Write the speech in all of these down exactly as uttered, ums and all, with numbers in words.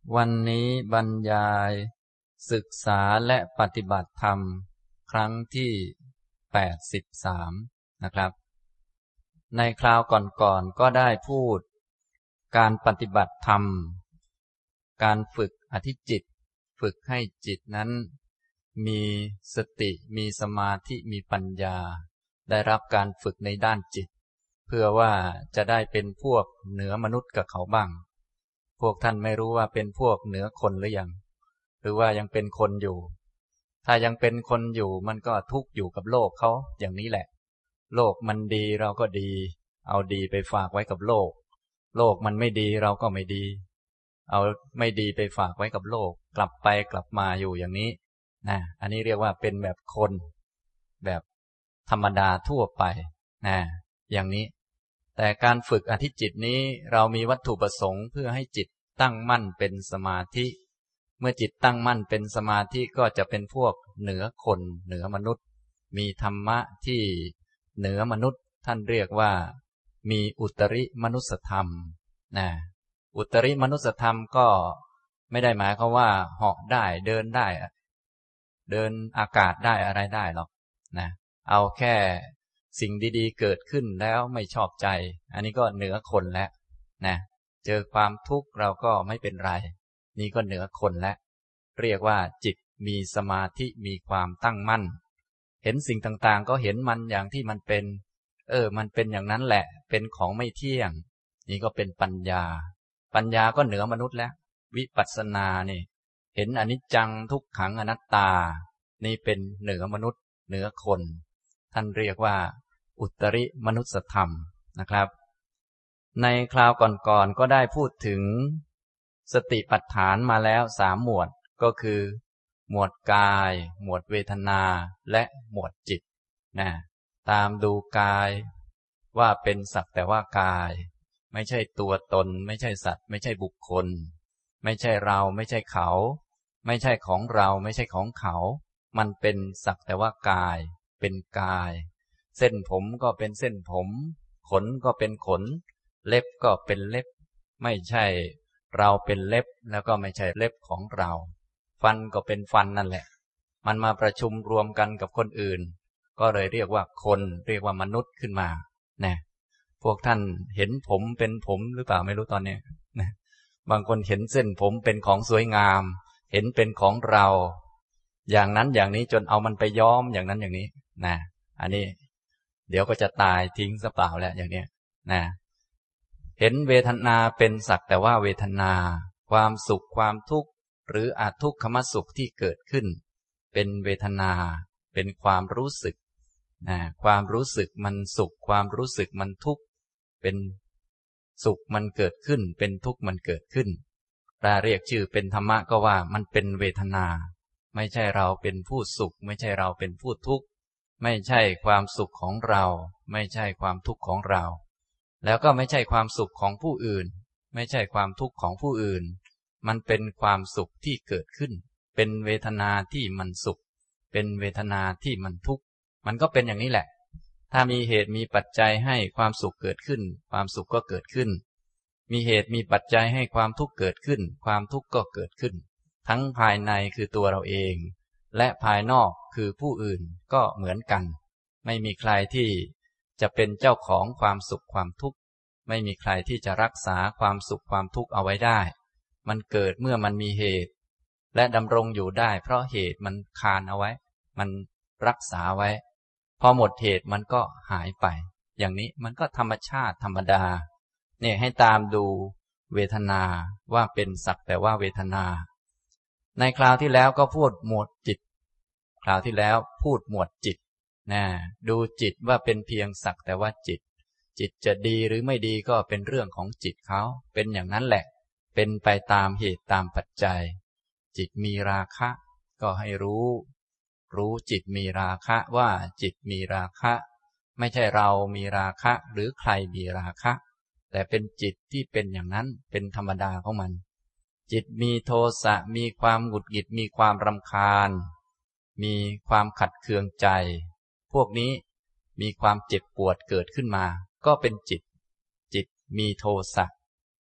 วันนี้บรรยายศึกษาและปฏิบัติธรรมครั้งที่แปดสิบสามนะครับในคราวก่อนๆก็ได้พูดการปฏิบัติธรรมการฝึกอธิจิตฝึกให้จิตนั้นมีสติมีสมาธิมีปัญญาได้รับการฝึกในด้านจิตเพื่อว่าจะได้เป็นพวกเหนือมนุษย์กับเขาบ้างพวกท่านไม่รู้ว่าเป็นพวกเหนือคนหรือยังหรือว่ายังเป็นคนอยู่ถ้ายังเป็นคนอยู่มันก็ทุกข์อยู่กับโลกเขาอย่างนี้แหละโลกมันดีเราก็ดีเอาดีไปฝากไว้กับโลกโลกมันไม่ดีเราก็ไม่ดีเอาไม่ดีไปฝากไว้กับโลกกลับไปกลับมาอยู่อย่างนี้นะอันนี้เรียกว่าเป็นแบบคนแบบธรรมดาทั่วไปนะอย่างนี้แต่การฝึกอธิจิตนี้เรามีวัตถุประสงค์เพื่อให้จิตตั้งมั่นเป็นสมาธิเมื่อจิตตั้งมั่นเป็นสมาธิก็จะเป็นพวกเหนือคนเหนือมนุษย์มีธรรมะที่เหนือมนุษย์ท่านเรียกว่ามีอุตริมนุสธรรมนะอุตริมนุสธรรมก็ไม่ได้หมายความว่าเหาะได้เดินได้เดินอากาศได้อะไรได้หรอกนะเอาแค่สิ่งดีๆเกิดขึ้นแล้วไม่ชอบใจอันนี้ก็เหนือคนแล้วนะเจอความทุกข์เราก็ไม่เป็นไรนี่ก็เหนือคนแล้วเรียกว่าจิตมีสมาธิมีความตั้งมั่นเห็นสิ่งต่างๆก็เห็นมันอย่างที่มันเป็นเออมันเป็นอย่างนั้นแหละเป็นของไม่เที่ยงนี่ก็เป็นปัญญาปัญญาก็เหนือมนุษย์แล้ววิปัสสนานี่เห็นอนิจจังทุกขังอนัตตานี่เป็นเหนือมนุษย์เหนือคนท่านเรียกว่าอุตริมนุสธรรมนะครับในคราวก่อนๆก็ได้พูดถึงสติปัฏฐานมาแล้วสามหมวดก็คือหมวดกายหมวดเวทนาและหมวดจิตนะตามดูกายว่าเป็นสักแต่ว่ากายไม่ใช่ตัวตนไม่ใช่สัตว์ไม่ใช่บุคคลไม่ใช่เราไม่ใช่เขาไม่ใช่ของเราไม่ใช่ของเขามันเป็นสักแต่ว่ากายเป็นกายเส้นผมก็เป็นเส้นผมขนก็เป็นขนเล็บก็เป็นเล็บไม่ใช่เราเป็นเล็บแล้วก็ไม่ใช่เล็บของเราฟันก็เป็นฟันนั่นแหละมันมาประชุมรวมกันกับคนอื่นก็เลยเรียกว่าคนเรียกว่ามนุษย์ขึ้นมานะพวกท่านเห็นผมเป็นผมหรือเปล่าไม่รู้ตอนนี้นะบางคนเห็นเส้นผมเป็นของสวยงามเห็นเป็นของเราอย่างนั้นอย่างนี้จนเอามันไปย้อมอย่างนั้นอย่างนี้นะอันนี้เดี๋ยวก็จะตายทิ้งซะเปล่าแล้วอย่างเนี้ยนะเห็นเวทนาเป็นสักแต่ว่าเวทนาความสุขความทุกข์หรืออาทุกขมสุขที่เกิดขึ้นเป็นเวทนาเป็นความรู้สึกนะความรู้สึกมันสุขความรู้สึกมันทุกข์เป็นสุขมันเกิดขึ้นเป็นทุกข์มันเกิดขึ้นถ้าเรียกชื่อเป็นธรรมะก็ว่ามันเป็นเวทนาไม่ใช่เราเป็นผู้สุขไม่ใช่เราเป็นผู้ทุกข์ไม่ใช่ความสุขของเราไม่ใช่ความทุกข์ของเราแล้วก็ไม่ใช่ความสุขของผู้อื่นไม่ใช่ความทุกข์ของผู้อื่นมันเป็นความสุขที่เกิดขึ้นเป็นเวทนาที่มันสุขเป็นเวทนาที่มันทุกข์มันก็เป็นอย่างนี้แหละถ้ามีเหตุมีปัจจัยให้ความสุขเกิดขึ้นความสุขก็เกิดขึ้นมีเหตุมีปัจจัยให้ความทุกข์เกิดขึ้นความทุกข์ก็เกิดขึ้นทั้งภายในคือตัวเราเองและภายนอกคือผู้อื่นก็เหมือนกันไม่มีใครที่จะเป็นเจ้าของความสุขความทุกข์ไม่มีใครที่จะรักษาความสุขความทุกข์เอาไว้ได้มันเกิดเมื่อมันมีเหตุและดำรงอยู่ได้เพราะเหตุมันคานเอาไว้มันรักษาไว้พอหมดเหตุมันก็หายไปอย่างนี้มันก็ธรรมชาติธรรมดาเนี่ยให้ตามดูเวทนาว่าเป็นสักแต่ว่าเวทนาในคราวที่แล้วก็พูดหมวดจิตคราวที่แล้วพูดหมวดจิตนะดูจิตว่าเป็นเพียงสักแต่ว่าจิตจิตจะดีหรือไม่ดีก็เป็นเรื่องของจิตเขาเป็นอย่างนั้นแหละเป็นไปตามเหตุตามปัจจัยจิตมีราคะก็ให้รู้รู้จิตมีราคะว่าจิตมีราคะไม่ใช่เรามีราคะหรือใครมีราคะแต่เป็นจิตที่เป็นอย่างนั้นเป็นธรรมดาของมันจิตมีโทสะมีความหงุดหงิดมีความรำคาญมีความขัดเคืองใจพวกนี้มีความเจ็บปวดเกิดขึ้นมาก็เป็นจิตจิตมีโทสะ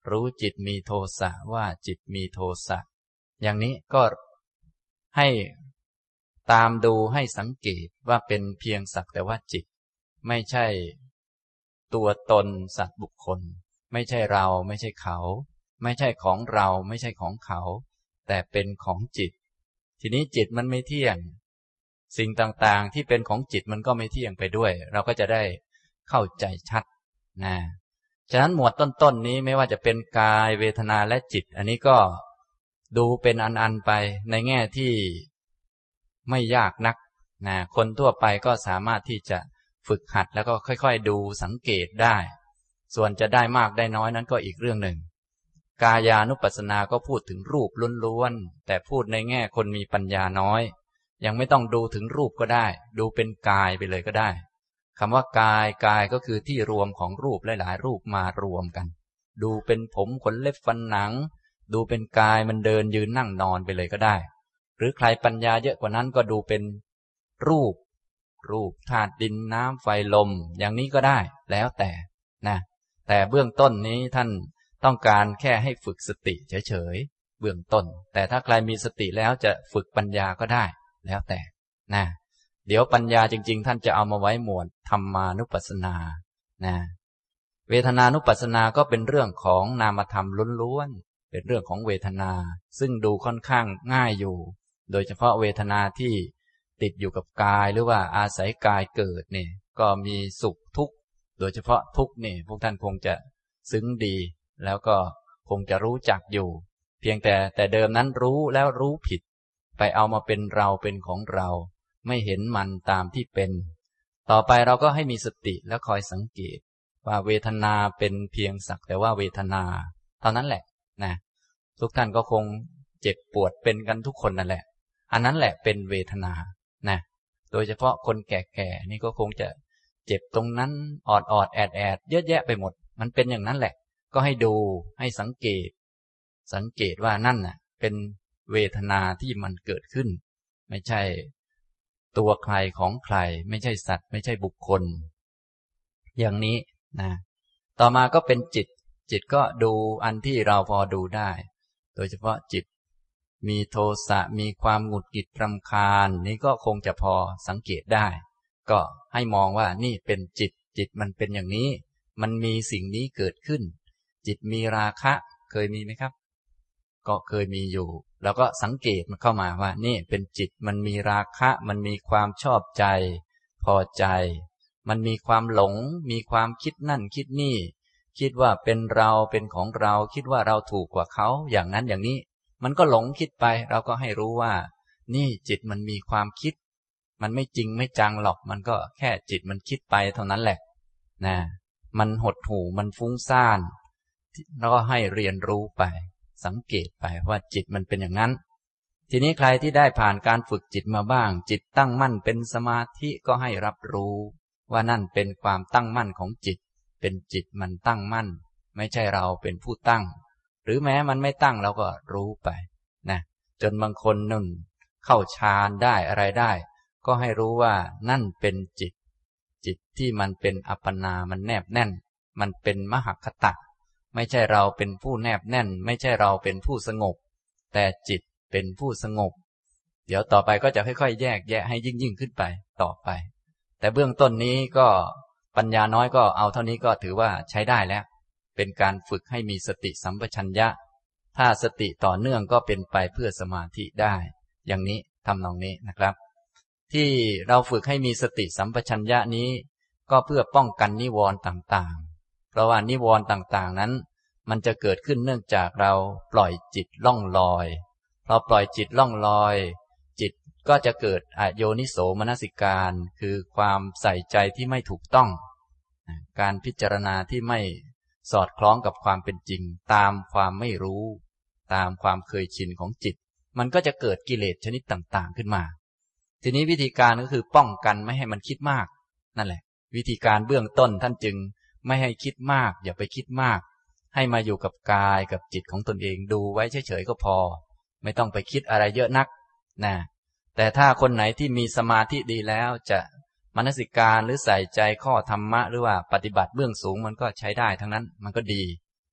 รู้จิตมีโทสะว่าจิตมีโทสะอย่างนี้ก็ให้ตามดูให้สังเกตว่าเป็นเพียงสักแต่ว่าจิตไม่ใช่ตัวตนสัตว์บุคคลไม่ใช่เราไม่ใช่เขาไม่ใช่ของเราไม่ใช่ของเขาแต่เป็นของจิตทีนี้จิตมันไม่เที่ยงสิ่งต่างๆที่เป็นของจิตมันก็ไม่เที่ยงไปด้วยเราก็จะได้เข้าใจชัดนะฉะนั้นหมวดต้นๆ น, นี้ไม่ว่าจะเป็นกายเวทนาและจิตอันนี้ก็ดูเป็นอันๆไปในแง่ที่ไม่ยากนักนะคนทั่วไปก็สามารถที่จะฝึกหัดแล้วก็ค่อยๆดูสังเกตได้ส่วนจะได้มากได้น้อยนั้นก็อีกเรื่องหนึ่งกายานุปัสสนาก็พูดถึงรูปล้วนๆแต่พูดในแง่คนมีปัญญาน้อยยังไม่ต้องดูถึงรูปก็ได้ดูเป็นกายไปเลยก็ได้คำว่ากายกายก็คือที่รวมของรูปหลายๆรูปมารวมกันดูเป็นผมขนเล็บฟันหนังดูเป็นกายมันเดินยืนนั่งนอนไปเลยก็ได้หรือใครปัญญาเยอะกว่านั้นก็ดูเป็นรูปรูปธาตุดินน้ำไฟลมอย่างนี้ก็ได้แล้วแต่นะแต่เบื้องต้นนี้ท่านต้องการแค่ให้ฝึกสติเฉยๆเบื้องต้นแต่ถ้าใครมีสติแล้วจะฝึกปัญญาก็ได้แล้วแต่นะเดี๋ยวปัญญาจริงๆท่านจะเอามาไว้หมวดธรรมานุปัสสนานะเวทนานุปัสสนาก็เป็นเรื่องของนามธรรมล้วนๆเป็นเรื่องของเวทนาซึ่งดูค่อนข้างง่ายอยู่โดยเฉพาะเวทนาที่ติดอยู่กับกายหรือว่าอาศัยกายเกิดเนี่ยก็มีสุขทุกข์โดยเฉพาะทุกข์นี่พวกท่านคงจะซึ้งดีแล้วก็คงจะรู้จักอยู่เพียงแต่แต่เดิมนั้นรู้แล้วรู้ผิดไปเอามาเป็นเราเป็นของเราไม่เห็นมันตามที่เป็นต่อไปเราก็ให้มีสติแล้วคอยสังเกตว่าเวทนาเป็นเพียงสักแต่ว่าเวทนาเท่านั้นแหละนะทุกท่านก็คงเจ็บปวดเป็นกันทุกคนนั่นแหละอันนั้นแหละเป็นเวทนานะโดยเฉพาะคนแก่ๆนี่ก็คงจะเจ็บตรงนั้นออดออดแอดแอดเยอะแยะไปหมดมันเป็นอย่างนั้นแหละก็ให้ดูให้สังเกตสังเกตว่านั่นน่ะเป็นเวทนาที่มันเกิดขึ้นไม่ใช่ตัวใครของใครไม่ใช่สัตว์ไม่ใช่บุคคลอย่างนี้นะต่อมาก็เป็นจิตจิตก็ดูอันที่เราพอดูได้โดยเฉพาะจิตมีโทสะมีความหงุดหงิดรำคาญนี้ก็คงจะพอสังเกตได้ก็ให้มองว่านี่เป็นจิตจิตมันเป็นอย่างนี้มันมีสิ่งนี้เกิดขึ้นจิตมีราคะเคยมีไหมครับก็เคยมีอยู่แล้วก็สังเกตมันเข้ามาว่านี่เป็นจิตมันมีราคะมันมีความชอบใจพอใจมันมีความหลงมีความคิดนั่นคิดนี่คิดว่าเป็นเราเป็นของเราคิดว่าเราถูกกว่าเขาอย่างนั้นอย่างนี้มันก็หลงคิดไปเราก็ให้รู้ว่านี่จิตมันมีความคิดมันไม่จริงไม่จังหรอกมันก็แค่จิตมันคิดไปเท่านั้นแหละนะมันหดหู่มันฟุ้งซ่านแล้วก็ให้เรียนรู้ไปสังเกตไปว่าจิตมันเป็นอย่างนั้นทีนี้ใครที่ได้ผ่านการฝึกจิตมาบ้างจิตตั้งมั่นเป็นสมาธิก็ให้รับรู้ว่านั่นเป็นความตั้งมั่นของจิตเป็นจิตมันตั้งมั่นไม่ใช่เราเป็นผู้ตั้งหรือแม้มันไม่ตั้งเราก็รู้ไปนะจนบางคนนุ่นเข้าฌานได้อะไรได้ก็ให้รู้ว่านั่นเป็นจิตจิตที่มันเป็นอัปปนามันแนบแน่นมันเป็นมหคตะไม่ใช่เราเป็นผู้แนบแน่นไม่ใช่เราเป็นผู้สงบแต่จิตเป็นผู้สงบเดี๋ยวต่อไปก็จะค่อยๆแยกแยะให้ยิ่งยิ่งขึ้นไปต่อไปแต่เบื้องต้นนี้ก็ปัญญาน้อยก็เอาเท่านี้ก็ถือว่าใช้ได้แล้วเป็นการฝึกให้มีสติสัมปชัญญะถ้าสติต่อเนื่องก็เป็นไปเพื่อสมาธิได้อย่างนี้ทำนองนี้นะครับที่เราฝึกให้มีสติสัมปชัญญะนี้ก็เพื่อป้องกันนิวรณ์ต่างๆเพราะว่านิวรณ์ต่างๆนั้นมันจะเกิดขึ้นเนื่องจากเราปล่อยจิตล่องลอยพอปล่อยจิตล่องลอยจิตก็จะเกิดอโยนิโสมนสิการคือความใส่ใจที่ไม่ถูกต้องการพิจารณาที่ไม่สอดคล้องกับความเป็นจริงตามความไม่รู้ตามความเคยชินของจิตมันก็จะเกิดกิเลสชนิดต่างๆขึ้นมาทีนี้วิธีการก็คือป้องกันไม่ให้มันคิดมากนั่นแหละวิธีการเบื้องต้นท่านจึงไม่ให้คิดมากอย่าไปคิดมากให้มาอยู่กับกายกับจิตของตนเองดูไว้เฉยๆก็พอไม่ต้องไปคิดอะไรเยอะนักนะแต่ถ้าคนไหนที่มีสมาธิดีแล้วจะมนสิการหรือใส่ใจข้อธรรมะหรือว่าปฏิบัติเบื้องสูงมันก็ใช้ได้ทั้งนั้นมันก็ดี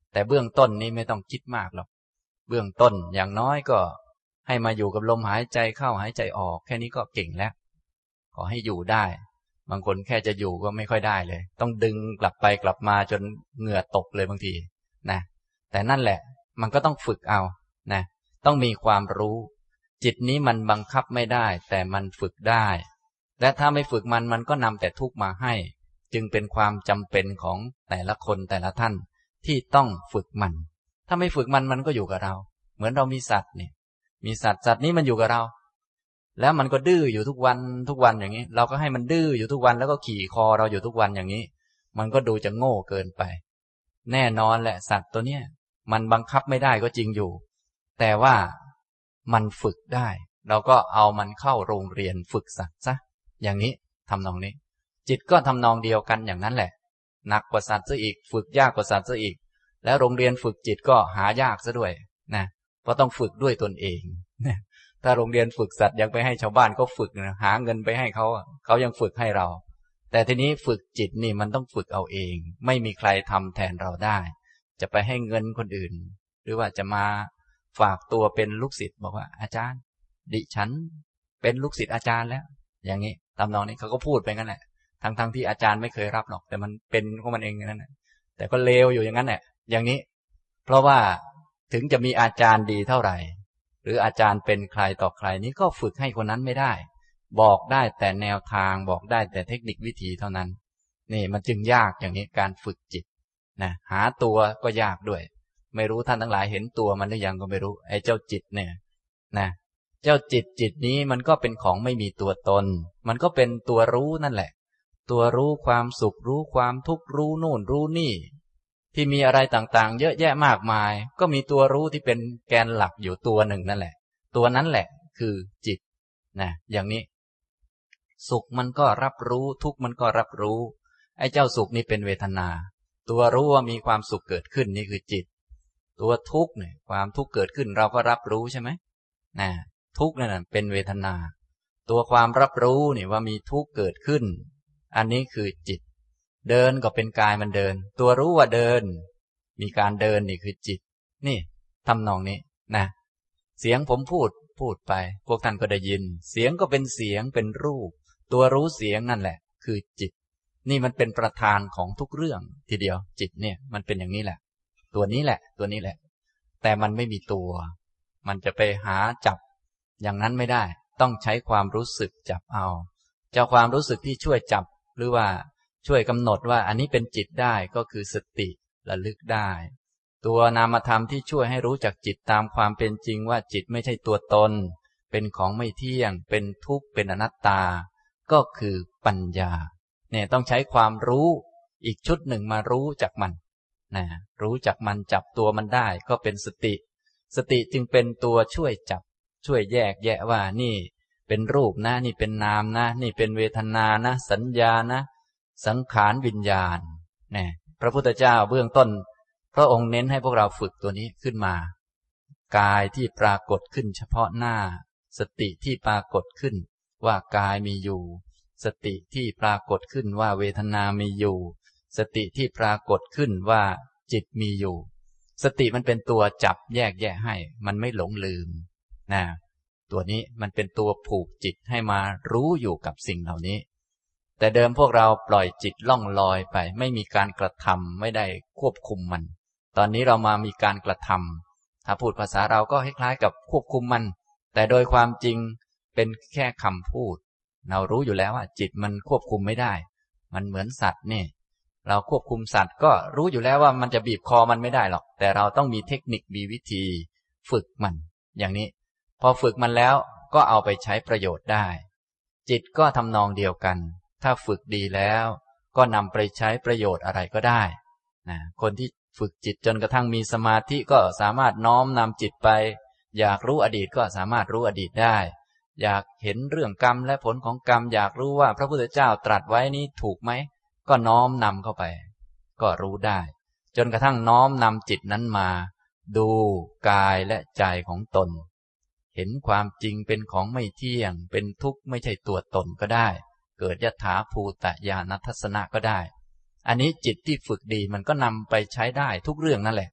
แต่เบื้องต้นนี้ไม่ต้องคิดมากหรอกเบื้องต้นอย่างน้อยก็ให้มาอยู่กับลมหายใจเข้าหายใจออกแค่นี้ก็เก่งแล้วขอให้อยู่ได้บางคนแค่จะอยู่ก็ไม่ค่อยได้เลยต้องดึงกลับไปกลับมาจนเหงื่อตกเลยบางทีนะแต่นั่นแหละมันก็ต้องฝึกเอานะต้องมีความรู้จิตนี้มันบังคับไม่ได้แต่มันฝึกได้และถ้าไม่ฝึกมันมันก็นำแต่ทุกข์มาให้จึงเป็นความจำเป็นของแต่ละคนแต่ละท่านที่ต้องฝึกมันถ้าไม่ฝึกมันมันก็อยู่กับเราเหมือนเรามีสัตว์เนี่ยมีสัตว์สัตว์นี้มันอยู่กับเราแล้วมันก็ดื้ออยู่ทุกวันทุกวันอย่างนี้เราก็ให้มันดื้ออยู่ทุกวันแล้วก็ขี่คอเราอยู่ทุกวันอย่างนี้มันก็ดูจะโง่เกินไปแน่นอนแหละสัตว์ตัวเนี้ยมันบังคับไม่ได้ก็จริงอยู่แต่ว่ามันฝึกได้เราก็เอามันเข้าโรงเรียนฝึกสัตว์ซะอย่างนี้ทำนองนี้จิตก็ทำนองเดียวกันอย่างนั้นแหละหนักกว่าสัตว์ซะอีกฝึกยากกว่าสัตว์ซะอีกแล้วโรงเรียนฝึกจิตก็หายากซะด้วยนะเพราะต้องฝึกด้วยตนเองนะถ้าโรงเรียนฝึกสัตว์ยังไปให้ชาวบ้านก็ฝึกนะหาเงินไปให้เขาเขายังฝึกให้เราแต่ทีนี้ฝึกจิตนี่มันต้องฝึกเอาเองไม่มีใครทำแทนเราได้จะไปให้เงินคนอื่นหรือว่าจะมาฝากตัวเป็นลูกศิษย์บอกว่าอาจารย์ดิฉันเป็นลูกศิษย์อาจารย์แล้วอย่างนี้ตามนองนี้เขาก็พูดไปงั้นแหละทั้งทั้งที่อาจารย์ไม่เคยรับหรอกแต่มันเป็นของมันเองนั่นแหละแต่ก็เลวอยู่อย่างนั้นแหละอย่างนี้เพราะว่าถึงจะมีอาจารย์ดีเท่าไหร่หรืออาจารย์เป็นใครต่อใครนี้ก็ฝึกให้คนนั้นไม่ได้บอกได้แต่แนวทางบอกได้แต่เทคนิควิธีเท่านั้นนี่มันจึงยากอย่างนี้การฝึกจิตนะหาตัวก็ยากด้วยไม่รู้ท่านทั้งหลายเห็นตัวมันหรือยังก็ไม่รู้ไอ้เจ้าจิตเนี่ยนะเจ้าจิตจิตนี้มันก็เป็นของไม่มีตัวตนมันก็เป็นตัวรู้นั่นแหละตัวรู้ความสุขรู้ความทุกข์รู้โน่นรู้นี่ที่มีอะไรต่างๆเยอะแยะมากมายก็มีตัวรู้ที่เป็นแกนหลักอยู่ตัวหนึ่งนั่นแหละตัวนั้นแหละคือจิตนะอย่างนี้สุขมันก็รับรู้ทุกข์มันก็รับรู้ไอ้เจ้าสุขนี่เป็นเวทนาตัวรู้ว่ามีความสุขเกิดขึ้นนี่คือจิตตัวทุกข์เนี่ยความทุกข์เกิดขึ้นเราก็รับรู้ใช่ไหมนะทุกข์นั่นเป็นเวทนาตัวความรับรู้นี่ว่ามีทุกข์เกิดขึ้นอันนี้คือจิตเดินก็เป็นกายมันเดินตัวรู้ว่าเดินมีการเดินนี่คือจิตนี่ทำนองนี้นะเสียงผมพูดพูดไปพวกท่านก็ได้ยินเสียงก็เป็นเสียงเป็นรูปตัวรู้เสียงนั่นแหละคือจิตนี่มันเป็นประธานของทุกเรื่องทีเดียวจิตเนี่ยมันเป็นอย่างนี้แหละตัวนี้แหละตัวนี้แหละแต่มันไม่มีตัวมันจะไปหาจับอย่างนั้นไม่ได้ต้องใช้ความรู้สึกจับเอาเจ้าความรู้สึกที่ช่วยจับหรือว่าช่วยกำหนดว่าอันนี้เป็นจิตได้ก็คือสติระลึกได้ตัวนามธรรมที่ช่วยให้รู้จักจิตตามความเป็นจริงว่าจิตไม่ใช่ตัวตนเป็นของไม่เที่ยงเป็นทุกข์เป็นอนัตตาก็คือปัญญาเนี่ยต้องใช้ความรู้อีกชุดหนึ่งมารู้จักมันนะรู้จักมันจับตัวมันได้ก็เป็นสติสติจึงเป็นตัวช่วยจับช่วยแยกแยะว่านี่เป็นรูปนะนี่เป็นนามนะนี่เป็นเวทนานะสัญญานะสังขารวิญญาณเนี่ยพระพุทธเจ้าเบื้องต้นพระองค์เน้นให้พวกเราฝึกตัวนี้ขึ้นมากายที่ปรากฏขึ้นเฉพาะหน้าสติที่ปรากฏขึ้นว่ากายมีอยู่สติที่ปรากฏขึ้นว่าเวทนามีอยู่สติที่ปรากฏขึ้นว่าจิตมีอยู่สติมันเป็นตัวจับแยกแยะให้มันไม่หลงลืมนะตัวนี้มันเป็นตัวผูกจิตให้มารู้อยู่กับสิ่งเหล่านี้แต่เดิมพวกเราปล่อยจิตล่องลอยไปไม่มีการกระทำไม่ได้ควบคุมมันตอนนี้เรามามีการกระทำถ้าพูดภาษาเราก็คล้ายๆกับควบคุมมันแต่โดยความจริงเป็นแค่คำพูดเรารู้อยู่แล้วว่าจิตมันควบคุมไม่ได้มันเหมือนสัตว์นี่เราควบคุมสัตว์ก็รู้อยู่แล้วว่ามันจะบีบคอมันไม่ได้หรอกแต่เราต้องมีเทคนิคมีวิธีฝึกมันอย่างนี้พอฝึกมันแล้วก็เอาไปใช้ประโยชน์ได้จิตก็ทำนองเดียวกันถ้าฝึกดีแล้วก็นำไปใช้ประโยชน์อะไรก็ได้นะคนที่ฝึกจิตจนกระทั่งมีสมาธิก็สามารถน้อมนำจิตไปอยากรู้อดีตก็สามารถรู้อดีตได้อยากเห็นเรื่องกรรมและผลของกรรมอยากรู้ว่าพระพุทธเจ้าตรัสไว้นี้ถูกไหมก็น้อมนำเข้าไปก็รู้ได้จนกระทั่งน้อมนำจิตนั้นมาดูกายและใจของตนเห็นความจริงเป็นของไม่เที่ยงเป็นทุกข์ไม่ใช่ตัวตนก็ได้เกิดยถาภูตญาณทัศนะก็ได้อันนี้จิตที่ฝึกดีมันก็นำไปใช้ได้ทุกเรื่องนั่นแหละ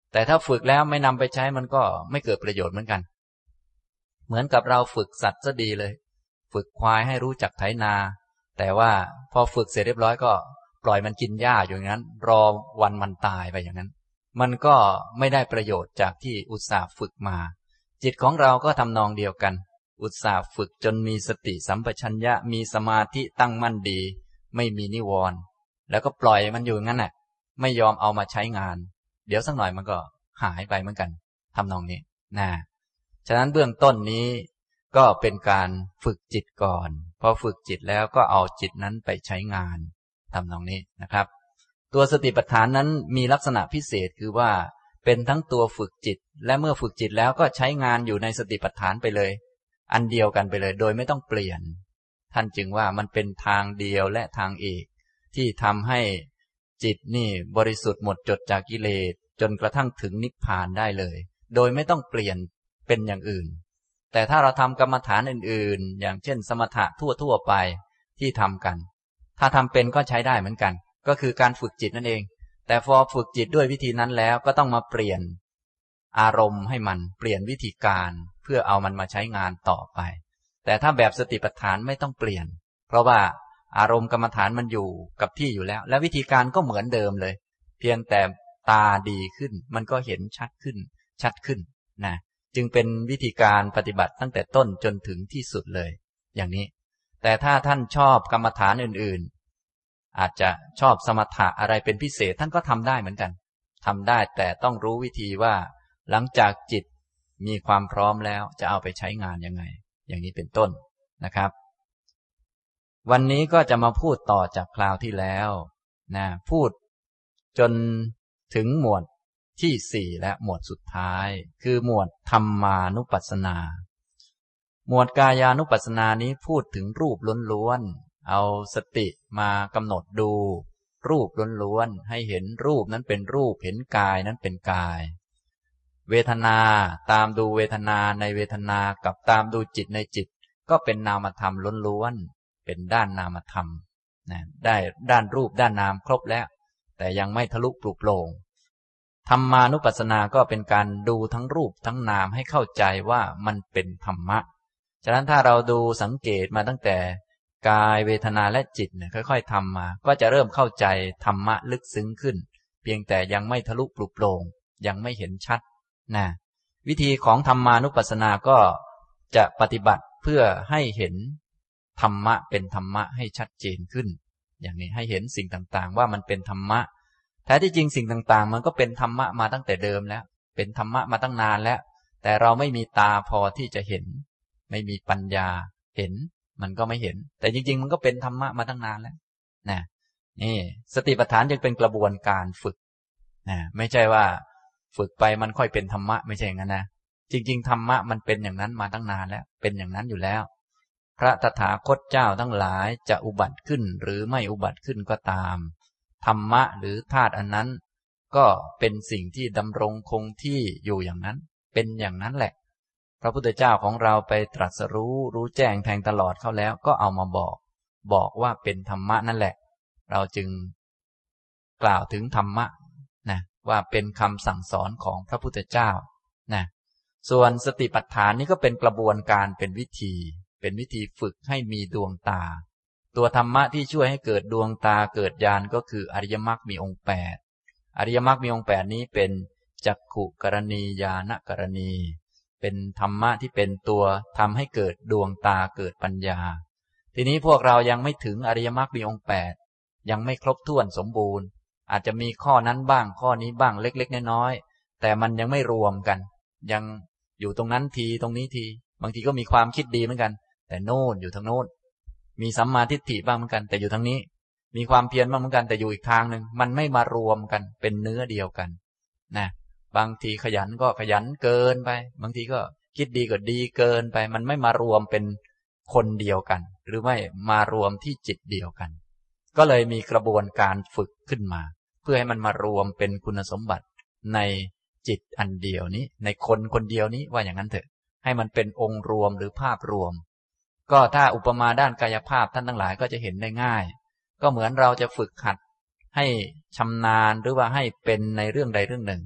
แต่ถ้าฝึกแล้วไม่นำไปใช้มันก็ไม่เกิดประโยชน์เหมือนกันเหมือนกับเราฝึกสัตว์ซะดีเลยฝึกควายให้รู้จักไถนาแต่ว่าพอฝึกเสร็จเรียบร้อยก็ปล่อยมันกินหญ้าอยู่อย่างนั้นรอวันมันตายไปอย่างนั้นมันก็ไม่ได้ประโยชน์จากที่อุตส่าห์ฝึกมาจิตของเราก็ทำนองเดียวกันอุตส่าห์ฝึกจนมีสติสัมปชัญญะมีสมาธิตั้งมั่นดีไม่มีนิวรณ์แล้วก็ปล่อยมันอยู่งั้นแหละไม่ยอมเอามาใช้งานเดี๋ยวสักหน่อยมันก็หายไปเหมือนกันทำนองนี้นะฉะนั้นเบื้องต้นนี้ก็เป็นการฝึกจิตก่อนพอฝึกจิตแล้วก็เอาจิตนั้นไปใช้งานทำนองนี้นะครับตัวสติปัฏฐานนั้นมีลักษณะพิเศษคือว่าเป็นทั้งตัวฝึกจิตและเมื่อฝึกจิตแล้วก็ใช้งานอยู่ในสติปัฏฐานไปเลยอันเดียวกันไปเลยโดยไม่ต้องเปลี่ยนท่านจึงว่ามันเป็นทางเดียวและทางเอกที่ทำให้จิตนี่บริสุทธิ์หมดจดจากกิเลสจนกระทั่งถึงนิพพานได้เลยโดยไม่ต้องเปลี่ยนเป็นอย่างอื่นแต่ถ้าเราทำกรรมฐานอื่นๆอย่างเช่นสมถะทั่วๆไปที่ทำกันถ้าทำเป็นก็ใช้ได้เหมือนกันก็คือการฝึกจิตนั่นเองแต่พอฝึกจิตด้วยวิธีนั้นแล้วก็ต้องมาเปลี่ยนอารมณ์ให้มันเปลี่ยนวิธีการเพื่อเอามันมาใช้งานต่อไปแต่ถ้าแบบสติปัฏฐานไม่ต้องเปลี่ยนเพราะว่าอารมณ์กรรมฐานมันอยู่กับที่อยู่แล้วและวิธีการก็เหมือนเดิมเลยเพียงแต่ตาดีขึ้นมันก็เห็นชัดขึ้นชัดขึ้นนะจึงเป็นวิธีการปฏิบัติตั้งแต่ต้นจนถึงที่สุดเลยอย่างนี้แต่ถ้าท่านชอบกรรมฐานอื่นๆอาจจะชอบสมถะอะไรเป็นพิเศษท่านก็ทำได้เหมือนกันทำได้แต่ต้องรู้วิธีว่าหลังจากจิตมีความพร้อมแล้วจะเอาไปใช้งานยังไงอย่างนี้เป็นต้นนะครับวันนี้ก็จะมาพูดต่อจากคราวที่แล้วนะพูดจนถึงหมวดที่สี่และหมวดสุดท้ายคือหมวดธรรมานุปัสสนาหมวดกายานุปัสสนานี้พูดถึงรูปล้วนๆเอาสติมากำหนดดูรูปล้วนๆให้เห็นรูปนั้นเป็นรูปเห็นกายนั้นเป็นกายเวทนาตามดูเวทนาในเวทนากับตามดูจิตในจิตก็เป็นนามธรรมล้วนๆเป็นด้านนามธรรมนะได้ด้านรูปด้านนามครบแล้วแต่ยังไม่ทะลุปลุกโปร่งธรรมานุปัสสนาก็เป็นการดูทั้งรูปทั้งนามให้เข้าใจว่ามันเป็นธรรมะฉะนั้นถ้าเราดูสังเกตมาตั้งแต่กายเวทนาและจิตเนี่ยค่อยๆทำมาก็จะเริ่มเข้าใจธรรมะลึกซึ้งขึ้นเพียงแต่ยังไม่ทะลุปลุกโปร่งยังไม่เห็นชัดนะวิธีของธรรมานุปัสสนาก็จะปฏิบัติเพื่อให้เห็นธรรมะเป็นธรรมะให้ชัดเจนขึ้นอย่างนี้ให้เห็นสิ่งต่างๆว่ามันเป็นธรรมะแท้ที่จริงสิ่งต่างๆมันก็เป็นธรรมะมาตั้งแต่เดิมแล้วเป็นธรรมะมาตั้งนานแล้วแต่เราไม่มีตาพอที่จะเห็นไม่มีปัญญาเห็นมันก็ไม่เห็นแต่จริงๆมันก็เป็นธรรมะมาตั้งนานแล้วนะนี่สติปัฏฐานจึงเป็นกระบวนการฝึกนะไม่ใช่ว่าฝึกไปมันค่อยเป็นธรรมะไม่ใช่อย่างนั้นนะจริงๆธรรมะมันเป็นอย่างนั้นมาตั้งนานแล้วเป็นอย่างนั้นอยู่แล้วพระตถาคตเจ้าทั้งหลายจะอุบัติขึ้นหรือไม่อุบัติขึ้นก็ตามธรรมะหรือธาตุอันนั้นก็เป็นสิ่งที่ดำรงคงที่อยู่อย่างนั้นเป็นอย่างนั้นแหละพระพุทธเจ้าของเราไปตรัสรู้รู้แจ้งแทงตลอดเข้าแล้วก็เอามาบอกบอกว่าเป็นธรรมะนั่นแหละเราจึงกล่าวถึงธรรมะนะว่าเป็นคำสั่งสอนของพระพุทธเจ้านะส่วนสติปัฏฐานนี้ก็เป็นกระบวนการเป็นวิธีเป็นวิธีฝึกให้มีดวงตาตัวธรรมะที่ช่วยให้เกิดดวงตาเกิดญาณก็คืออริยมรรคมีองค์แปดอริยมรรคมีองค์แปดนี้เป็นจักขุกรณีญาณกรณีเป็นธรรมะที่เป็นตัวทำให้เกิดดวงตาเกิดปัญญาทีนี้พวกเรายังไม่ถึงอริยมรรคมีองค์แปดยังไม่ครบถ้วนสมบูรณ์อาจจะมีข้อนั้นบ้างข้อนี้บ้างเล็กๆน้อยๆแต่มันยังไม่รวมกันยังอยู่ตรงนั้นทีตรงนี้ทีบางทีก็มีความคิดดีเหมือนกันแต่โน่นอยู่ทางโน้นมีสัมมาทิฏฐิบ้างเหมือนกันแต่อยู่ทางนี้มีความเพียรบ้างเหมือนกันแต่อยู่อีกทางหนึ่งมันไม่มารวมกันเป็นเนื้อเดียวกันนะบางทีขยันก็ขยันเกินไปบางทีก็คิดดีก็ดีเกินไปมันไม่มารวมเป็นคนเดียวกันหรือไม่มารวมที่จิตเดียวกันก็เลยมีกระบวนการฝึกขึ้นมาเพื่อให้มันมารวมเป็นคุณสมบัติในจิตอันเดียวนี้ในคนคนเดียวนี้ว่าอย่างนั้นเถอะให้มันเป็นองค์รวมหรือภาพรวมก็ถ้าอุปมาด้านกายภาพท่านทั้งหลายก็จะเห็นได้ง่ายก็เหมือนเราจะฝึกหัดให้ชำนาญหรือว่าให้เป็นในเรื่องใดเรื่องหนึ่ง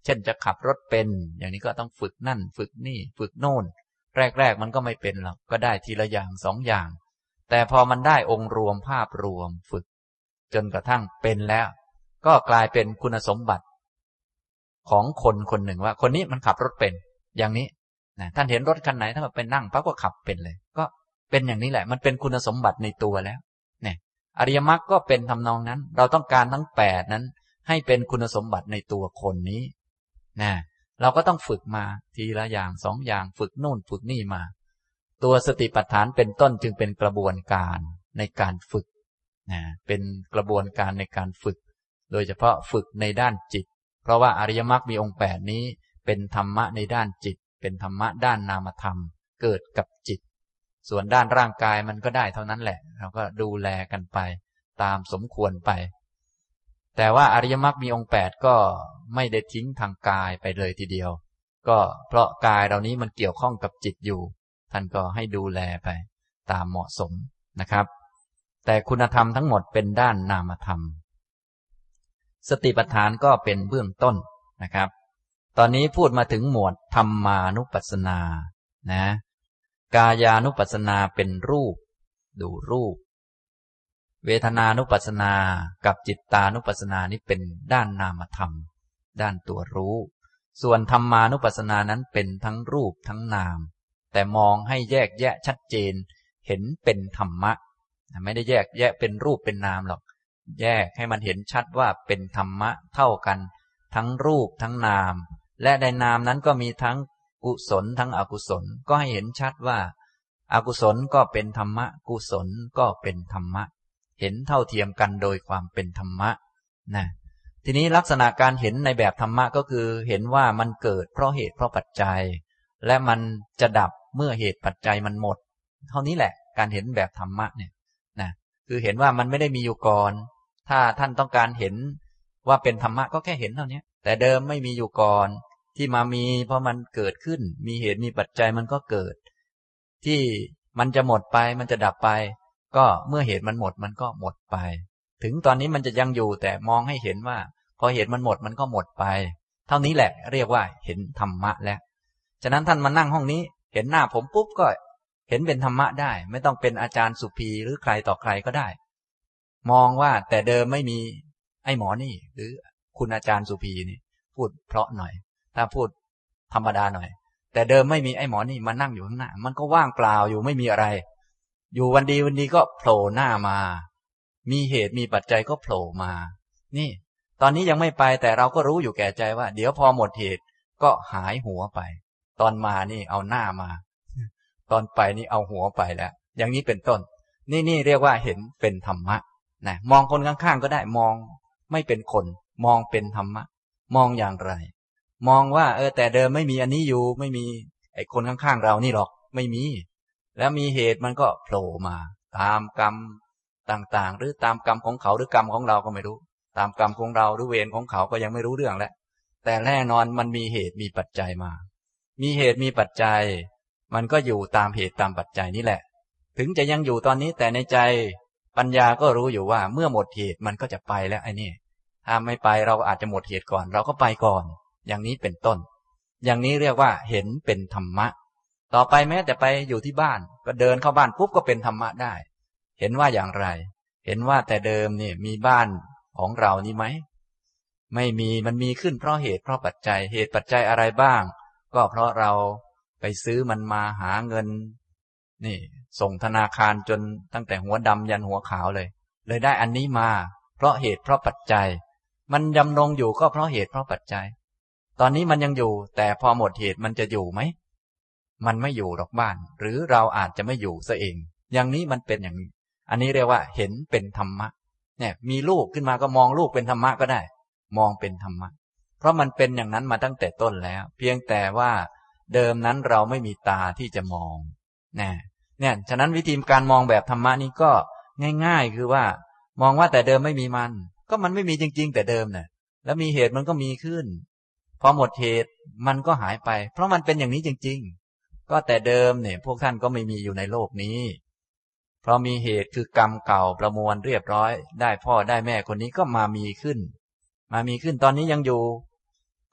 เช่นจะขับรถเป็นอย่างนี้ก็ต้องฝึกนั่นฝึกนี่ฝึกโน่นแรกๆมันก็ไม่เป็นหรอกก็ได้ทีละอย่างสองอย่างแต่พอมันได้องค์รวมภาพรวมฝึกจนกระทั่งเป็นแล้วก็กลายเป็นคุณสมบัติของคนคนหนึ่งว่าคนนี้มันขับรถเป็นอย่างนี้นะท่านเห็นรถคันไหนถ้ามันเป็นนั่งปั๊บก็ขับเป็นเลยก็เป็นอย่างนี้แหละมันเป็นคุณสมบัติในตัวแล้วเนี่ยอริยมรรคก็เป็นทำนองนั้นเราต้องการทั้งแปดนั้นให้เป็นคุณสมบัติในตัวคนนี้นะเราก็ต้องฝึกมาทีละอย่างสองอย่างฝึกโน่นฝึกนี่มาตัวสติปัฏฐานเป็นต้นจึงเป็นกระบวนการในการฝึกนะเป็นกระบวนการในการฝึกโดยเฉพาะฝึกในด้านจิตเพราะว่าอริยมรรคมีองค์แปดนี้เป็นธรรมะในด้านจิตเป็นธรรมะด้านนามธรรมเกิดกับจิตส่วนด้านร่างกายมันก็ได้เท่านั้นแหละเราก็ดูแลกันไปตามสมควรไปแต่ว่าอริยมรรคมีองค์แปดก็ไม่ได้ทิ้งทางกายไปเลยทีเดียวก็เพราะกายเรานี้มันเกี่ยวข้องกับจิตอยู่ท่านก็ให้ดูแลไปตามเหมาะสมนะครับแต่คุณธรรมทั้งหมดเป็นด้านนามธรรมสติปัฏฐานก็เป็นเบื้องต้นนะครับตอนนี้พูดมาถึงหมวดธรรมานุปัสสนานะกายานุปัสสนาเป็นรูปดูรูปเวทนานุปัสสนากับจิตตานุปัสสนานี้เป็นด้านนามธรรมด้านตัวรู้ส่วนธรรมานุปัสสนานั้นเป็นทั้งรูปทั้งนามแต่มองให้แยกแยะชัดเจนเห็นเป็นธรรมะไม่ได้แยกแยะเป็นรูปเป็นนามหรอกแยกให้มันเห็นชัดว่าเป็นธรรมะเท่ากันทั้งรูปทั้งนามและในนามนั้นก็มีทั้งกุศลทั้งอกุศลก็ให้เห็นชัดว่าอกุศลก็เป็นธรรมะกุศลก็เป็นธรรมะเห็นเท่าเทียมกันโดยความเป็นธรรมะนะทีนี้ลักษณะการเห็นในแบบธรรมะก็คือเห็นว่ามันเกิดเพราะเหตุเพราะปัจจัยและมันจะดับเมื่อเหตุปัจจัยมันหมดเท่านี้แหละการเห็นแบบธรรมะเนี่ยนะคือเห็นว่ามันไม่ได้มีอยู่ก่อนถ้าท่านต้องการเห็นว่าเป็นธรรมะก็แค่เห็นเท่านี้แต่เดิมไม่มีอยู่ก่อนที่มามีเพราะมันเกิดขึ้นมีเหตุมีปัจจัยมันก็เกิดที่มันจะหมดไปมันจะดับไปก็เมื่อเหตุมันหมดมันก็หมดไปถึงตอนนี้มันจะยังอยู่แต่มองให้เห็นว่าพอเหตุมันหมดมันก็หมดไปเท่านี้แหละเรียกว่าเห็นธรรมะแล้วฉะนั้นท่านมานั่งห้องนี้เห็นหน้าผมปุ๊บก็เห็นเป็นธรรมะได้ไม่ต้องเป็นอาจารย์สุภีหรือใครต่อใครก็ได้มองว่าแต่เดิมไม่มีไอ้หมอนี่หรือคุณอาจารย์สุภีนี่พูดเพราะหน่อยถ้าพูดธรรมดาหน่อยแต่เดิมไม่มีไอ้หมอนี่มานั่งอยู่ข้างหน้ามันก็ว่างเปล่าอยู่ไม่มีอะไรอยู่วันดีวันดีก็โผล่หน้ามามีเหตุมีปัจจัยก็โผล่มานี่ตอนนี้ยังไม่ไปแต่เราก็รู้อยู่แก่ใจว่าเดี๋ยวพอหมดเหตุก็หายหัวไปตอนมานี่เอาหน้ามาตอนไปนี่เอาหัวไปแล้วอย่างนี้เป็นต้นนี่นี่เรียกว่าเห็นเป็นธรรมะนะมองคนข้างๆก็ได้มองไม่เป็นคนมองเป็นธรรมะมองอย่างไรมองว่าเออแต่เดิมไม่มีอันนี้อยู่ไม่มีไอ้คนข้างๆเรานี่หรอกไม่มีแล้วมีเหตุมันก็โผล่มาตามกรรมต่างๆหรือตามกรรมของเขาหรือกรรมของเราก็ไม่รู้ตามกรรมของเราหรือเวรของเขาก็ยังไม่รู้เรื่องแล้วแต่แน่นอนมันมีเหตุมีปัจจัยมามีเหตุมีปัจจัยมันก็อยู่ตามเหตุตามปัจจัยนี่แหละถึงจะยังอยู่ตอนนี้แต่ในใจปัญญาก็รู้อยู่ว่าเมื่อหมดเหตุมันก็จะไปแล้วไอ้นี่ถ้าไม่ไปเราอาจจะหมดเหตุก่อนเราก็ไปก่อนอย่างนี้เป็นต้นอย่างนี้เรียกว่าเห็นเป็นธรรมะต่อไปแม้แต่ไปอยู่ที่บ้านก็เดินเข้าบ้านปุ๊บก็เป็นธรรมะได้เห็นว่าอย่างไรเห็นว่าแต่เดิมนี่มีบ้านของเรานี่ไหมไม่มีมันมีขึ้นเพราะเหตุเพราะปัจจัยเหตุปัจจัยอะไรบ้างก็เพราะเราไปซื้อมันมาหาเงินนี่ส่งธนาคารจนตั้งแต่หัวดำยันหัวขาวเลยเลยได้อันนี้มาเพราะเหตุเพราะปัจจัยมันดำรงอยู่ก็เพราะเหตุเพราะปัจจัยตอนนี้มันยังอยู่แต่พอหมดเหตุมันจะอยู่ไหมมันไม่อยู่หรอกบ้านหรือเราอาจจะไม่อยู่ซะเองอย่างนี้มันเป็นอย่างนี้อันนี้เรียกว่าเห็นเป็นธรรมะเนี่ยมีลูกขึ้นมาก็มองลูกเป็นธรรมะก็ได้มองเป็นธรรมะเพราะมันเป็นอย่างนั้นมาตั้งแต่ต้นแล้วเพียงแต่ว่าเดิมนั้นเราไม่มีตาที่จะมองนะเนี่ยฉะนั้นวิธีการมองแบบธรรมะนี้ก็ง่ายๆคือว่ามองว่าแต่เดิมไม่มีมันก็มันไม่มีจริงๆแต่เดิมเนี่ยแล้วมีเหตุมันก็มีขึ้นพอหมดเหตุมันก็หายไปเพราะมันเป็นอย่างนี้จริงๆก็แต่เดิมเนี่ยพวกท่านก็ไม่มีอยู่ในโลกนี้เพราะมีเหตุคือกรรมเก่าประมวลเรียบร้อยได้พ่อได้แม่คนนี้ก็มามีขึ้นมามีขึ้นตอนนี้ยังอยู่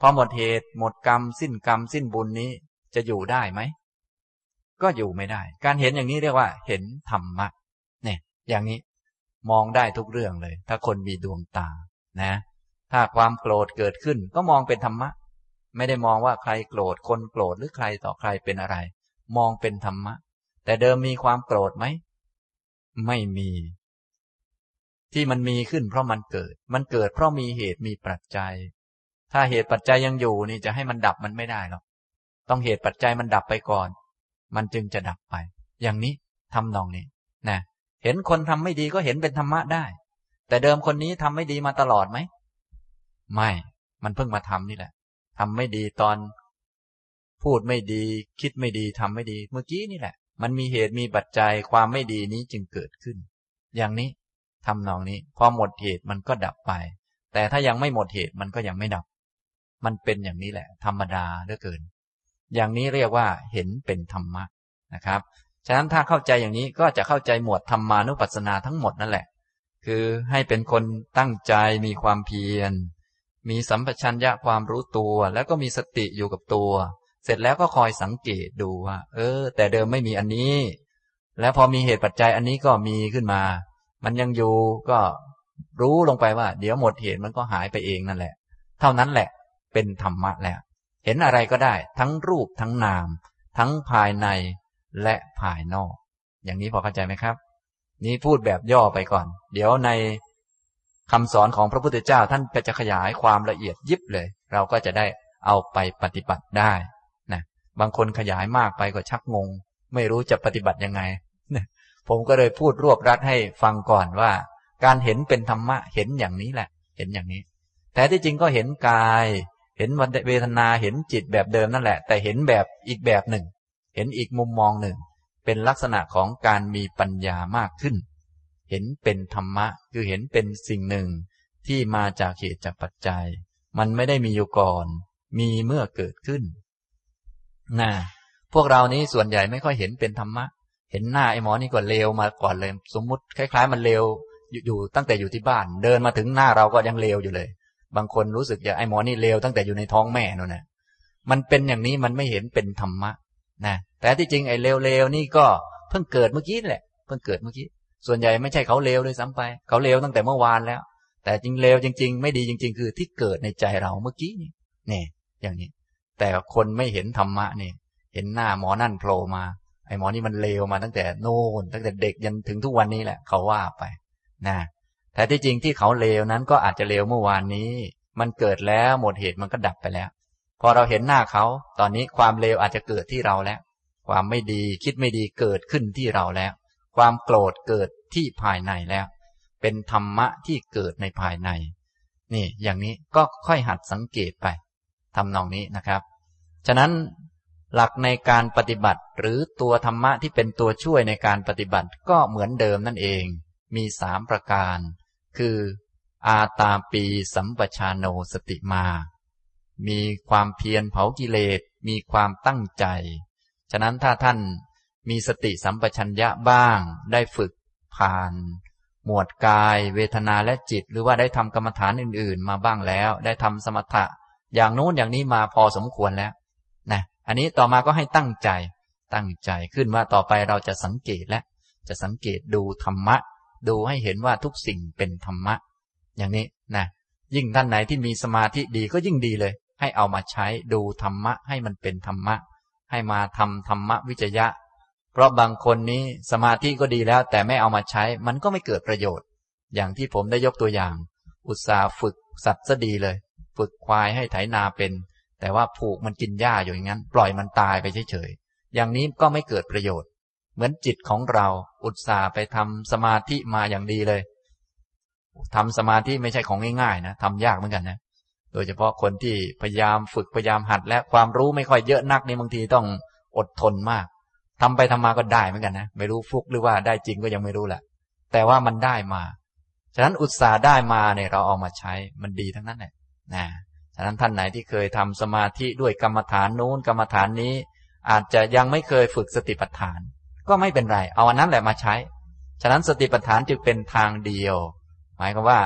พอหมดเหตุหมดกรรมสิ้นกรรมสิ้นบุญนี้จะอยู่ได้ไหมก็อยู่ไม่ได้การเห็นอย่างนี้เรียกว่าเห็นธรรมะเนี่ยอย่างนี้มองได้ทุกเรื่องเลยถ้าคนมีดวงตานะถ้าความโกรธเกิดขึ้นก็มองเป็นธรรมะไม่ได้มองว่าใครโกรธคนโกรธหรือใครต่อใครเป็นอะไรมองเป็นธรรมะแต่เดิมมีความโกรธไหมไม่มีที่มันมีขึ้นเพราะมันเกิดมันเกิดเพราะมีเหตุมีปัจจัยถ้าเหตุปัจจัยยังอยู่นี่จะให้มันดับมันไม่ได้หรอกต้องเหตุปัจจัยมันดับไปก่อนมันจึงจะดับไปอย่างนี้ทำนองนี้นะเห็นคนทำไม่ดีก็เห็นเป็นธรรมะได้แต่เดิมคนนี้ทำไม่ดีมาตลอดไหมไม่มันเพิ่งมาทำนี่แหละทำไม่ดีตอนพูดไม่ดีคิดไม่ดีทำไม่ดีเมื่อกี้นี่แหละมันมีเหตุมีปัจจัยความไม่ดีนี้จึงเกิดขึ้นอย่างนี้ทำนองนี้พอหมดเหตุมันก็ดับไปแต่ถ้ายังไม่หมดเหตุมันก็ยังไม่ดับมันเป็นอย่างนี้แหละธรรมดาเหลือเกินอย่างนี้เรียกว่าเห็นเป็นธรรมะนะครับฉะนั้นถ้าเข้าใจอย่างนี้ก็จะเข้าใจหมวดธรรมานุปัสสนาทั้งหมดนั่นแหละคือให้เป็นคนตั้งใจมีความเพียรมีสัมปชัญญะความรู้ตัวแล้วก็มีสติอยู่กับตัวเสร็จแล้วก็คอยสังเกตดูว่าเออแต่เดิมไม่มีอันนี้แล้วพอมีเหตุปัจจัยอันนี้ก็มีขึ้นมามันยังอยู่ก็รู้ลงไปว่าเดี๋ยวหมดเหตุมันก็หายไปเองนั่นแหละเท่านั้นแหละเป็นธรรมะแล้วเห็นอะไรก็ได้ทั้งรูปทั้งนามทั้งภายในและภายนอกอย่างนี้พอเข้าใจไหมครับนี้พูดแบบย่อไปก่อนเดี๋ยวในคำสอนของพระพุทธเจ้าท่านก็จะขยายความละเอียดยิบเลยเราก็จะได้เอาไปปฏิบัติได้นะบางคนขยายมากไปก็ชักงงไม่รู้จะปฏิบัติยังไงผมก็เลยพูดรวบรัดให้ฟังก่อนว่าการเห็นเป็นธรรมะเห็นอย่างนี้แหละเห็นอย่างนี้แต่ที่จริงก็เห็นกายเห็นเวทนาเห็นจิตแบบเดิมนั่นแหละแต่เห็นแบบอีกแบบหนึ่งเห็นอีกมุมมองหนึ่งเป็นลักษณะของการมีปัญญามากขึ้นเห็นเป็นธรรมะคือเห็นเป็นสิ่งหนึ่งที่มาจากเหตุจากปัจจัยมันไม่ได้มีอยู่ก่อนมีเมื่อเกิดขึ้นนะพวกเรานี้ส่วนใหญ่ไม่ค่อยเห็นเป็นธรรมะเห็นหน้าไอ้หมอนี่ก็เลวมาก่อนเลยสมมุติคล้ายๆมันเลวอยู่ตั้งแต่อยู่ที่บ้านเดินมาถึงหน้าเราก็ยังเลวอยู่เลยบางคนรู้สึกอย่างไอ้หมอนี่เลวตั้งแต่อยู่ในท้องแม่นู่นนะมันเป็นอย่างนี้มันไม่เห็นเป็นธรรมะนะแต่ที่จริงไอ้เลวๆนี่ก็เพิ่งเกิดเมื่อกี้แหละเพิ่งเกิดเมื่อกี้ส่วนใหญ่ไม่ใช่เขาเลวเลยซ้ำไปเขาเลวตั้งแต่เมื่อวานแล้วแต่จริงเลวจริงๆไม่ดีจริงๆคือที่เกิดในใจเราเมื่อกี้นี่นี่อย่างนี้แต่คนไม่เห็นธรรมะนี่เห็นหน้าหมอนั่นโผล่มาไอ้หมอนี่มันเลวมาตั้งแต่โน่นตั้งแต่เด็กยันถึงทุกวันนี้แหละเขาว่าไปนะแต่ที่จริงที่เขาเลวนั้นก็อาจจะเลวเมื่อวานนี้มันเกิดแล้วหมดเหตุมันก็ดับไปแล้วพอเราเห็นหน้าเขาตอนนี้ความเลวอาจจะเกิดที่เราแล้วความไม่ดีคิดไม่ดีเกิดขึ้นที่เราแล้วความโกรธเกิดที่ภายในแล้วเป็นธรรมะที่เกิดในภายในนี่อย่างนี้ก็ค่อยหัดสังเกตไปทำนองนี้นะครับฉะนั้นหลักในการปฏิบัติหรือตัวธรรมะที่เป็นตัวช่วยในการปฏิบัติก็เหมือนเดิมนั่นเองมีสามประการคืออาตาปีสัมปชานโนสติมามีความเพียรเผากิเลสมีความตั้งใจฉะนั้นถ้าท่านมีสติสัมปชัญญะบ้างได้ฝึกผ่านหมวดกายเวทนาและจิตหรือว่าได้ทำกรรมฐานอื่นๆมาบ้างแล้วได้ทำสมถะอย่างโน้นอย่างนี้มาพอสมควรแล้วนะอันนี้ต่อมาก็ให้ตั้งใจตั้งใจขึ้นว่าต่อไปเราจะสังเกตและจะสังเกตดูธรรมะดูให้เห็นว่าทุกสิ่งเป็นธรรมะอย่างนี้นะยิ่งท่านไหนที่มีสมาธิดีก็ยิ่งดีเลยให้เอามาใช้ดูธรรมะให้มันเป็นธรรมะให้มาทำธรรมะวิจยะเพราะบางคนนี้สมาธิก็ดีแล้วแต่ไม่เอามาใช้มันก็ไม่เกิดประโยชน์อย่างที่ผมได้ยกตัวอย่างอุตส่าห์ฝึกสัตว์ซะดีเลยฝึกควายให้ไถนาเป็นแต่ว่าผูกมันกินหญ้าอยู่อย่างนั้นปล่อยมันตายไปเฉยๆอย่างนี้ก็ไม่เกิดประโยชน์เหมือนจิตของเราอุตส่าห์ไปทำสมาธิมาอย่างดีเลยทำสมาธิไม่ใช่ของง่ายๆนะทำยากเหมือนกันนะโดยเฉพาะคนที่พยายามฝึกพยายามหัดและความรู้ไม่ค่อยเยอะนักนี่บางทีต้องอดทนมากทำไปทำมาก็ได้เหมือนกันนะไม่รู้ฟุกหรือว่าได้จริงก็ยังไม่รู้แหละแต่ว่ามันได้มาฉะนั้นอุตส่าห์ได้มาเนี่ยเราเอามาใช้มันดีทั้งนั้นแหละนะฉะนั้นท่านไหนที่เคยทำสมาธิด้วยกรรมฐานนู้นกรรมฐานนี้อาจจะยังไม่เคยฝึกสติปัฏฐานก็ไม่เป็นไรเอาอันนั้นแหละมาใช้ฉะนั้นสติปัฏฐานจึงเป็นทางเดียวหมายความว่า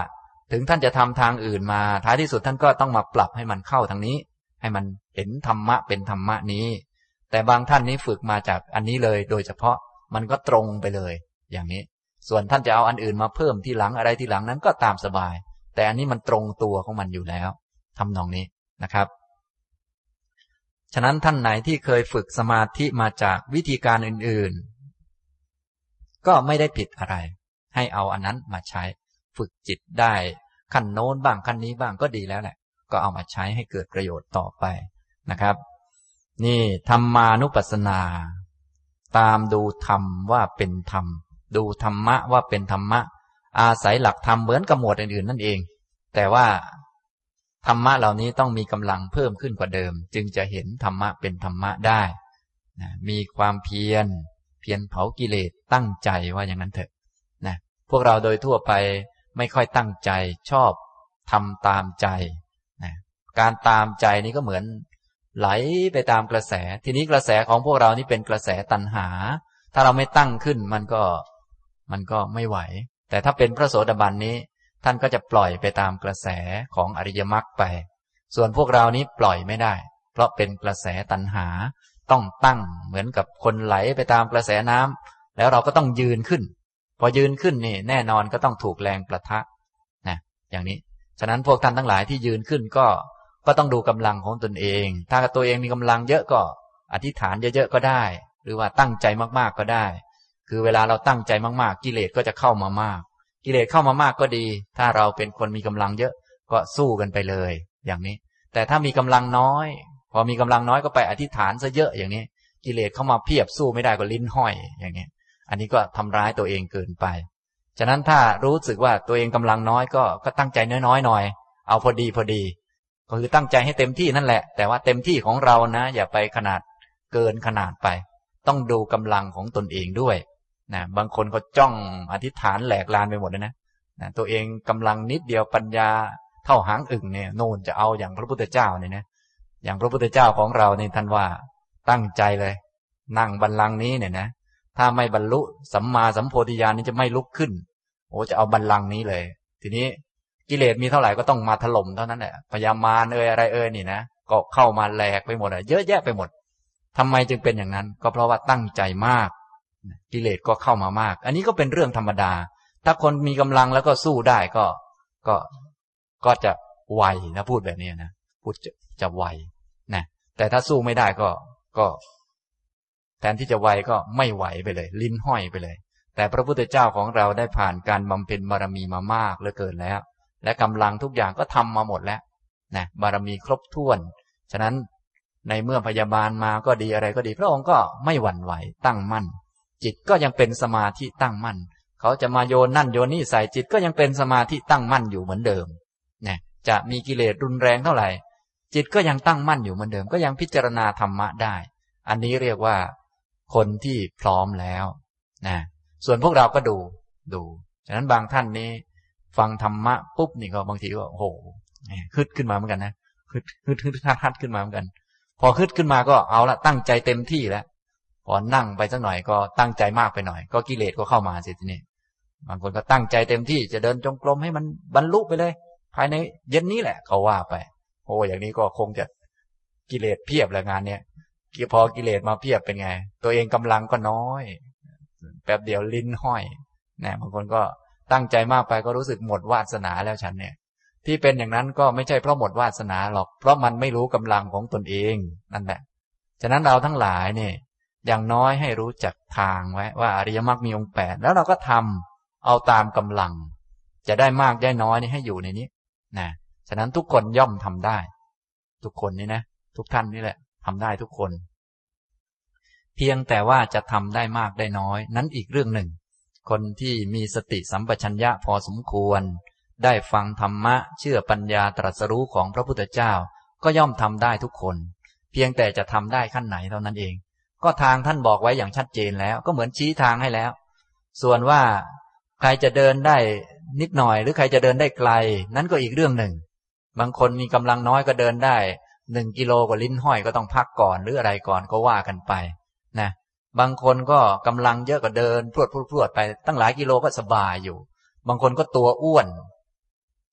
ถึงท่านจะทำทางอื่นมาท้ายที่สุดท่านก็ต้องมาปรับให้มันเข้าทางนี้ให้มันเห็นธรรมะเป็นธรรมะนี้แต่บางท่านนี้ฝึกมาจากอันนี้เลยโดยเฉพาะมันก็ตรงไปเลยอย่างนี้ส่วนท่านจะเอาอันอื่นมาเพิ่มที่หลังอะไรที่หลังนั้นก็ตามสบายแต่อันนี้มันตรงตัวของมันอยู่แล้วทำนองนี้นะครับฉะนั้นท่านไหนที่เคยฝึกสมาธิมาจากวิธีการอื่นๆก็ไม่ได้ผิดอะไรให้เอาอันนั้นมาใช้ฝึกจิตได้ขั้นโน้นบ้างขั้นนี้บ้างก็ดีแล้วแหละก็เอามาใช้ให้เกิดประโยชน์ต่อไปนะครับนี่ธรรมานุปัสสนาตามดูธรรมว่าเป็นธรรมดูธรรมะว่าเป็นธรรมะอาศัยหลักธรรมเหมือนกับหมวดอื่นๆนั่นเองแต่ว่าธรรมะเหล่านี้ต้องมีกำลังเพิ่มขึ้นกว่าเดิมจึงจะเห็นธรรมะเป็นธรรมะได้นะมีความเพียรเพียรเผากิเลสตั้งใจว่าอย่างนั้นเถอะนะพวกเราโดยทั่วไปไม่ค่อยตั้งใจชอบทำตามใจนะการตามใจนี้ก็เหมือนไหลไปตามกระแสทีนี้กระแสของพวกเรานี่เป็นกระแสตัณหาถ้าเราไม่ตั้งขึ้นมันก็มันก็ไม่ไหวแต่ถ้าเป็นพระโสดาบันนี้ท่านก็จะปล่อยไปตามกระแสของอริยมรรคไปส่วนพวกเรานี้ปล่อยไม่ได้เพราะเป็นกระแสตัณหาต้องตั้งเหมือนกับคนไหลไปตามกระแสน้ำแล้วเราก็ต้องยืนขึ้นพอยืนขึ้นนี่แน่นอนก็ต้องถูกแรงประทะนะอย่างนี้ฉะนั้นพวกท่านทั้งหลายที่ยืนขึ้นก็ก็ต้องดูกำลังของตนเองถ้าตัวเองมีกำลังเยอะก็อธิษฐานเยอะๆก็ได้หรือว่าตั้งใจมากๆก็ได้คือเวลาเราตั้งใจมากๆกิเลสก็จะเข้ามามากกิเลสเข้ามามากก็ดีถ้าเราเป็นคนมีกำลังเยอะก็สู้กันไปเลยอย่างนี้แต่ถ้ามีกำลังน้อยพอมีกำลังน้อยก็ไปอธิษฐานซะเยอะอย่างนี้กิเลสเข้ามาเพียบสู้ไม่ได้ก็ลิ้นห้อยอย่างนี้อันนี้ก็ทำร้ายตัวเองเกินไปฉะนั้นถ้ารู้สึกว่าตัวเองกำลังน้อยก็ก็ตั้งใจน้อยๆหน่อยเอาพอดีพอดีก็คือตั้งใจให้เต็มที่นั่นแหละแต่ว่าเต็มที่ของเรานะอย่าไปขนาดเกินขนาดไปต้องดูกำลังของตนเองด้วยนะบางคนก็จ้องอธิษฐานแหลกลานไปหมดเลยนะนะตัวเองกำลังนิดเดียวปัญญาเท่าหางอึ่งเนี่ยโน่นจะเอาอย่างพระพุทธเจ้าเนี่ยนะอย่างพระพุทธเจ้าของเราเนี่ยท่านว่าตั้งใจเลยนั่งบัลลังก์นี้เนี่ยนะถ้าไม่บรรลุสัมมาสัมโพธิญาณนี่จะไม่ลุกขึ้นโอ้จะเอาบัลลังก์นี้เลยทีนี้กิเลสมีเท่าไหร่ก็ต้องมาถล่มเท่านั้นแหละพยามารเอ่ยอะไรเอ่ยนี่นะก็เข้ามาแหลกไปหมดอ่ะเยอะแยะไปหมดทำไมจึงเป็นอย่างนั้นก็เพราะว่าตั้งใจมากกิเลสก็เข้ามามากอันนี้ก็เป็นเรื่องธรรมดาถ้าคนมีกำลังแล้วก็สู้ได้ก็ก็ก็จะไวนะพูดแบบนี้นะพูดจะจะไวนะแต่ถ้าสู้ไม่ได้ก็ก็แทนที่จะไวก็ไม่ไหวไปเลยลิ้นห้อยไปเลยแต่พระพุทธเจ้าของเราได้ผ่านการบำเพ็ญบารมีมามากเหลือเกินแล้วและกำลังทุกอย่างก็ทำมาหมดแล้วนะบารมีครบถ้วนฉะนั้นในเมื่อพยาบาลมาก็ดีอะไรก็ดีพระองค์ก็ไม่หวั่นไหวตั้งมั่นจิตก็ยังเป็นสมาธิตั้งมั่นเขาจะมาโยนนั่นโยนนี่ใส่จิตก็ยังเป็นสมาธิตั้งมั่นอยู่เหมือนเดิมนะจะมีกิเลสรุนแรงเท่าไหร่จิตก็ยังตั้งมั่นอยู่เหมือนเดิมก็ยังพิจารณาธรรมะได้อันนี้เรียกว่าคนที่พร้อมแล้วนะส่วนพวกเราก็ดูดูฉะนั้นบางท่านนี้ฟังธรรมะปุ๊บนี่ก็บางทีก็โอ้โหฮึดขึ้นมาเหมือนกันนะฮึดฮึดฮึดฮัดขึ้นมาเหมือนกันพอฮึดขึ้นมาก็เอาละตั้งใจเต็มที่แล้วพอนั่งไปสักหน่อยก็ตั้งใจมากไปหน่อยก็กิเลสก็เข้ามาสิทีนี้บางคนก็ตั้งใจเต็มที่จะเดินจงกรมให้มันบรรลุไปเลยภายในเย็นนี้แหละเขาว่าไปโอ้อย่างนี้ก็คงจะกิเลสเพียบแล้วงานเนี้ยพอกิเลสมาเพียบเป็นไงตัวเองกำลังก็น้อยแป๊บเดียวลิ้นห้อยนะบางคนก็ตั้งใจมากไปก็รู้สึกหมดวาสนาแล้วฉันเนี่ยที่เป็นอย่างนั้นก็ไม่ใช่เพราะหมดวาสนาหรอกเพราะมันไม่รู้กำลังของตนเองนั่นแหละฉะนั้นเราทั้งหลายเนี่ยอย่างน้อยให้รู้จักทางไว้ว่าอริยมรรคมีองค์แปดแล้วเราก็ทำเอาตามกำลังจะได้มากได้น้อยนี่ให้อยู่ในนี้นะฉะนั้นทุกคนย่อมทำได้ทุกคนนี่นะทุกท่านนี่แหละทำได้ทุกคนเพียงแต่ว่าจะทำได้มากได้น้อยนั้นอีกเรื่องหนึ่งคนที่มีสติสัมปชัญญะพอสมควรได้ฟังธรรมะเชื่อปัญญาตรัสรู้ของพระพุทธเจ้าก็ย่อมทำได้ทุกคนเพียงแต่จะทำได้ขั้นไหนเท่านั้นเองก็ทางท่านบอกไว้อย่างชัดเจนแล้วก็เหมือนชี้ทางให้แล้วส่วนว่าใครจะเดินได้นิดหน่อยหรือใครจะเดินได้ไกลนั้นก็อีกเรื่องหนึ่งบางคนมีกำลังน้อยก็เดินได้หนึ่งกิโลกว่าลิ้นห้อยก็ต้องพักก่อนหรืออะไรก่อนก็ว่ากันไปนะบางคนก็กำลังเยอะก็เดินพรวดพรวดไปตั้งหลายกิโลก็สบายอยู่บางคนก็ตัวอ้วน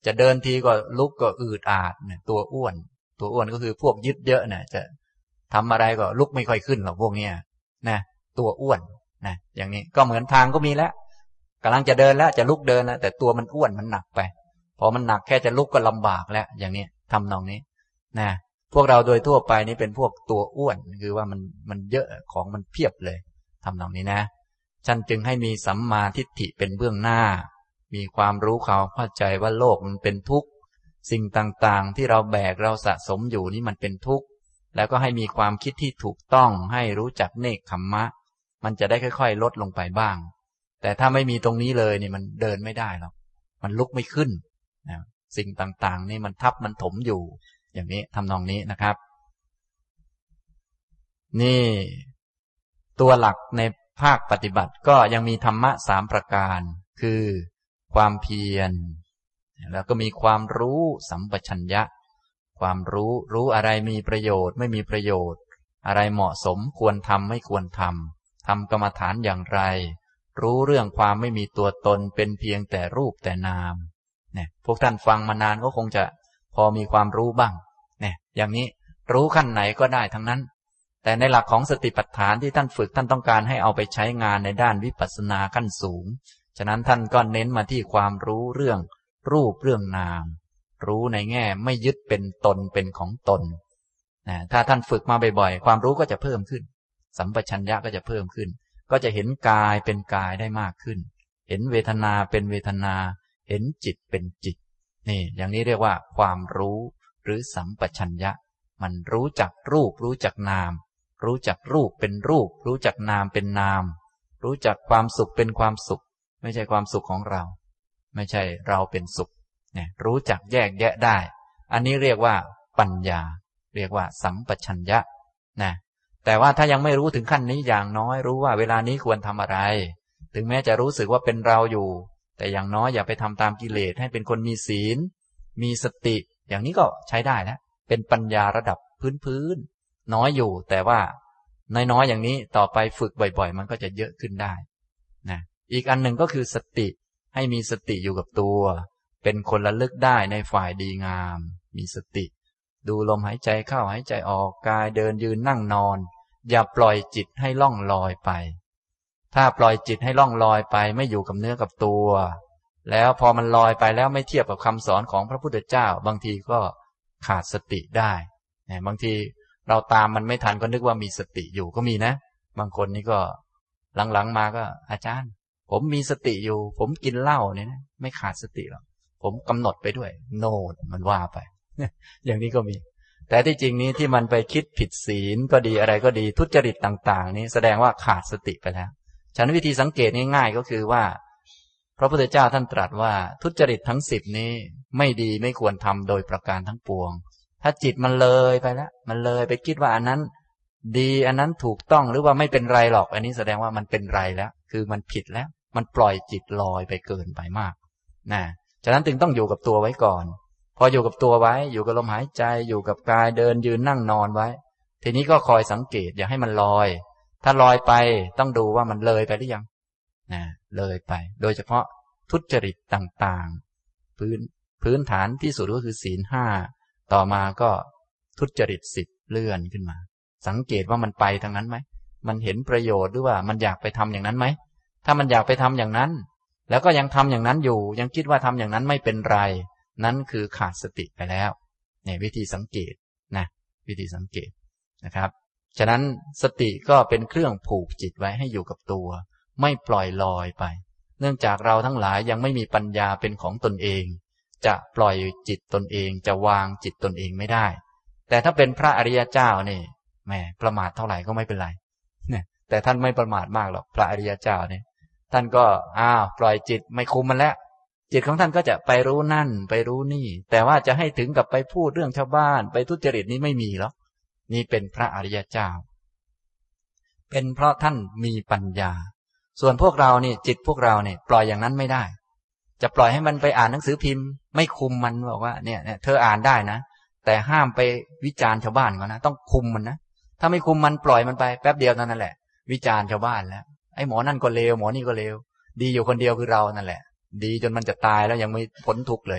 จะเดินทีก็ลุกก็อืดอาดเนี่ยตัวอ้วนตัวอ้วนก็คือพวกยึดเยอะเนี่ยจะทำอะไรก็ลุกไม่ค่อยขึ้นหรอกพวกเนี้ยนะตัวอ้วนนะอย่างนี้ก็เหมือนทางก็มีแล้วกำลังจะเดินแล้วจะลุกเดินแล้วแต่ตัวมันอ้วนมันหนักไปพอมันหนักแค่จะลุกก็ลำบากแล้วอย่างนี้ทำนองนี้นะพวกเราโดยทั่วไปนี่เป็นพวกตัวอ้วนคือว่ามันมันเยอะของมันเพียบเลยทำนองนี้นะฉันจึงให้มีสัมมาทิฏฐิเป็นเบื้องหน้ามีความรู้ความเข้าใจว่าโลกมันเป็นทุกข์สิ่งต่างๆที่เราแบกเราสะสมอยู่นี่มันเป็นทุกข์แล้วก็ให้มีความคิดที่ถูกต้องให้รู้จักเนกขัมมะมันจะได้ค่อยๆลดลงไปบ้างแต่ถ้าไม่มีตรงนี้เลยนี่มันเดินไม่ได้หรอกมันลุกไม่ขึ้นนะสิ่งต่างๆนี่มันทับมันถมอยู่อย่างนี้ทำนองนี้นะครับนี่ตัวหลักในภาคปฏิบัติก็ยังมีธรรมะสามประการคือความเพียรแล้วก็มีความรู้สัมปชัญญะความรู้รู้อะไรมีประโยชน์ไม่มีประโยชน์อะไรเหมาะสมควรทำไม่ควรทำทำกรรมฐานอย่างไรรู้เรื่องความไม่มีตัวตนเป็นเพียงแต่รูปแต่นามเนี่ยพวกท่านฟังมานานก็คงจะพอมีความรู้บ้างเนี่ยอย่างนี้รู้ขั้นไหนก็ได้ทั้งนั้นแต่ในหลักของสติปัฏฐานที่ท่านฝึกท่านต้องการให้เอาไปใช้งานในด้านวิปัสสนาขั้นสูงฉะนั้นท่านก็เน้นมาที่ความรู้เรื่องรูปเรื่องนามรู้ในแง่ไม่ยึดเป็นตนเป็นของตนนะถ้าท่านฝึกมาบ่อยๆความรู้ก็จะเพิ่มขึ้นสัมปชัญญะก็จะเพิ่มขึ้นก็จะเห็นกายเป็นกายได้มากขึ้นเห็นเวทนาเป็นเวทนาเห็นจิตเป็นจิตนี่อย่างนี้เรียกว่าความรู้หรือสัมปชัญญะมันรู้จักรูปรู้จักนามรู้จักรูปเป็นรูปรู้จักนามเป็นนามรู้จักความสุขเป็นความสุขไม่ใช่ความสุขของเราไม่ใช่เราเป็นสุขเนี่ยรู้จักแยกแยะได้อันนี้เรียกว่าปัญญาเรียกว่าสัมปชัญญะนะแต่ว่าถ้ายังไม่รู้ถึงขั้นนี้อย่างน้อยรู้ว่าเวลานี้ควรทำอะไรถึงแม้จะรู้สึกว่าเป็นเราอยู่แต่อย่างน้อยอย่าไปทำตามกิเลสให้เป็นคนมีศีลมีสติอย่างนี้ก็ใช้ได้แล้วเป็นปัญญาระดับพื้นๆน้อยอยู่แต่ว่าน้อยๆอย่างนี้ต่อไปฝึกบ่อยๆมันก็จะเยอะขึ้นได้นะอีกอันหนึ่งก็คือสติให้มีสติอยู่กับตัวเป็นคนระลึกได้ในฝ่ายดีงามมีสติดูลมหายใจเข้าหายใจออกกายเดินยืนนั่งนอนอย่าปล่อยจิตให้ล่องลอยไปถ้าปล่อยจิตให้ล่องลอยไปไม่อยู่กับเนื้อกับตัวแล้วพอมันลอยไปแล้วไม่เทียบกับคำสอนของพระพุทธเจ้าบางทีก็ขาดสติได้บางทีเราตามมันไม่ทันก็นึกว่ามีสติอยู่ก็มีนะบางคนนี่ก็หลังๆมาก็อาจารย์ผมมีสติอยู่ผมกินเหล้าเนี่ยนะไม่ขาดสติหรอกผมกำหนดไปด้วยโน่นมันว่าไปอย่างนี้ก็มีแต่ที่จริงนี้ที่มันไปคิดผิดศีลก็ดีอะไรก็ดีทุจริตต่างๆนี้แสดงว่าขาดสติไปแล้วฉะนั้นวิธีสังเกตง่ายๆก็คือว่าพระพุทธเจ้าท่านตรัสว่าทุจริตทั้งสิบนี้ไม่ดีไม่ควรทำโดยประการทั้งปวงถ้าจิตมันเลยไปแล้วมันเลยไปคิดว่าอันนั้นดีอันนั้นถูกต้องหรือว่าไม่เป็นไรหรอกอันนี้แสดงว่ามันเป็นไรแล้วคือมันผิดแล้วมันปล่อยจิตลอยไปเกินไปมากนะฉะนั้นจึงต้องอยู่กับตัวไว้ก่อนพออยู่กับตัวไว้อยู่กับลมหายใจอยู่กับกายเดินยืนนั่งนอนไว้ทีนี้ก็คอยสังเกตอย่าให้มันลอยถ้าลอยไปต้องดูว่ามันเลยไปหรือยังนะเลยไปโดยเฉพาะทุจริตต่างๆพื้นพื้นฐานที่สุดก็คือศีลห้าต่อมาก็ทุจริตสิบเลื่อนขึ้นมาสังเกตว่ามันไปทางนั้นไหมมันเห็นประโยชน์หรือว่ามันอยากไปทำอย่างนั้นไหมถ้ามันอยากไปทำอย่างนั้นแล้วก็ยังทำอย่างนั้นอยู่ยังคิดว่าทำอย่างนั้นไม่เป็นไรนั้นคือขาดสติไปแล้วเนี่ยวิธีสังเกตนะวิธีสังเกตนะครับฉะนั้นสติก็เป็นเครื่องผูกจิตไว้ให้อยู่กับตัวไม่ปล่อยลอยไปเนื่องจากเราทั้งหลายยังไม่มีปัญญาเป็นของตนเองจะปล่อยจิตตนเองจะวางจิตตนเองไม่ได้แต่ถ้าเป็นพระอริยเจ้านี่แหมประมาทเท่าไหร่ก็ไม่เป็นไรเนี่ยแต่ท่านไม่ประมาทมากหรอกพระอริยเจ้าเนี่ยท่านก็อ้าวปล่อยจิตไม่คุมมันแล้วจิตของท่านก็จะไปรู้นั่นไปรู้นี่แต่ว่าจะให้ถึงกับไปพูดเรื่องชาวบ้านไปทุจริตนี้ไม่มีหรอกนี่เป็นพระอริยเจ้าเป็นเพราะท่านมีปัญญาส่วนพวกเรานี่จิตพวกเราเนี่ยปล่อยอย่างนั้นไม่ได้จะปล่อยให้มันไปอ่านหนังสือพิมพ์ไม่คุมมันบอกว่าเนี่ยเนี่ยเธออ่านได้นะแต่ห้ามไปวิจารณ์ชาวบ้านเขานะต้องคุมมันนะถ้าไม่คุมมันปล่อยมันไปแป๊บเดียวนั่นแหละวิจารณ์ชาวบ้านแล้วไอ้หมอนั่นก็เลวหมอนี่ก็เลวดีอยู่คนเดียวคือเรานั่นแหละดีจนมันจะตายแล้วยังไม่พ้นทุกข์เลย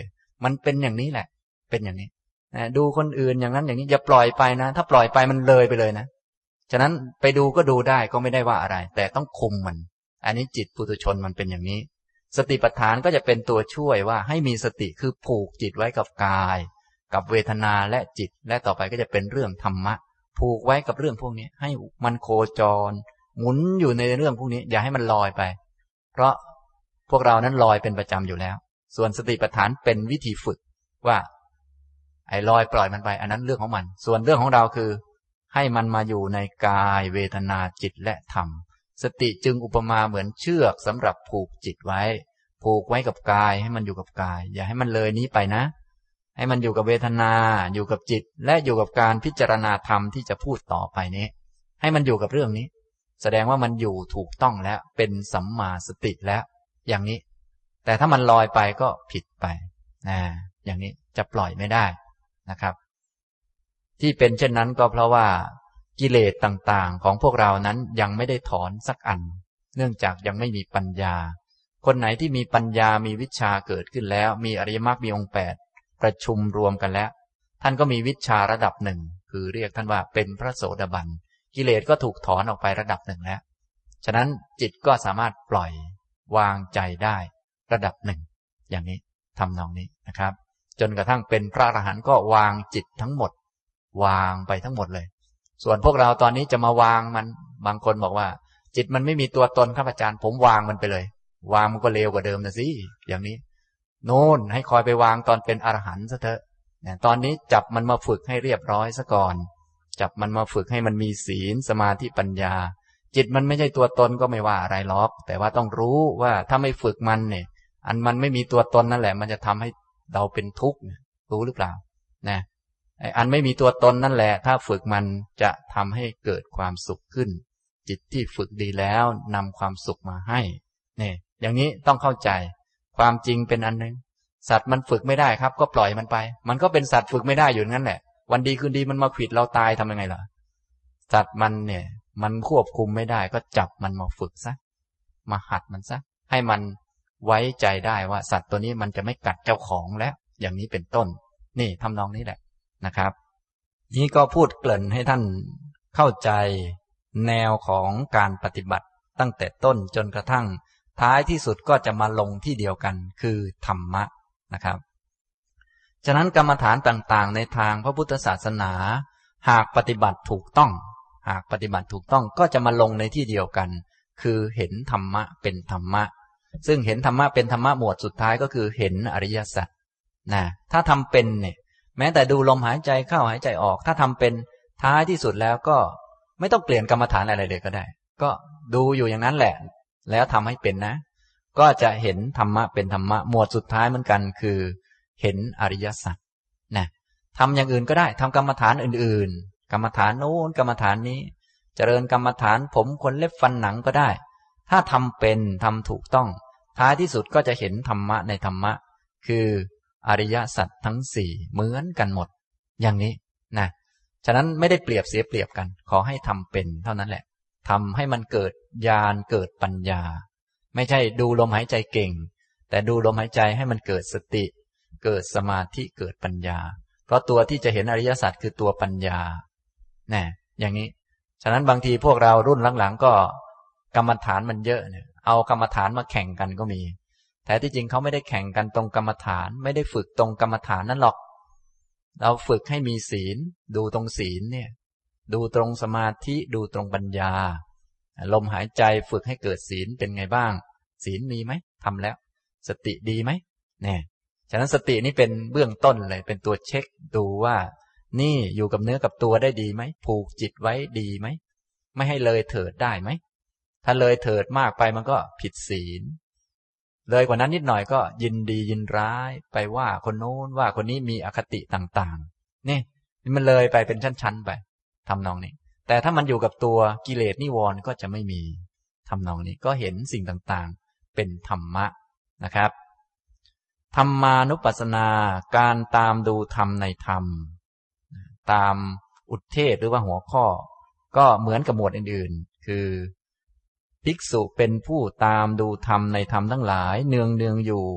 มันเป็นอย่างนี้แหละเป็นอย่างนี้นะดูคนอื่นอย่างนั้นอย่างนี้อย่าปล่อยไปนะถ้าปล่อยไปมันเลยไปเลยนะฉะนั้นไปดูก็ดูได้ก็ไม่ได้ว่าอะไรแต่ต้องคุมมันอันนี้จิตปุถุชนมันเป็นอย่างนี้สติปัฏฐานก็จะเป็นตัวช่วยว่าให้มีสติคือผูกจิตไว้กับกายกับเวทนาและจิตและต่อไปก็จะเป็นเรื่องธรรมะผูกไว้กับเรื่องพวกนี้ให้มันโคจรหมุนอยู่ในเรื่องพวกนี้อย่าให้มันลอยไปเพราะพวกเรานั้นลอยเป็นประจำอยู่แล้วส่วนสติปัฏฐานเป็นวิธีฝึกว่าไอ้ลอยปล่อยมันไปอันนั้นเรื่องของมันส่วนเรื่องของเราคือให้มันมาอยู่ในกายเวทนาจิตและธรรมสติจึงอุปมาเหมือนเชือกสำหรับผูกจิตไว้ผูกไว้กับกายให้มันอยู่กับกายอย่าให้มันเลยนี้ไปนะให้มันอยู่กับเวทนาอยู่กับจิตและอยู่กับการพิจารณาธรรมที่จะพูดต่อไปนี้ให้มันอยู่กับเรื่องนี้แสดงว่ามันอยู่ถูกต้องแล้วเป็นสัมมาสติแล้วอย่างนี้แต่ถ้ามันลอยไปก็ผิดไปนะอย่างนี้จะปล่อยไม่ได้นะครับที่เป็นเช่นนั้นก็เพราะว่ากิเลสต่างๆของพวกเรานั้นยังไม่ได้ถอนสักอันเนื่องจากยังไม่มีปัญญาคนไหนที่มีปัญญามีวิชาเกิดขึ้นแล้วมีอริยมรรคมีองค์แปดประชุมรวมกันแล้วท่านก็มีวิชาระดับหนึ่งคือเรียกท่านว่าเป็นพระโสดาบันกิเลสก็ถูกถอนออกไประดับหนึ่งแล้วฉะนั้นจิตก็สามารถปล่อยวางใจได้ระดับหนึ่งอย่างนี้ทำนองนี้นะครับจนกระทั่งเป็นพระอรหันต์ก็วางจิตทั้งหมดวางไปทั้งหมดเลยส่วนพวกเราตอนนี้จะมาวางมันบางคนบอกว่าจิตมันไม่มีตัวตนครับอาจารย์ผมวางมันไปเลยวางมันก็เลวกว่าเดิมนะสิอย่างนี้โน่นให้คอยไปวางตอนเป็นอรหันต์ซะเถอะเนี่ยตอนนี้จับมันมาฝึกให้เรียบร้อยซะก่อนจับมันมาฝึกให้มันมีศีลสมาธิปัญญาจิตมันไม่ใช่ตัวตนก็ไม่ว่าอะไรหรอกแต่ว่าต้องรู้ว่าถ้าไม่ฝึกมันเนี่ยอันมันไม่มีตัวตนนั่นแหละมันจะทำให้เราเป็นทุกข์รู้หรือเปล่านะไอ้อันไม่มีตัวตนนั่นแหละถ้าฝึกมันจะทำให้เกิดความสุขขึ้นจิตที่ฝึกดีแล้วนำความสุขมาให้เนี่ยอย่างนี้ต้องเข้าใจความจริงเป็นอันนึงสัตว์มันฝึกไม่ได้ครับก็ปล่อยมันไปมันก็เป็นสัตว์ฝึกไม่ได้อยู่งั้นแหละวันดีคืนดีมันมาขวิดเราตายทำยังไงล่ะสัตว์มันเนี่ยมันควบคุมไม่ได้ก็จับมันมาฝึกซะมาหัดมันซะให้มันไว้ใจได้ว่าสัตว์ตัวนี้มันจะไม่กัดเจ้าของแล้วอย่างนี้เป็นต้นนี่ทำนองนี้แหละนะครับนี่ก็พูดเกริ่นให้ท่านเข้าใจแนวของการปฏิบัติตั้งแต่ต้นจนกระทั่งท้ายที่สุดก็จะมาลงที่เดียวกันคือธรรมะนะครับฉะนั้นกรรมฐานต่างๆในทางพระพุทธศาสนาหากปฏิบัติถูกต้องหากปฏิบัติถูกต้องก็จะมาลงในที่เดียวกันคือเห็นธรรมะเป็นธรรมะซึ่งเห็นธรรมะเป็นธรรมะหมวดสุดท้ายก็คือเห็นอริยสัจนะถ้าทำเป็นเนี่ยแม้แต่ดูลมหายใจเข้าหายใจออกถ้าทำเป็นท้ายที่สุดแล้วก็ไม่ต้องเปลี่ยนกรรมฐานอะไรเลยก็ได้ก็ดูอยู่อย่างนั้นแหละแล้วทำให้เป็นนะก็จะเห็นธรรมะเป็นธรรมะหมวดสุดท้ายเหมือนกันคือเห็นอริยสัจนะทำอย่างอื่นก็ได้ทำกรรมฐานอื่นๆกรรมฐานโน้นกรรมฐานนี้เจริญกรรมฐานผมขนเล็บฟันหนังก็ได้ถ้าทำเป็นทำถูกต้องท้ายที่สุดก็จะเห็นธรรมะในธรรมะคืออริยสัจทั้งสี่เหมือนกันหมดอย่างนี้นะฉะนั้นไม่ได้เปรียบเสียเปรียบกันขอให้ทำเป็นเท่านั้นแหละทำให้มันเกิดญาณเกิดปัญญาไม่ใช่ดูลมหายใจเก่งแต่ดูลมหายใจให้มันเกิดสติเกิดสมาธิเกิดปัญญาเพราะตัวที่จะเห็นอริยสัจคือตัวปัญญาแน่อย่างนี้ฉะนั้นบางทีพวกเรารุ่นหลังๆก็กรรมฐานมันเยอะเนี่ยเอากรรมฐานมาแข่งกันก็มีแต่ที่จริงเขาไม่ได้แข่งกันตรงกรรมฐานไม่ได้ฝึกตรงกรรมฐานนั่นหรอกเราฝึกให้มีศีลดูตรงศีลเนี่ยดูตรงสมาธิดูตรงปัญญาลมหายใจฝึกให้เกิดศีลเป็นไงบ้างศีลมีไหมทำแล้วสติดีไหมเนี่ยฉะนั้นสตินี่เป็นเบื้องต้นเลยเป็นตัวเช็คดูว่านี่อยู่กับเนื้อกับตัวได้ดีไหมผูกจิตไว้ดีไหมไม่ให้เลยเถิดได้ไหมถ้าเลยเถิดมากไปมันก็ผิดศีลเลยกว่านั้นนิดหน่อยก็ยินดียินร้ายไปว่าคนโน้นว่าคนนี้มีอคติต่างๆนี่มันเลยไปเป็นชั้นๆไปทำนองนี้แต่ถ้ามันอยู่กับตัวกิเลสนิวรณ์ก็จะไม่มีทำนองนี้ก็เห็นสิ่งต่างๆเป็นธรรมะนะครับธรรมานุปัสสนาการตามดูธรรมในธรรมตามอุทเทศหรือว่าหัวข้อก็เหมือนกับหมวดอื่นๆคือภิกษุเป็นผู้ตามดูธรรมในธรรมทั้งหลายเนืองเนืองอยู่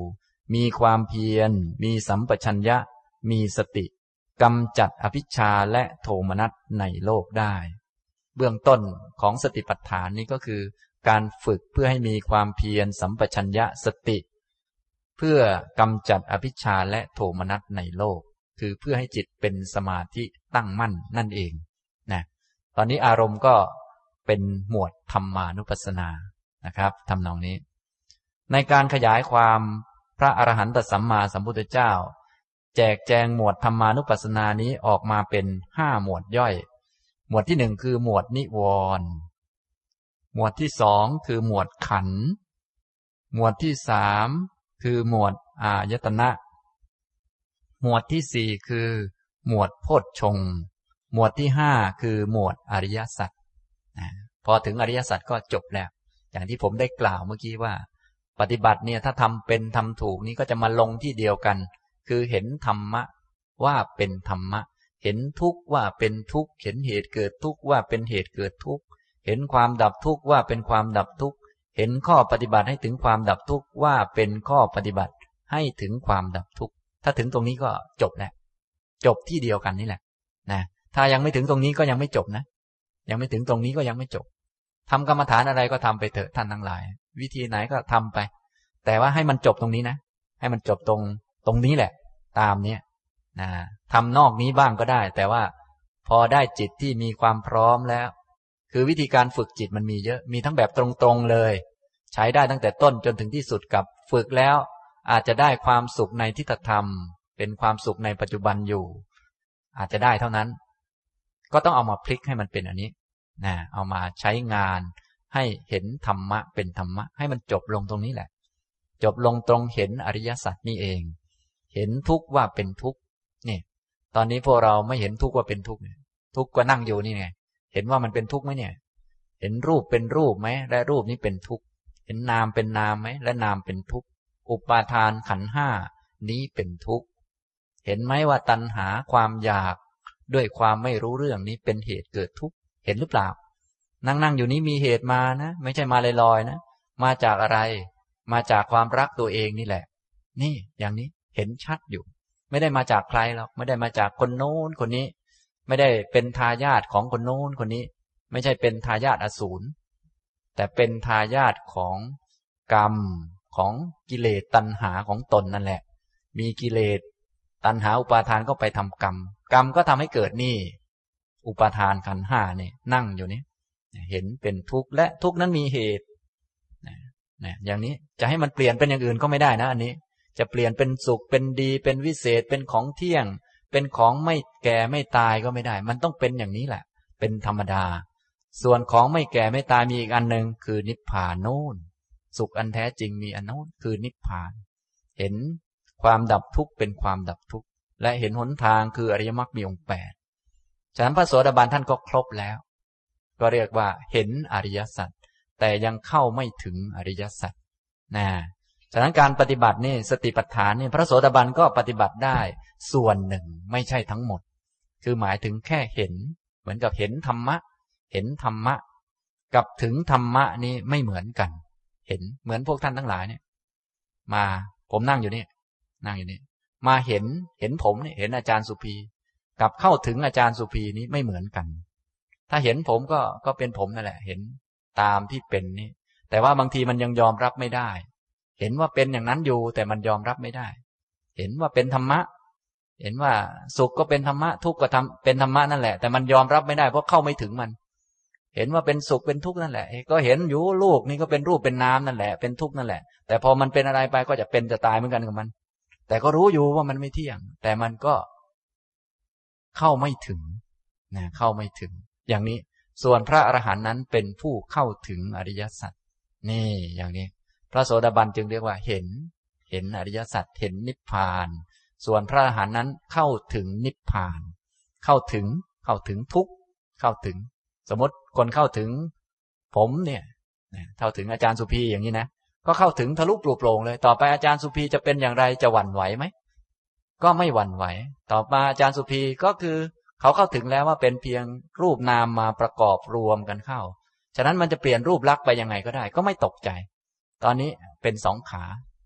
มีความเพียรมีสัมปชัญญะมีสติกำจัดอภิชฌาและโทมนัสในโลกได้เบื้องต้นของสติปัฏฐานนี้ก็คือการฝึกเพื่อให้มีความเพียรสัมปชัญญะสติเพื่อกำจัดอภิชฌาและโทมนัสในโลกคือเพื่อให้จิตเป็นสมาธิตั้งมั่นนั่นเองนะตอนนี้อารมณ์ก็เป็นหมวดธรรมานุปัสสนานะครับทำนองนี้ในการขยายความพระอรหันตสัมมาสัมพุทธเจ้าแจกแจงหมวดธรรมานุปัสสนานี้ออกมาเป็นห้าหมวดย่อยหมวดที่หนึ่งคือหมวดนิวรณ์หมวดที่สองคือหมวดขันธ์หมวดที่สามคือหมวดอายตนะหมวดที่สี่คือหมวดโพชฌงค์หมวดที่ห้าคือหมวดอริยสัจพอถึงอริยสัจก็จบแล้วอย่างที่ผมได้กล่าวเมื่อกี้ว่าปฏิบัติเนี่ยถ้าทำเป็นทำถูกนี่ก็จะมาลงที่เดียวกันคือเห็นธรรมะว่าเป็นธรรมะเห็นทุกข์ว่าเป็นทุกข์เห็นเหตุเกิดทุกข์ว่าเป็นเหตุเกิดทุกข์เห็นความดับทุกข์ว่าเป็นความดับทุกข์เห็นข้อปฏิบัติให้ถึงความดับทุกข์ว่าเป็นข้อปฏิบัติให้ถึงความดับทุกข์ถ้าถึงตรงนี้ก็จบแล้วจบที่เดียวกันนี่แหละนะถ้ายังไม่ถึงตรงนี้ก็ยังไม่จบนะยังไม่ถึงตรงนี้ก็ยังไม่จบทำกรรมฐานอะไรก็ทำไปเถอะท่านทั้งหลายวิธีไหนก็ทำไปแต่ว่าให้มันจบตรงนี้นะให้มันจบตรงตรงนี้แหละตามเนี้ยนะทำนอกนี้บ้างก็ได้แต่ว่าพอได้จิตที่มีความพร้อมแล้วคือวิธีการฝึกจิตมันมีเยอะมีทั้งแบบตรงๆเลยใช้ได้ตั้งแต่ต้นจนถึงที่สุดกับฝึกแล้วอาจจะได้ความสุขในทิฏฐธรรมเป็นความสุขในปัจจุบันอยู่อาจจะได้เท่านั้นก็ต้องเอามาพลิกให้มันเป็นอันนี้นะเอามาใช้งานให้เห็นธรรมะเป็นธรรมะให้มันจบลงตรงนี้แหละจบลงตรงเห็นอริยสัจนี่เองเห็นทุกข์ว่าเป็นทุกข์นี่ตอนนี้พวกเราไม่เห็นทุกข์ว่าเป็นทุกข์ทุกข์ก็นั่งอยู่นี่ไงเห็นว่ามันเป็นทุกข์ไหมเนี่ยเห็นรูปเป็นรูปไหมและรูปนี้เป็นทุกข์เห็นนามเป็นนามไหมและนามเป็นทุกข์อุปาทานขันธ์ห้านี้เป็นทุกข์เห็นไหมว่าตัณหาความอยากด้วยความไม่รู้เรื่องนี้เป็นเหตุเกิดทุกข์เห็นหรือเปล่านั่งนั่งอยู่นี้มีเหตุมานะไม่ใช่มาลอยๆนะมาจากอะไรมาจากความรักตัวเองนี่แหละนี่อย่างนี้เห็นชัดอยู่ไม่ได้มาจากใครหรอกไม่ได้มาจากคนโน้นคนนี้ไม่ได้เป็นทายาทของคนโน้นคนนี้ไม่ใช่เป็นทายาทอสูรแต่เป็นทายาทของกรรมของกิเลสตัณหาของตนนั่นแหละมีกิเลสตัณหาอุปาทานก็ไปทำกรรมกรรมก็ทำให้เกิดนี่อุปาทานขันธ์ห้านี่นั่งอยู่นี่เห็นเป็นทุกข์และทุกข์นั้นมีเหตุนะอย่างนี้จะให้มันเปลี่ยนเป็นอย่างอื่นก็ไม่ได้นะอันนี้จะเปลี่ยนเป็นสุขเป็นดีเป็นวิเศษเป็นของเที่ยงเป็นของไม่แก่ไม่ตายก็ไม่ได้มันต้องเป็นอย่างนี้แหละเป็นธรรมดาส่วนของไม่แก่ไม่ตายมีอีกอันหนึ่งคือนิพพานโน่นสุขอันแท้จริงมีอันโน้นคือนิพพานเห็นความดับทุกข์เป็นความดับทุกข์และเห็นหนทางคืออริยมรรคมีองค์แปดฉะนั้นพระโสดาบันท่านก็ครบแล้วก็เรียกว่าเห็นอริยสัจแต่ยังเข้าไม่ถึงอริยสัจนะฉะนั้นการปฏิบัตินี่สติปัฏฐานนี่พระโสดาบันก็ปฏิบัติได้ส่วนหนึ่งไม่ใช่ทั้งหมดคือหมายถึงแค่เห็นเหมือนกับเห็นธรรมะเห็นธรรมะกับถึงธรรมะนี่ไม่เหมือนกันเห็นเหมือนพวกท่านทั้งหลายเนี่ยมาผมนั่งอยู่นี่นั่งอยู่นี่มาเห็นเห็นผมเนี่ยเห็นอาจารย์สุภีกับเข้าถึงอาจารย์สุภีนี้ไม่เหมือนกันถ้าเห็นผมก็ก็เป็นผมนั่นแหละเห็นตามที่เป็นนี่แต่ว่าบางทีมันยังยอมรับไม่ได้เห็นว่าเป็นอย่างนั้นอยู่แต่มันยอมรับไม่ได้เห็นว่าเป็นธรรมะเห็นว่าสุขก็เป็นธรรมะทุกข์ก็ทำเป็นธรรมะนั่นแหละแต่มันยอมรับไม่ได้เพราะเข้าไม่ถึงมันเห็นว่าเป็นสุขเป็นทุกข์นั่นแหละก็เห็นอยู่ลูกนี่ก็เป็นรูปเป็นนามนั่นแหละเป็นทุกข์นั่นแหละแต่พอมันเป็นอะไรไปก็จะเป็นจะตายเหมือนกันกับมันแต่ก็รู้อยู่ว่ามันไม่เที่ยงแต่มันก็เข้าไม่ถึงนะเข้าไม่ถึงอย่างนี้ส่วนพระอรหันต์นั้นเป็นผู้เข้าถึงอริยสัจนี่อย่างนี้พระโสดาบันจึงเรียกว่าเห็นเห็นอริยสัจเห็นนิพพานส่วนพระอรหันต์นั้นเข้าถึงนิพพานเข้าถึงเข้าถึงทุกข์เข้าถึงสมมติคนเข้าถึงผมเนี่ยเข้าถึงอาจารย์สุภีอย่างนี้นะก็เข้าถึงทะลุปลุกโปร่งเลยต่อไปอาจารย์สุภีจะเป็นอย่างไรจะหวั่นไหวไหมก็ไม่หวั่นไหวต่อมาอาจารย์สุภีก็คือเขาเข้าถึงแล้วว่าเป็นเพียงรูปนามมาประกอบรวมกันเข้าฉะนั้นมันจะเปลี่ยนรูปลักษณ์ไปยังไงก็ได้ก็ไม่ตกใจตอนนี้เป็นสองขา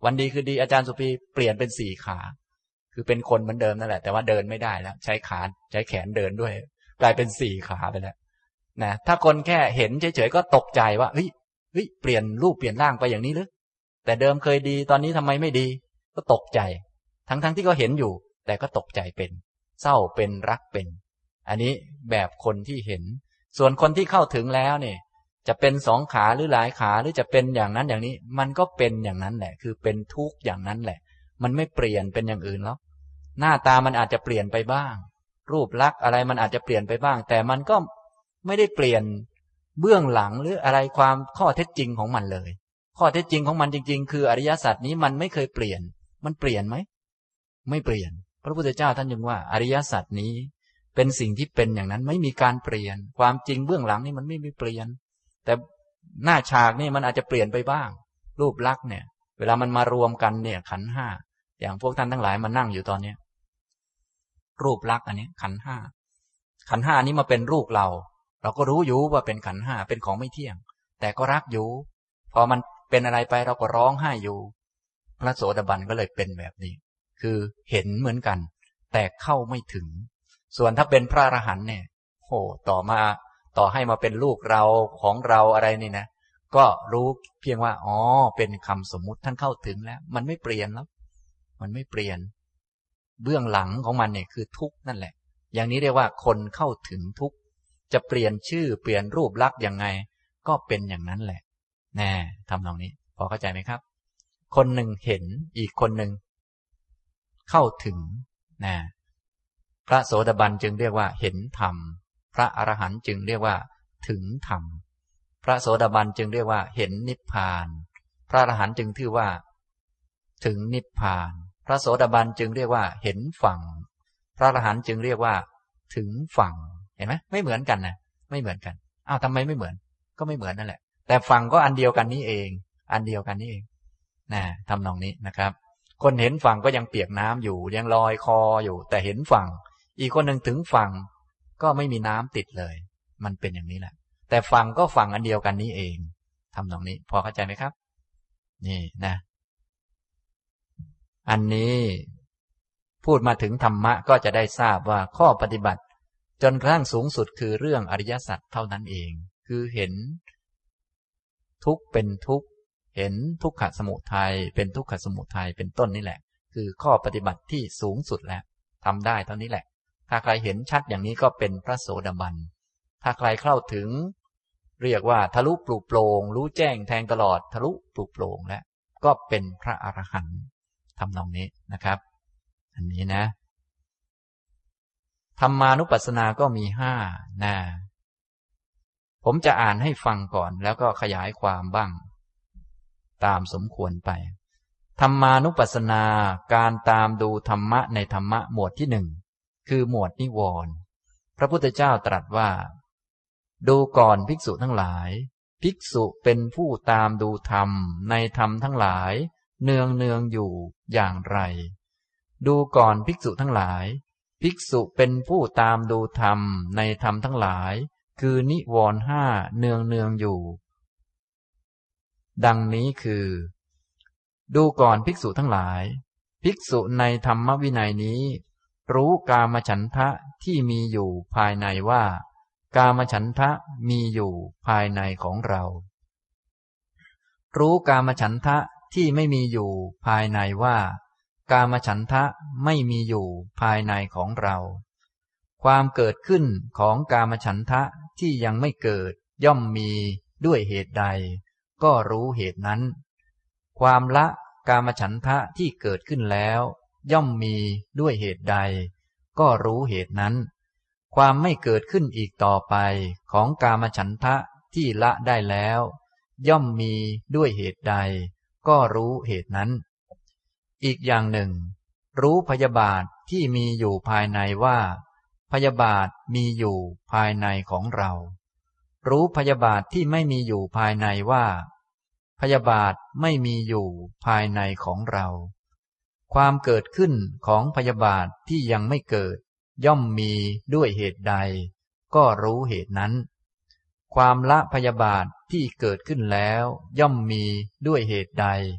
วันดีคือดีอาจารย์สุพีเปลี่ยนเป็นสี่ขาคือเป็นคนเหมือนเดิมนั่นแหละแต่ว่าเดินไม่ได้แล้วใช้ขาใช้แขนเดินด้วยกลายเป็นสี่ขาไปแล้วนะถ้าคนแค่เห็นเฉยๆก็ตกใจว่าเฮ้ยเฮ้ยเปลี่ยนรูปเปลี่ยนร่างไปอย่างนี้หรือแต่เดิมเคยดีตอนนี้ทำไมไม่ดีก็ตกใจทั้งๆที่ก็เห็นอยู่แต่ก็ตกใจเป็นเศร้าเป็นรักเป็นอันนี้แบบคนที่เห็นส่วนคนที่เข้าถึงแล้วเนี่ยจะเป็นสองขาหรือหลายขาหรือจะเป็นอย่างนั้นอย่างนี้มันก็เป็นอย่างนั้นแหละคือเป็นทุกข์อย่างนั้นแหละมันไม่เปลี่ยนเป็นอย่างอื่นแล้วหน้าตามันอาจจะเปลี่ยนไปบ้างรูปลักษณ์อะไรมันอาจจะเปลี่ยนไปบ้างแต่มันก็ไม่ได้เปลี่ยนเบื้องหลังหรืออะไรความข้อเท็จจริงของมันเลยข้อเท็จจริงของมันจริงๆคืออริยสัจนี้มันไม่เคยเปลี่ยนมันเปลี่ยนไหมไม่เปลี่ยนพระพุทธเจ้าท่านยังว่าอริยสัจนี้เป็นสิ่งที่เป็นอย่างนั้นไม่มีการเปลี่ยนความจริงเบื้องหลังนี่มันไม่มีเปลี่ยนแต่หน้าฉากนี่มันอาจจะเปลี่ยนไปบ้างรูปลักษณ์เนี่ยเวลามันมารวมกันเนี่ยขันธ์ห้าอย่างพวกท่านทั้งหลายมานั่งอยู่ตอนนี้รูปลักษณ์อันนี้ขันธ์ห้าขันธ์ห้านี้มาเป็นรูปเราเราก็รู้อยู่ว่าเป็นขันธ์ห้าเป็นของไม่เที่ยงแต่ก็รักอยู่พอมันเป็นอะไรไปเราก็ร้องไห้อยู่พระโสดาบันก็เลยเป็นแบบนี้คือเห็นเหมือนกันแต่เข้าไม่ถึงส่วนถ้าเป็นพระอรหันต์เนี่ยโหต่อมาต่อให้มาเป็นลูกเราของเราอะไรนี่นะก็รู้เพียงว่าอ๋อเป็นคำสมมุติท่านเข้าถึงแล้วมันไม่เปลี่ยนแล้วมันไม่เปลี่ยนเบื้องหลังของมันเนี่ยคือทุกข์นั่นแหละอย่างนี้เรียกว่าคนเข้าถึงทุกข์จะเปลี่ยนชื่อเปลี่ยนรูปลักษณ์ยังไงก็เป็นอย่างนั้นแหละแน่ทำตรงนี้พอเข้าใจไหมครับคนหนึ่งเห็นอีกคนหนึ่งเข้าถึงนะพระโสดาบันจึงเรียกว่าเห็นธรรมพระอรหันต์จึงเรียกว่าถึงธรรมพระโสดาบันจึงเรียกว่าเห็นนิพพานพระอรหันต์จึงถือว่าถึงนิพพานพระโสดาบันจึงเรียกว่าเห็นฝั่งพระอรหันต์จึงเรียกว่าถึงฝั่งเห็นไหมไม่เหมือนกันนะไม่เหมือนกันอ้าวทำไมไม่เหมือนก็ไม่เหมือนนั่นแหละแต่ฝั่งก็อันเดียวกันนี้เองอันเดียวกันนี้เองนะทำนองนี้นะครับคนเห็นฝั่งก็ยังเปียกน้ำอยู่ยังลอยคออยู่แต่เห็นฝั่งอีกคนหนึ่งถึงฝั่งก็ไม่มีน้ำติดเลยมันเป็นอย่างนี้แหละแต่ฝั่งก็ฝั่งอันเดียวกันนี้เองทำตรงนี้พอเข้าใจไหมครับนี่นะอันนี้พูดมาถึงธรรมะก็จะได้ทราบว่าข้อปฏิบัติจนกระทั่งสูงสุดคือเรื่องอริยสัจเท่านั้นเองคือเห็นทุกข์เป็นทุกข์เห็นทุกขสมุทัยเป็นทุกขสมุทัยเป็นต้นนี่แหละคือข้อปฏิบัติที่สูงสุดแล้วทำได้เท่านี้แหละถ้าใครเห็นชัดอย่างนี้ก็เป็นพระโสดาบันถ้าใครเข้าถึงเรียกว่าทะลุปลุกโปร่งรู้แจ้งแทงตลอดทะลุปลุกโปร่งแล้วก็เป็นพระอรหันต์ทำนองนี้นะครับอันนี้นะธรรมานุปัสสนาก็มีห้านะผมจะอ่านให้ฟังก่อนแล้วก็ขยายความบ้างตามสมควรไปธรรมานุปัสสนาการตามดูธรรมะในธรรมะหมวดที่หนึ่งคือหมวดนิวรณ์พระพุทธเจ้าตรัสว่าดูก่อนภิกษุทั้งหลายภิกษุเป็นผู้ตามดูธรรมในธรรมทั้งหลายเนืองเนืองอยู่อย่างไรดูก่อนภิกษุทั้งหลายภิกษุเป็นผู้ตามดูธรรมในธรรมทั้งหลายคือนิวรณ์ห้าเนืองเนืองอยู่ดังนี้คือดูก่อนภิกษุทั้งหลายภิกษุในธรรมวินัยนี้รู้กามฉันทะที่มีอยู่ภายในว่ากามฉันทะมีอยู่ภายในของเรารู้กามฉันทะที่ไม่มีอยู่ภายในว่ากามฉันทะไม่มีอยู่ภายในของเราความเกิดขึ้นของกามฉันทะที่ยังไม่เกิดย่อมมีด้วยเหตุใดก็รู้เหตุนั้นความละกามฉันทะที่เกิดขึ้นแล้วย่อมมีด้วยเหตุใดก็รู้เหตุนั้นความไม่เกิดขึ้นอีกต่อไปของกามฉันทะที่ละได้แล้วย่อมมีด้วยเหตุใดก็รู้เหตุนั้นอีกอย่างหนึ่งรู้พยาบาทที่มีอยู่ภายในว่าพยาบาทมีอยู่ภายในของเรารู้พยาบาทที่ไม่มีอยู่ภายในว่าพยาบาทไม่มีอยู่ภายในของเราความเกิดขึ้นของพยาบาทที่ยังไม่เกิดย่อมมีด้วยเหตุใดก็รู้เหตุนั้นความละพยาบาทที่เกิดขึ้นแล้วย่อมมีด้วยเหตุใด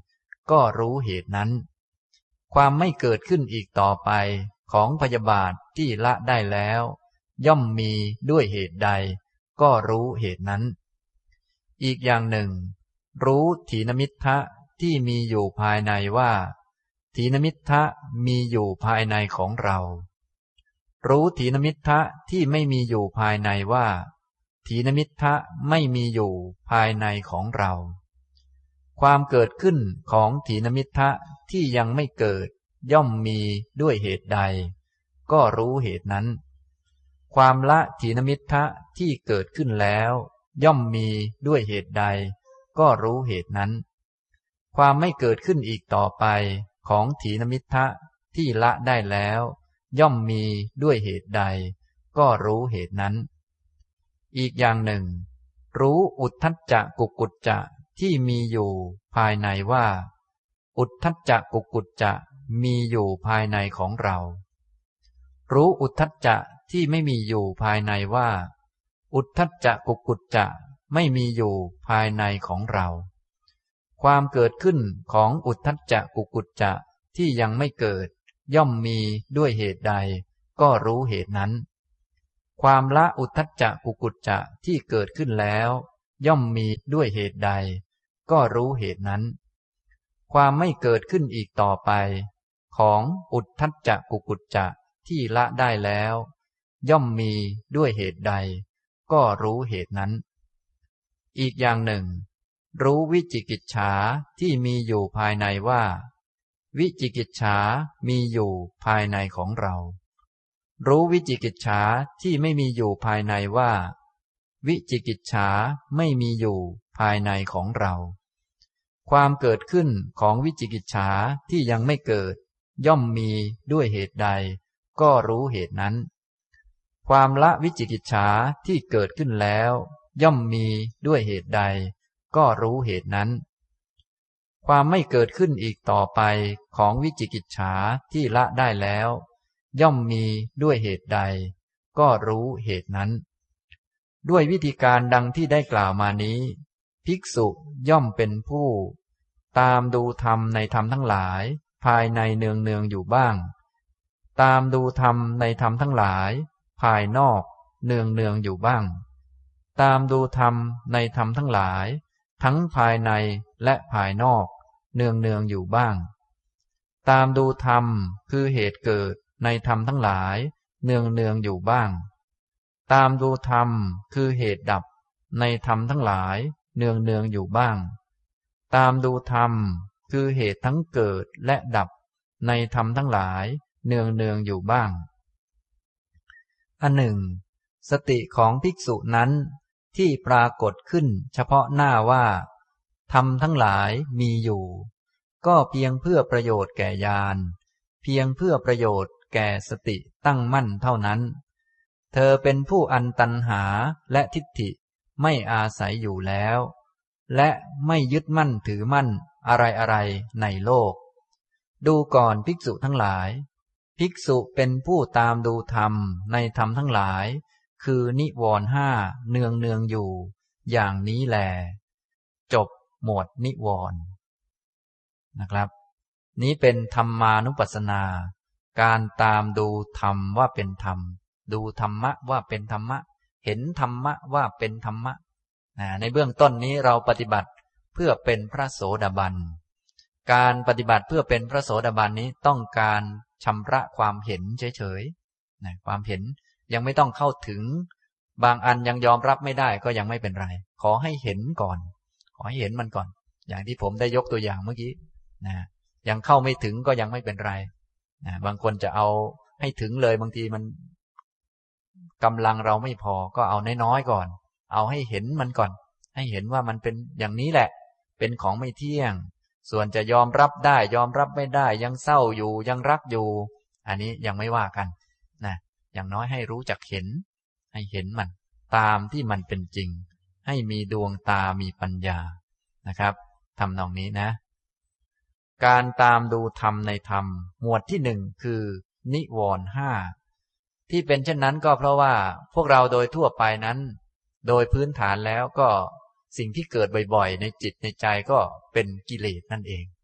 ก็รู้เหตุนั้นความไม่เกิดขึ้นอีกต่อไปของพยาบาทที่ละได้แล้วย่อมมีด้วยเหตุใดก็รู้เหตุนั้นอีกอย่างหนึ่งรู้ถีนมิทธะที่มีอยู่ภายในว่าถีนมิทธะมีอยู่ภายในของเรารู้ถีนมิทธะที่ไม่มีอยู่ภายในว่าถีนมิทธะไม่มีอยู่ภายในของเราความเกิดขึ้นของถีนมิทธะที่ยังไม่เกิดย่อมมีด้วยเหตุใดก็รู้เหตุนั้นความละถีนมิทธะที่เกิดขึ้นแล้วย่อมมีด้วยเหตุใดก็รู้เหตุนั้นความไม่เกิดขึ้นอีกต่อไปของถีนมิทธะที่ละได้แล้วย่อมมีด้วยเหตุใดก็รู้เหตุนั้นอีกอย่างหนึ่งรู้อุทธัจจะกุกุจจะที่มีอยู่ภายในว่าอุทธัจจะกุกุจจะมีอยู่ภายในของเรารู้อุทธัจจะที่ไม่มีอยู่ภายในว่าอุทธัจจะกุกุจจะไม่มีอยู่ภายในของเราความเกิดขึ้นของอุทธัจจะกุกุจจะที่ยังไม่เกิดย่อมมีด้วยเหตุใดก็รู้เหตุนั้นความละอุทธัจจะกุกุจจะที่เกิดขึ้นแล้วย่อมมีด้วยเหตุใดก็รู้เหตุนั้นความไม่เกิดขึ้นอีกต่อไปของอุทธัจจะกุกุจจะที่ละได้แล้วย่อมมีด้วยเหตุใดก็รู้เหตุนั้นอีกอย่างหนึ่งรู้วิจิกิจฉาที่มีอยู่ภายในว่าวิจิกิจฉามีอยู่ภายในของเรารู้วิจิกิจฉาที่ไม่มีอยู่ภายในว่าวิจิกิจฉาไม่มีอยู่ภายในของเราความเกิดขึ้นของวิจิกิจฉาที่ยังไม่เกิดย่อมมีด้วยเหตุใดก็รู้เหตุนั้นความละวิจิกิจฉาที่เกิดขึ้นแล้วย่อมมีด้วยเหตุใดก็รู้เหตุนั้นความไม่เกิดขึ้นอีกต่อไปของวิจิกิจฉาที่ละได้แล้วย่อมมีด้วยเหตุใดก็รู้เหตุนั้นด้วยวิธีการดังที่ได้กล่าวมานี้ภิกษุย่อมเป็นผู้ตามดูธรรมในธรรมทั้งหลายภายในเนืองเนืองอยู่บ้างตามดูธรรมในธรรมทั้งหลายภายนอกเนืองเนืองอยู่บ้างตามดูธรรมในธรรมทั้งหลายทั้งภายในและภายนอกเนืองเนืองอยู่บ้างตามดูธรรมคือเหตุเกิดในธรรมทั้งหลายเนืองเนืองอยู่บ้างตามดูธรรมคือเหตุดับในธรรมทั้งหลายเนืองเนืองอยู่บ้างตามดูธรรมคือเหตุทั้งเกิดและดับในธรรมทั้งหลายเนืองเนืองอยู่บ้างอันหนึ่งสติของภิกษุนั้นที่ปรากฏขึ้นเฉพาะหน้าว่าธรรมทั้งหลายมีอยู่ก็เพียงเพื่อประโยชน์แก่ญาณเพียงเพื่อประโยชน์แก่สติตั้งมั่นเท่านั้นเธอเป็นผู้อันตัณหาและทิฏฐิไม่อาศัยอยู่แล้วและไม่ยึดมั่นถือมั่นอะไรอะไรในโลกดูก่อนภิกษุทั้งหลายภิกษุเป็นผู้ตามดูธรรมในธรรมทั้งหลายคือนิวรณ์ห้าเนืองเนืองอยู่อย่างนี้แลจบหมวดนิวรณ์นะครับนี้เป็นธรรมานุปัสสนาการตามดูธรรมว่าเป็นธรรมดูธรรมะว่าเป็นธรรมะเห็นธรรมะว่าเป็นธรรมะในเบื้องต้นนี้เราปฏิบัติเพื่อเป็นพระโสดาบันการปฏิบัติเพื่อเป็นพระโสดาบันนี้ต้องการชำระความเห็นเฉยๆนะความเห็นยังไม่ต้องเข้าถึงบางอันยังยอมรับไม่ได้ก็ยังไม่เป็นไรขอให้เห็นก่อนขอให้เห็นมันก่อนอย่างที่ผมได้ยกตัวอย่างเมื่อกี้นะยังเข้าไม่ถึงก็ยังไม่เป็นไรนะบางคนจะเอาให้ถึงเลยบางทีมันกำลังเราไม่พอก็เอาน้อยๆก่อนเอาให้เห็นมันก่อนให้เห็นว่ามันเป็นอย่างนี้แหละเป็นของไม่เที่ยงส่วนจะยอมรับได้ยอมรับไม่ได้ยังเศร้าอยู่ยังรักอยู่อันนี้ยังไม่ว่ากันนะอย่างน้อยให้รู้จักเห็นให้เห็นมันตามที่มันเป็นจริงให้มีดวงตามีปัญญานะครับทำนองนี้นะการตามดูธรรมในธรรมหมวดที่หนึ่งคือนิวรณ์ห้าที่เป็นเช่นนั้นก็เพราะว่าพวกเราโดยทั่วไปนั้นโดยพื้นฐานแล้วก็สิ่งที่เกิดบ่อยๆในจิตในใจก็เป็นกิเลสนั่นเอง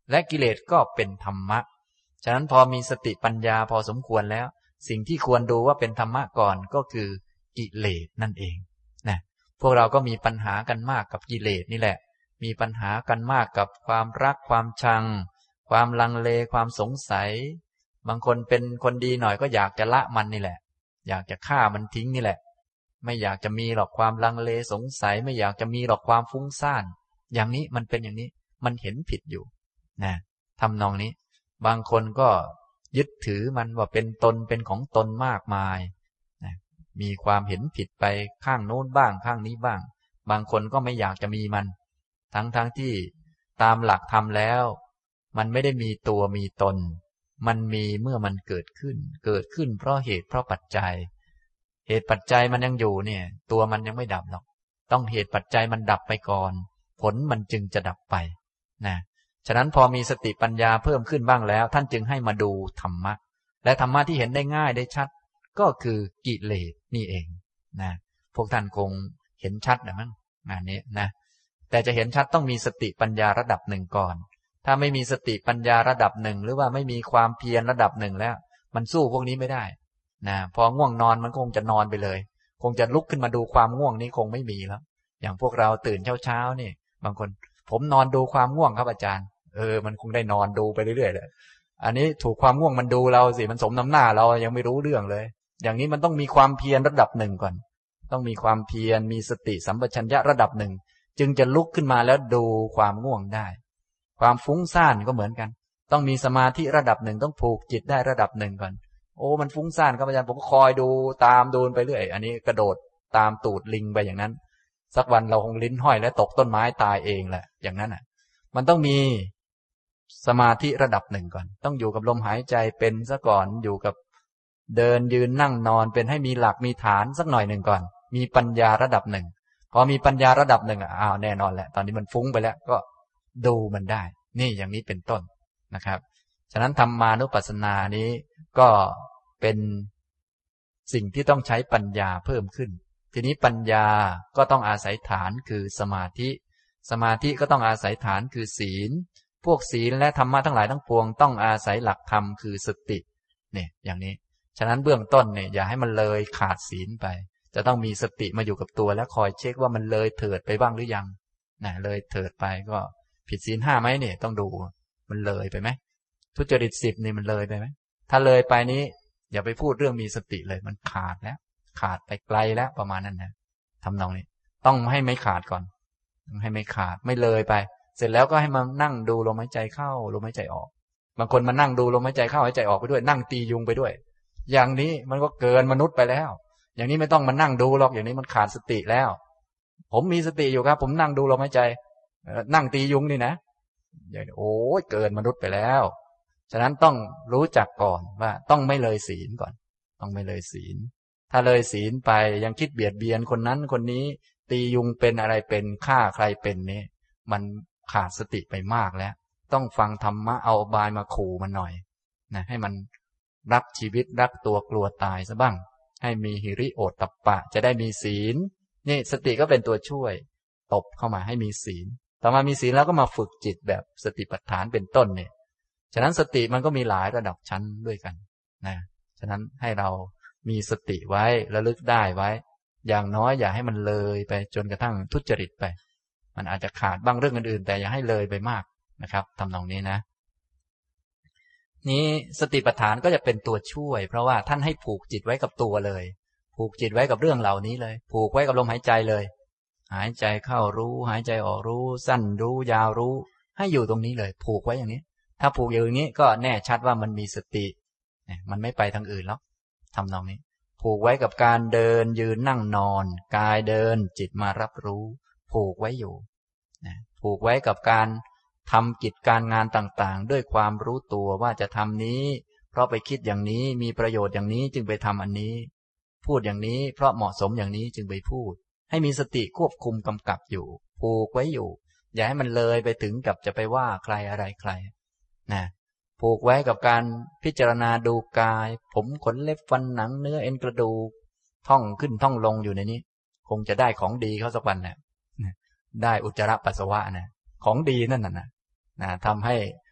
และกิเลสก็เป็นธรรมะฉะนั้นพอมีสติปัญญาพอสมควรแล้วสิ่งที่ควรดูว่าเป็นธรรมะก่อนก็คือกิเลสนั่นเองนะพวกเราก็มีปัญหากันมากกับกิเลสนี่แหละมีปัญหากันมากกับความรักความชังความลังเลความสงสัยบางคนเป็นคนดีหน่อยก็อยากจะละมันนี่แหละอยากจะฆ่ามันทิ้งนี่แหละไม่อยากจะมีหรอกความลังเลสงสัยไม่อยากจะมีหรอกความฟุ้งซ่านอย่างนี้มันเป็นอย่างนี้มันเห็นผิดอยู่นะทำนองนี้บางคนก็ยึดถือมันว่าเป็นตนเป็นของตนมากมายนะมีความเห็นผิดไปข้างโน้นบ้างข้างนี้บ้างบางคนก็ไม่อยากจะมีมันทั้งๆ ท, ที่ตามหลักธรรมแล้วมันไม่ได้มีตัวมีตนมันมีเมื่อมันเกิดขึ้นเกิดขึ้นเพราะเหตุเพราะปัจจัยเหตุปัจจัยมันยังอยู่เนี่ยตัวมันยังไม่ดับหรอกต้องเหตุปัจจัยมันดับไปก่อนผลมันจึงจะดับไปนะฉะนั้นพอมีสติปัญญาเพิ่มขึ้นบ้างแล้วท่านจึงให้มาดูธรรมะและธรรมะที่เห็นได้ง่ายได้ชัดก็คือกิเลสนี่เองนะพวกท่านคงเห็นชัดนะมั้งงานนี้นะแต่จะเห็นชัดต้องมีสติปัญญาระดับหนึ่งก่อนถ้าไม่มีสติปัญญาระดับหนึ่งหรือว่าไม่มีความเพียรระดับหนึ่งแล้วมันสู้พวกนี้ไม่ได้นะพอง่วงนอนมันคงจะนอนไปเลยคงจะลุกขึ้นมาดูความง่วงนี้คงไม่มีแล้วอย่างพวกเราตื่นเช้าๆนี่บางคนผมนอนดูความง่วงครับอาจารย์เออมันคงได้นอนดูไปเรื่อยๆเลยอันนี้ถูกความง่วงมันดูเราสิมันสมน้ำหน้าเรายังไม่รู้เรื่องเลยอย่างนี้มันต้องมีความเพียรระดับหนึ่งก่อนต้องมีความเพียรมีสติสัมปชัญญะระดับหนึ่งจึงจะลุกขึ้นมาแล้วดูความง่วงได้ความฟุ้งซ่านก็เหมือนกันต้องมีสมาธิระดับหนึ่งต้องผูกจิตได้ระดับหนึ่งก่อนโอ้มันฟุ้งซ่านครับอาจารย์ผมก็คอยดูตามดูไปเรื่อยอันนี้กระโดดตามตูดลิงไปอย่างนั้นสักวันเราคงลิ้นห้อยและตกต้นไม้ตายเองแหละอย่างนั้นอ่ะมันต้องมีสมาธิระดับหนึ่งก่อนต้องอยู่กับลมหายใจเป็นซะก่อนอยู่กับเดินยืนนั่งนอนเป็นให้มีหลักมีฐานสักหน่อยหนึ่งก่อนมีปัญญาระดับหนึ่งพอมีปัญญาระดับหนึ่งอ้าวแน่นอนแหละตอนนี้มันฟุ้งไปแล้วก็ดูมันได้นี่อย่างนี้เป็นต้นนะครับฉะนั้นธรรมานุปัสสนานี้ก็เป็นสิ่งที่ต้องใช้ปัญญาเพิ่มขึ้นทีนี้ปัญญาก็ต้องอาศัยฐานคือสมาธิสมาธิก็ต้องอาศัยฐานคือศีลพวกศีลและธรรมะทั้งหลายทั้งปวงต้องอาศัยหลักธรรมคือสติเนี่ยอย่างนี้ฉะนั้นเบื้องต้นเนี่ยอย่าให้มันเลยขาดศีลไปจะต้องมีสติมาอยู่กับตัวและคอยเช็คว่ามันเลยเถิดไปบ้างหรือยังนะเลยเถิดไปก็ผิดศีลห้าไหมเนี่ยต้องดูมันเลยไปไหมทุจริตสิบนี่มันเลยไปไหมถ้าเลยไปนี้อย่าไปพูดเรื่องมีสติเลยมันขาดแล้วขาดไปไกลแล้วประมาณนั้นนะทำนองนี้ต้องให้ไม่ขาดก่อนต้องให้ไม่ขาดไม่เลยไปเสร็จแล้วก็ให้มานั่งดูลมหายใจเข้าลมหายใจออกบางคนมานั่งดูลมหายใจเข้าหายใจออกไปด้วยนั่งตียุงไปด้วยอย่างนี้มันก็เกินมนุษย์ไปแล้วอย่างนี้ไม่ต้องมานั่งดูหรอกอย่างนี้มันขาดสติแล้วผมมีสติอยู่ครับผมนั่งดูลมหายใจนั่งตียุงนี่นะโอ้ยเกินมนุษย์ไปแล้วฉะนั้นต้องรู้จักก่อนว่าต้องไม่เลยศีลก่อนต้องไม่เลยศีลถ้าเลยศีลไปยังคิดเบียดเบียนคนนั้นคนนี้ตียุงเป็นอะไรเป็นฆ่าใครเป็นนี่มันขาดสติไปมากแล้วต้องฟังธรรมะเอาบายมาขู่มันหน่อยนะให้มันรักชีวิตรักตัวกลัวตายซะบ้างให้มีหิริโอตตัปปะจะได้มีศีลนี่สติก็เป็นตัวช่วยตบเข้ามาให้มีศีลต่อมามีศีลแล้วก็มาฝึกจิตแบบสติปัฏฐานเป็นต้นเนี่ยฉะนั้นสติมันก็มีหลายระดับชั้นด้วยกันนะฉะนั้นให้เรามีสติไว้ระลึกได้ไว้อย่างน้อยอย่าให้มันเลยไปจนกระทั่งทุจริตไปมันอาจจะขาดบ้างเรื่องอื่นๆแต่อย่าให้เลยไปมากนะครับทำนองนี้นะนี้สติปัฏฐานก็จะเป็นตัวช่วยเพราะว่าท่านให้ผูกจิตไว้กับตัวเลยผูกจิตไว้กับเรื่องเหล่านี้เลยผูกไว้กับลมหายใจเลยหายใจเข้ารู้หายใจออกรู้สั้นรู้ยาวรู้ให้อยู่ตรงนี้เลยผูกไว้อย่างนี้ถ้าผูกอย่างนี้ก็แน่ชัดว่ามันมีสติมันไม่ไปทางอื่นแล้วทำนองนี้ผูกไว้กับการเดินยืนนั่งนอนกายเดินจิตมารับรู้ผูกไว้อยู่ผูกไว้กับการทำกิจการงานต่างๆด้วยความรู้ตัวว่าจะทำนี้เพราะไปคิดอย่างนี้มีประโยชน์อย่างนี้จึงไปทำอันนี้พูดอย่างนี้เพราะเหมาะสมอย่างนี้จึงไปพูดให้มีสติควบคุมกำกับอยู่ผูกไว้อยู่อย่าให้มันเลยไปถึงกับจะไปว่าใครอะไรใครนะผูกไว้กับการพิจารณาดูกายผมขนเล็บฟันหนังเนื้อเอ็นกระดูกท่องขึ้นท่องลงอยู่ในนี้คงจะได้ของดีเข้าสักวันนะได้อุจจาระปัสสาวะนะของดีนั่นน่ะนะนะทำให้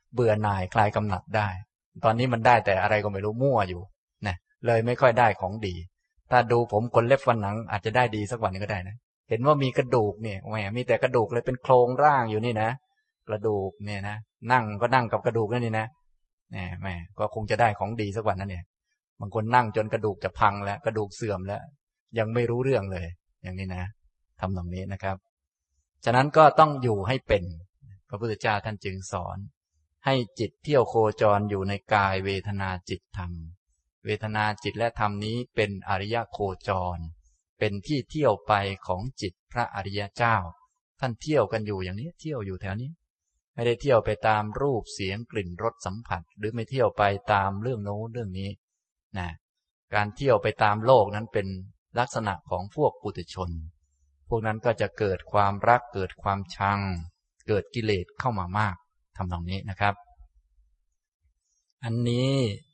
เบื่อหน่ายคลายกำหนัดได้ตอนนี้มันได้แต่อะไรก็ไม่รู้มั่วอยู่นะเลยไม่ค่อยได้ของดีถ้าดูผมขนเล็บฟันหนังอาจจะได้ดีสักวันก็ได้นะเห็นว่ามีกระดูกเนี่ยแหมมีแต่กระดูกเลยเป็นโครงร่างอยู่นี่นะกระดูกเนี่ยนะนั่งก็นั่งกับกระดูกนั่นนี่นะแหมแหมก็คงจะได้ของดีสักวันนั้นเนี่ยบางคนนั่งจนกระดูกจะพังแล้วกระดูกเสื่อมแล้วยังไม่รู้เรื่องเลยอย่างนี้นะทำตรงนี้นะครับฉะนั้นก็ต้องอยู่ให้เป็นพระพุทธเจ้าท่านจึงสอนให้จิตเที่ยวโคจรอยู่ในกายเวทนาจิตธรรมเวทนาจิตและธรรมนี้เป็นอริยโคจรเป็นที่เที่ยวไปของจิตพระอริยเจ้าท่านเที่ยวกันอยู่อย่างนี้เที่ยวอยู่แถวนี้ไม่ได้เที่ยวไปตามรูปเสียงกลิ่นรสสัมผัสหรือไม่เที่ยวไปตามเรื่องโน้นเรื่องนี้นะการเที่ยวไปตามโลกนั้นเป็นลักษณะของพวกปุถุชนพวกนั้นก็จะเกิดความรักเกิดความชังเกิดกิเลสเข้ามามากทำตรงนี้นะครับอันนี้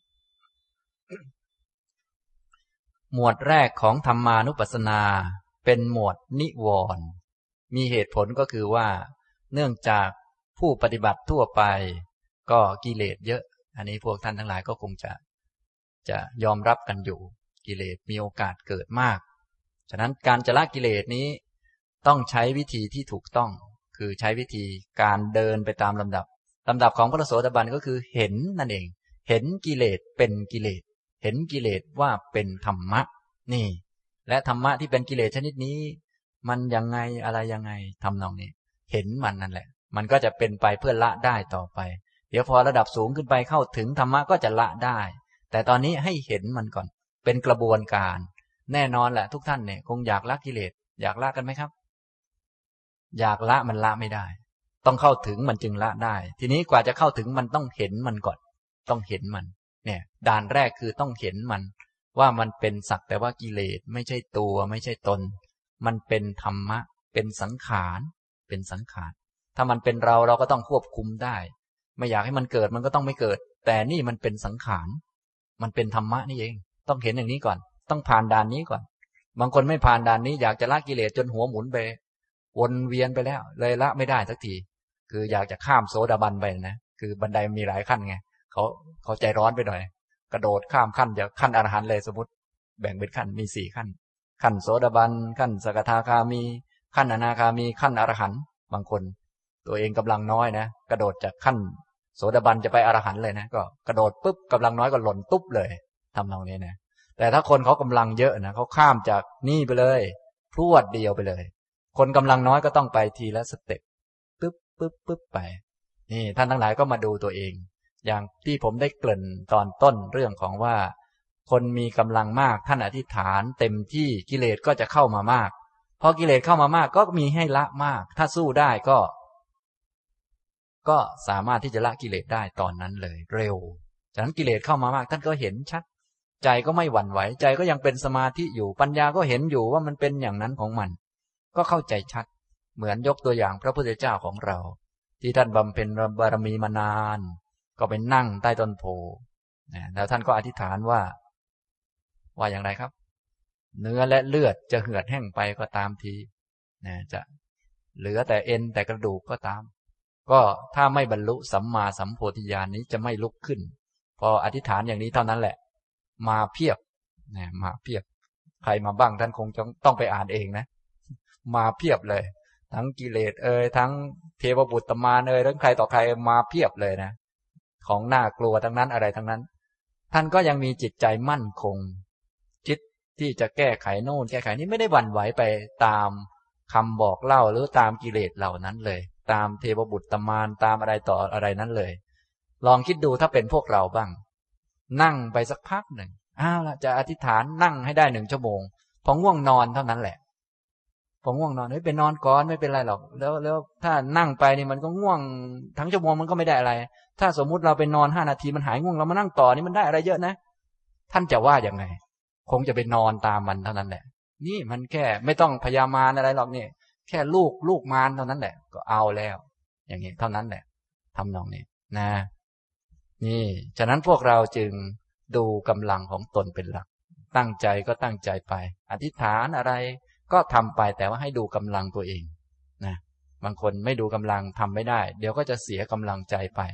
หมวดแรกของธรรมานุปัสสนาเป็นหมวดนิวรณ์มีเหตุผลก็คือว่าเนื่องจากผู้ปฏิบัติทั่วไปก็กิเลสเยอะอันนี้พวกท่านทั้งหลายก็คงจะจะยอมรับกันอยู่กิเลสมีโอกาสเกิดมากฉะนั้นการจะละกิเลสนี้ต้องใช้วิธีที่ถูกต้องคือใช้วิธีการเดินไปตามลำดับลำดับของพระโสดาบันก็คือเห็นนั่นเองเห็นกิเลสเป็นกิเลสเห็นกิเลสว่าเป็นธรรมะนี่และธรรมะที่เป็นกิเลสชนิดนี้มันยังไงอะไรยังไงทำนองนี้เห็นมันนั่นแหละมันก็จะเป็นไปเพื่อละได้ต่อไปเดี๋ยวพอระดับสูงขึ้นไปเข้าถึงธรรมะก็จะละได้แต่ตอนนี้ให้เห็นมันก่อนเป็นกระบวนการแน่นอนแหละทุกท่านเนี่ยคงอยากละกิเลสอยากละกันไหมครับอยากละมันละไม่ได้ต้องเข้าถึงมันจึงละได้ทีนี้กว่าจะเข้าถึงมันต้องเห็นมันก่อนต้องเห็นมันเนี่ยด่านแรกคือต้องเห็นมันว่ามันเป็นสักแต่ว่ากิเลสไม่ใช่ตัวไม่ใช่ตนมันเป็นธรรมะเป็นสังขารเป็นสังขารถ้ามันเป็นเราเราก็ต้องควบคุมได้ไม่อยากให้มันเกิดมันก็ต้องไม่เกิดแต่นี่มันเป็นสังขารมันเป็นธรรมะนี่เองต้องเห็นอย่างนี้ก่อนต้องผ่านด่านนี้ก่อนบางคนไม่ผ่านด่านนี้อยากจะละกิเลสจนหัวหมุนไปวนเวียนไปแล้วเลยละไม่ได้สักทีคืออยากจะข้ามโสดาบันไปนะคือบันไดมีหลายขั้นไงเขาเขาใจร้อนไปหน่อยกระโดดข้ามขั้นจากขั้นอรหันต์เลยสมมติแบ่งเป็นขั้นมีสี่ขั้นขั้นโสดาบันขั้นสกทาคามีขั้นอนาคามีขั้นอรหันต์บางคนตัวเองกำลังน้อยนะกระโดดจากขั้นโสดาบันจะไปอรหันต์เลยนะก็กระโดดปุ๊บกำลังน้อยก็หล่นตุ๊บเลยทำตรงนี้นะแต่ถ้าคนเขากำลังเยอะนะเขาข้ามจากนี่ไปเลยพรวดเดียวไปเลยคนกำลังน้อยก็ต้องไปทีละสเต็ปปึ๊บปึ๊บปึ๊บไปนี่ท่านทั้งหลายก็มาดูตัวเองอย่างที่ผมได้เกริ่นตอนต้นเรื่องของว่าคนมีกำลังมากท่านอธิษฐานเต็มที่กิเลสก็จะเข้ามามากพอกิเลสเข้ามามากก็มีให้ละมากถ้าสู้ได้ก็ก็สามารถที่จะละกิเลสได้ตอนนั้นเลยเร็วฉะนั้นกิเลสเข้ามามากท่านก็เห็นชัดใจก็ไม่หวั่นไหวใจก็ยังเป็นสมาธิอยู่ปัญญาก็เห็นอยู่ว่ามันเป็นอย่างนั้นของมันก็เข้าใจชัดเหมือนยกตัวอย่างพระพุทธเจ้าของเราที่ท่านบำเพ็ญบารมีมานานก็ไปนั่งใต้ต้นโพนะแล้วท่านก็อธิษฐานว่าว่าอย่างไรครับเนื้อและเลือดจะเหือดแห้งไปก็ตามทีนะจะเหลือแต่เอ็นแต่กระดูกก็ตามก็ถ้าไม่บรรลุสัมมาสัมโพธิญาณนี้จะไม่ลุกขึ้นพออธิษฐานอย่างนี้เท่านั้นแหละมาเพียบนะมาเพียบใครมาบ้างท่านคงจะต้องไปอ่านเองนะมาเพียบเลยทั้งกิเลสเอ่ยทั้งเทวบุตรมารเอ่ยทั้งใครต่อใครมาเพียบเลยนะของน่ากลัวทั้งนั้นอะไรทั้งนั้นท่านก็ยังมีจิตใจมั่นคงจิตที่จะแก้ไขโน่นแก้ไขนี้ไม่ได้หวั่นไหวไปตามคำบอกเล่าหรือตามกิเลสเหล่านั้นเลยตามเทวบุตรมารตามอะไรต่ออะไรนั้นเลยลองคิดดูถ้าเป็นพวกเราบ้างนั่งไปสักพักหนึ่งอ้าวละจะอธิษฐานนั่งให้ได้หนึ่งชั่วโมงพอง่วงนอนเท่านั้นแหละพอง่วงนอนเฮ้ยไปนอนก่อนไม่เป็นไรหรอกแล้วแล้วถ้านั่งไปนี่มันก็ง่วงทั้งชั่วโมงมันก็ไม่ได้อะไรถ้าสมมุติเราไปนอนห้านาทีมันหายง่วงเรามานั่งต่อนี่มันได้อะไรเยอะนะท่านจะว่าอย่างไงคงจะไปนอนตามมันเท่านั้นแหละนี่มันแค่ไม่ต้องพยามารอะไรหรอกนี่แค่ลูกลูกมารเท่านั้นแหละก็เอาแล้วอย่างนี้เท่านั้นแหละทำนองนี้นะนี่ฉะนั้นพวกเราจึงดูกำลังของตนเป็นหลักตั้งใจก็ตั้งใจไปอธิษฐานอะไรก็ทำไปแต่ว่าให้ดูกำลังตัวเองนะบางคนไม่ดูกำลังทำไม่ได้เดี๋ยวก็จะเสียกำลังใจไป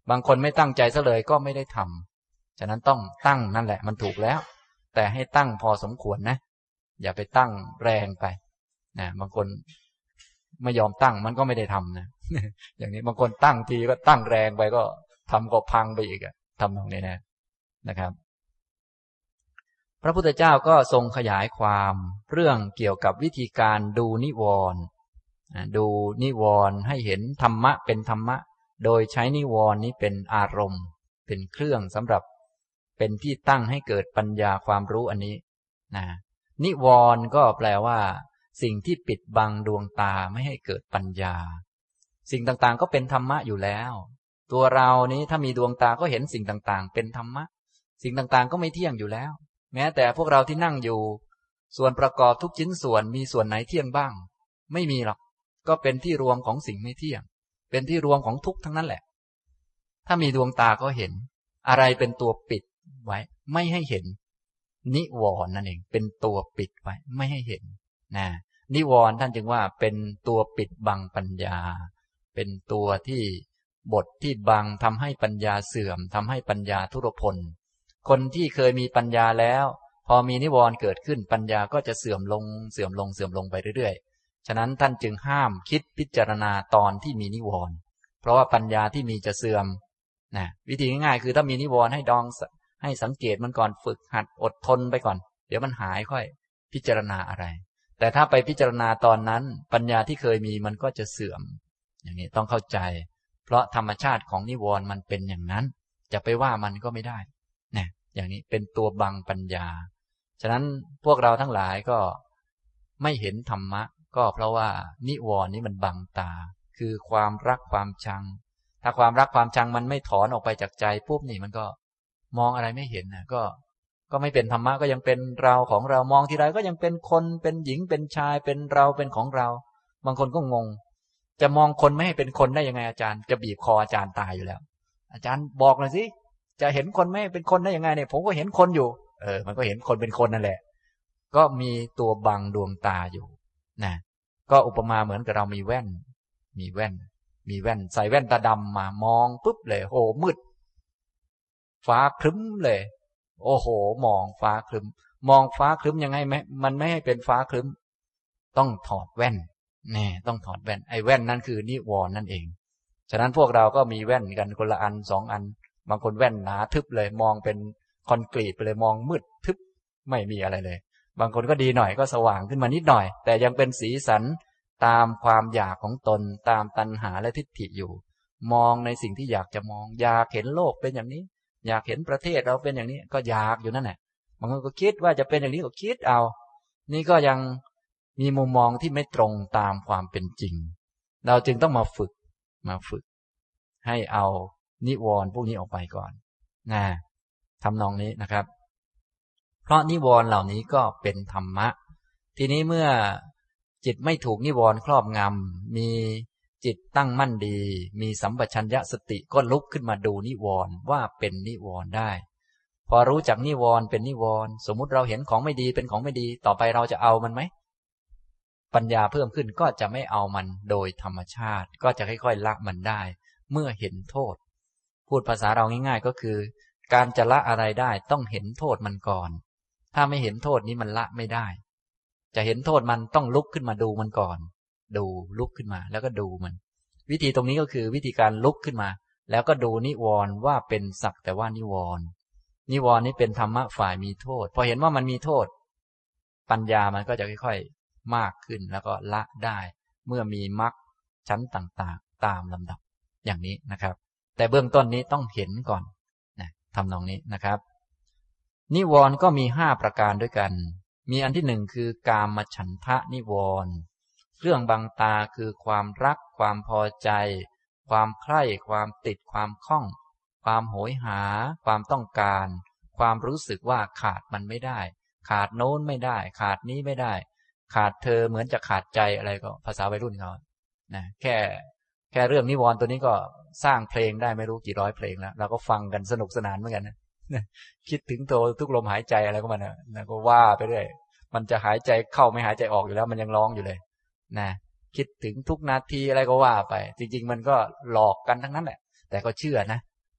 บางคนไม่ตั้งใจซะเลยก็ไม่ได้ทำฉะนั้นต้องตั้งนั่นแหละมันถูกแล้วแต่ให้ตั้งพอสมควรนะอย่าไปตั้งแรงไปนะบางคนไม่ยอมตั้งมันก็ไม่ได้ทำนะ อย่างนี้บางคนตั้งทีก็ตั้งแรงไปก็ทำก็พังไปอีกอะทำตรงนี้นะนะครับพระพุทธเจ้าก็ทรงขยายความเรื่องเกี่ยวกับวิธีการดูนิวรณ์ดูนิวรณ์ให้เห็นธรรมะเป็นธรรมะโดยใช้นิวรณ์นี้เป็นอารมณ์เป็นเครื่องสำหรับเป็นที่ตั้งให้เกิดปัญญาความรู้อันนี้นะนิวรณ์ก็แปลว่าสิ่งที่ปิดบังดวงตาไม่ให้เกิดปัญญาสิ่งต่างๆก็เป็นธรรมะอยู่แล้วตัวเรานี้ถ้ามีดวงตาก็เห็นสิ่งต่างๆเป็นธรรมะสิ่งต่างๆก็ไม่เที่ยงอยู่แล้วแม้แต่พวกเราที่นั่งอยู่ส่วนประกอบทุกชิ้นส่วนมีส่วนไหนเที่ยงบ้างไม่มีหรอกก็เป็นที่รวมของสิ่งไม่เที่ยงเป็นที่รวมของทุกข์ทั้งนั้นแหละถ้ามีดวงตาก็เห็นอะไรเป็นตัวปิดไว้ไม่ให้เห็นนิวรณ์นั่นเองเป็นตัวปิดไว้ไม่ให้เห็นนะนิวรณ์ท่านจึงว่าเป็นตัวปิดบังปัญญาเป็นตัวที่บทที่บังทำให้ปัญญาเสื่อมทำให้ปัญญาทุรพลคนที่เคยมีปัญญาแล้วพอมีนิวรณ์เกิดขึ้นปัญญาก็จะเสื่อมลงเสื่อมลงเสื่อมลงไปเรื่อยๆฉะนั้นท่านจึงห้ามคิดพิจารณาตอนที่มีนิวรณ์เพราะว่าปัญญาที่มีจะเสื่อมนะวิธีง่ายๆคือถ้ามีนิวรณ์ให้ดองให้สังเกตมันก่อนฝึกหัดอดทนไปก่อนเดี๋ยวมันหายค่อยพิจารณาอะไรแต่ถ้าไปพิจารณาตอนนั้นปัญญาที่เคยมีมันก็จะเสื่อมอย่างนี้ต้องเข้าใจเพราะธรรมชาติของนิวรณ์มันเป็นอย่างนั้นจะไปว่ามันก็ไม่ได้นะอย่างนี้เป็นตัวบังปัญญาฉะนั้นพวกเราทั้งหลายก็ไม่เห็นธรรมะก็เพราะว่านิวรณ์นี้มันบังตาคือความรักความชังถ้าความรักความชังมันไม่ถอนออกไปจากใจปุ๊บนี่มันก็มองอะไรไม่เห็นนะก็ก็ไม่เป็นธรรมะก็ยังเป็นเราของเรามองทีไรก็ยังเป็นคนเป็นหญิงเป็นชายเป็นเราเป็นของเราบางคนก็งงจะมองคนไม่ให้เป็นคนได้ยังไงอาจารย์จะบีบคออาจารย์ตายอยู่แล้วอาจารย์บอกหน่อยสิจะเห็นคนไม่ให้เป็นคนได้ยังไงเนี่ยผมก็เห็นคนอยู่เออมันก็เห็นคนเป็นคนนั่นแหละก็มีตัวบังดวงตาอยู่นะก็อุปมาเหมือนกับเรามีแว่นมีแว่นมีแว่นใส่แว่นตาดำมามองปุ๊บเลยโอ้มืดฟ้าครึ้มเลยโอ้โหมองฟ้าครึ้มมองฟ้าครึ้มยังไงไหมมันไม่ให้เป็นฟ้าครึ้มต้องถอดแว่นแน่ต้องถอดแว่นไอ้แว่นนั่นคือนิวรณ์นั่นเองฉะนั้นพวกเราก็มีแว่นกันคนละอันสองอันบางคนแว่นหนาทึบเลยมองเป็นคอนกรีตไปเลยมองมืดทึบไม่มีอะไรเลยบางคนก็ดีหน่อยก็สว่างขึ้นมานิดหน่อยแต่ยังเป็นสีสันตามความอยากของตนตามตัณหาและทิฏฐิอยู่มองในสิ่งที่อยากจะมองอยากเห็นโลกเป็นอย่างนี้อยากเห็นประเทศเราเป็นอย่างนี้ก็อยากอยู่นั่นแหละบางคนก็คิดว่าจะเป็นอย่างนี้ก็คิดเอานี่ก็ยังมีมุมมองที่ไม่ตรงตามความเป็นจริงเราจึงต้องมาฝึกมาฝึกให้เอานิวรณ์พวกนี้ออกไปก่อนนะทำนองนี้นะครับเพราะนิวรณ์เหล่านี้ก็เป็นธรรมะทีนี้เมื่อจิตไม่ถูกนิวรณ์ครอบงำมีจิตตั้งมั่นดีมีสัมปชัญญะสติก็ลุกขึ้นมาดูนิวรณ์ว่าเป็นนิวรณ์ได้พอรู้จักนิวรณ์เป็นนิวรณ์สมมุติเราเห็นของไม่ดีเป็นของไม่ดีต่อไปเราจะเอามันไหมปัญญาเพิ่มขึ้นก็จะไม่เอามันโดยธรรมชาติก็จะค่อยๆละมันได้เมื่อเห็นโทษพูดภาษาเราง่ายๆก็คือการจะละอะไรได้ต้องเห็นโทษมันก่อนถ้าไม่เห็นโทษนี้มันละไม่ได้จะเห็นโทษมันต้องลุกขึ้นมาดูมันก่อนดูลุกขึ้นมาแล้วก็ดูมันวิธีตรงนี้ก็คือวิธีการลุกขึ้นมาแล้วก็ดูนิวรณ์ว่าเป็นสักแต่ว่านิวรณ์นิวรณ์นี้เป็นธรรมะฝ่ายมีโทษพอเห็นว่ามันมีโทษปัญญามันก็จะค่อยๆมากขึ้นแล้วก็ละได้เมื่อมีมรรคชั้นต่างๆตามลำดับอย่างนี้นะครับแต่เบื้องต้นนี้ต้องเห็นก่อนนะทำนองนี้นะครับนิวรณ์ก็มีห้าประการด้วยกันมีอันที่หนึ่งคือกามฉันทะนิวรณ์เครื่องบังตาคือความรักความพอใจความใคร่ความติดความคล้องความโหยหาความต้องการความรู้สึกว่าขาดมันไม่ได้ขาดโน้นไม่ได้ขาดนี้ไม่ได้ขาดเธอเหมือนจะขาดใจอะไรก็ภาษาวัยรุ่นเขานะแค่แค่เรื่องนิวรณ์ตัวนี้ก็สร้างเพลงได้ไม่รู้กี่ร้อยเพลงแล้วเราก็ฟังกันสนุกสนานเหมือนกันนะคิดถึงโททุกลมหายใจอะไรก็มันนะก็ว่าไปเรื่อยมันจะหายใจเข้าไม่หายใจออกอยู่แล้วมันยังร้องอยู่เลยนะคิดถึงทุกนาทีอะไรก็ว่าไปจริงๆมันก็หลอกกันทั้งนั้นแหละแต่ก็เชื่อนะ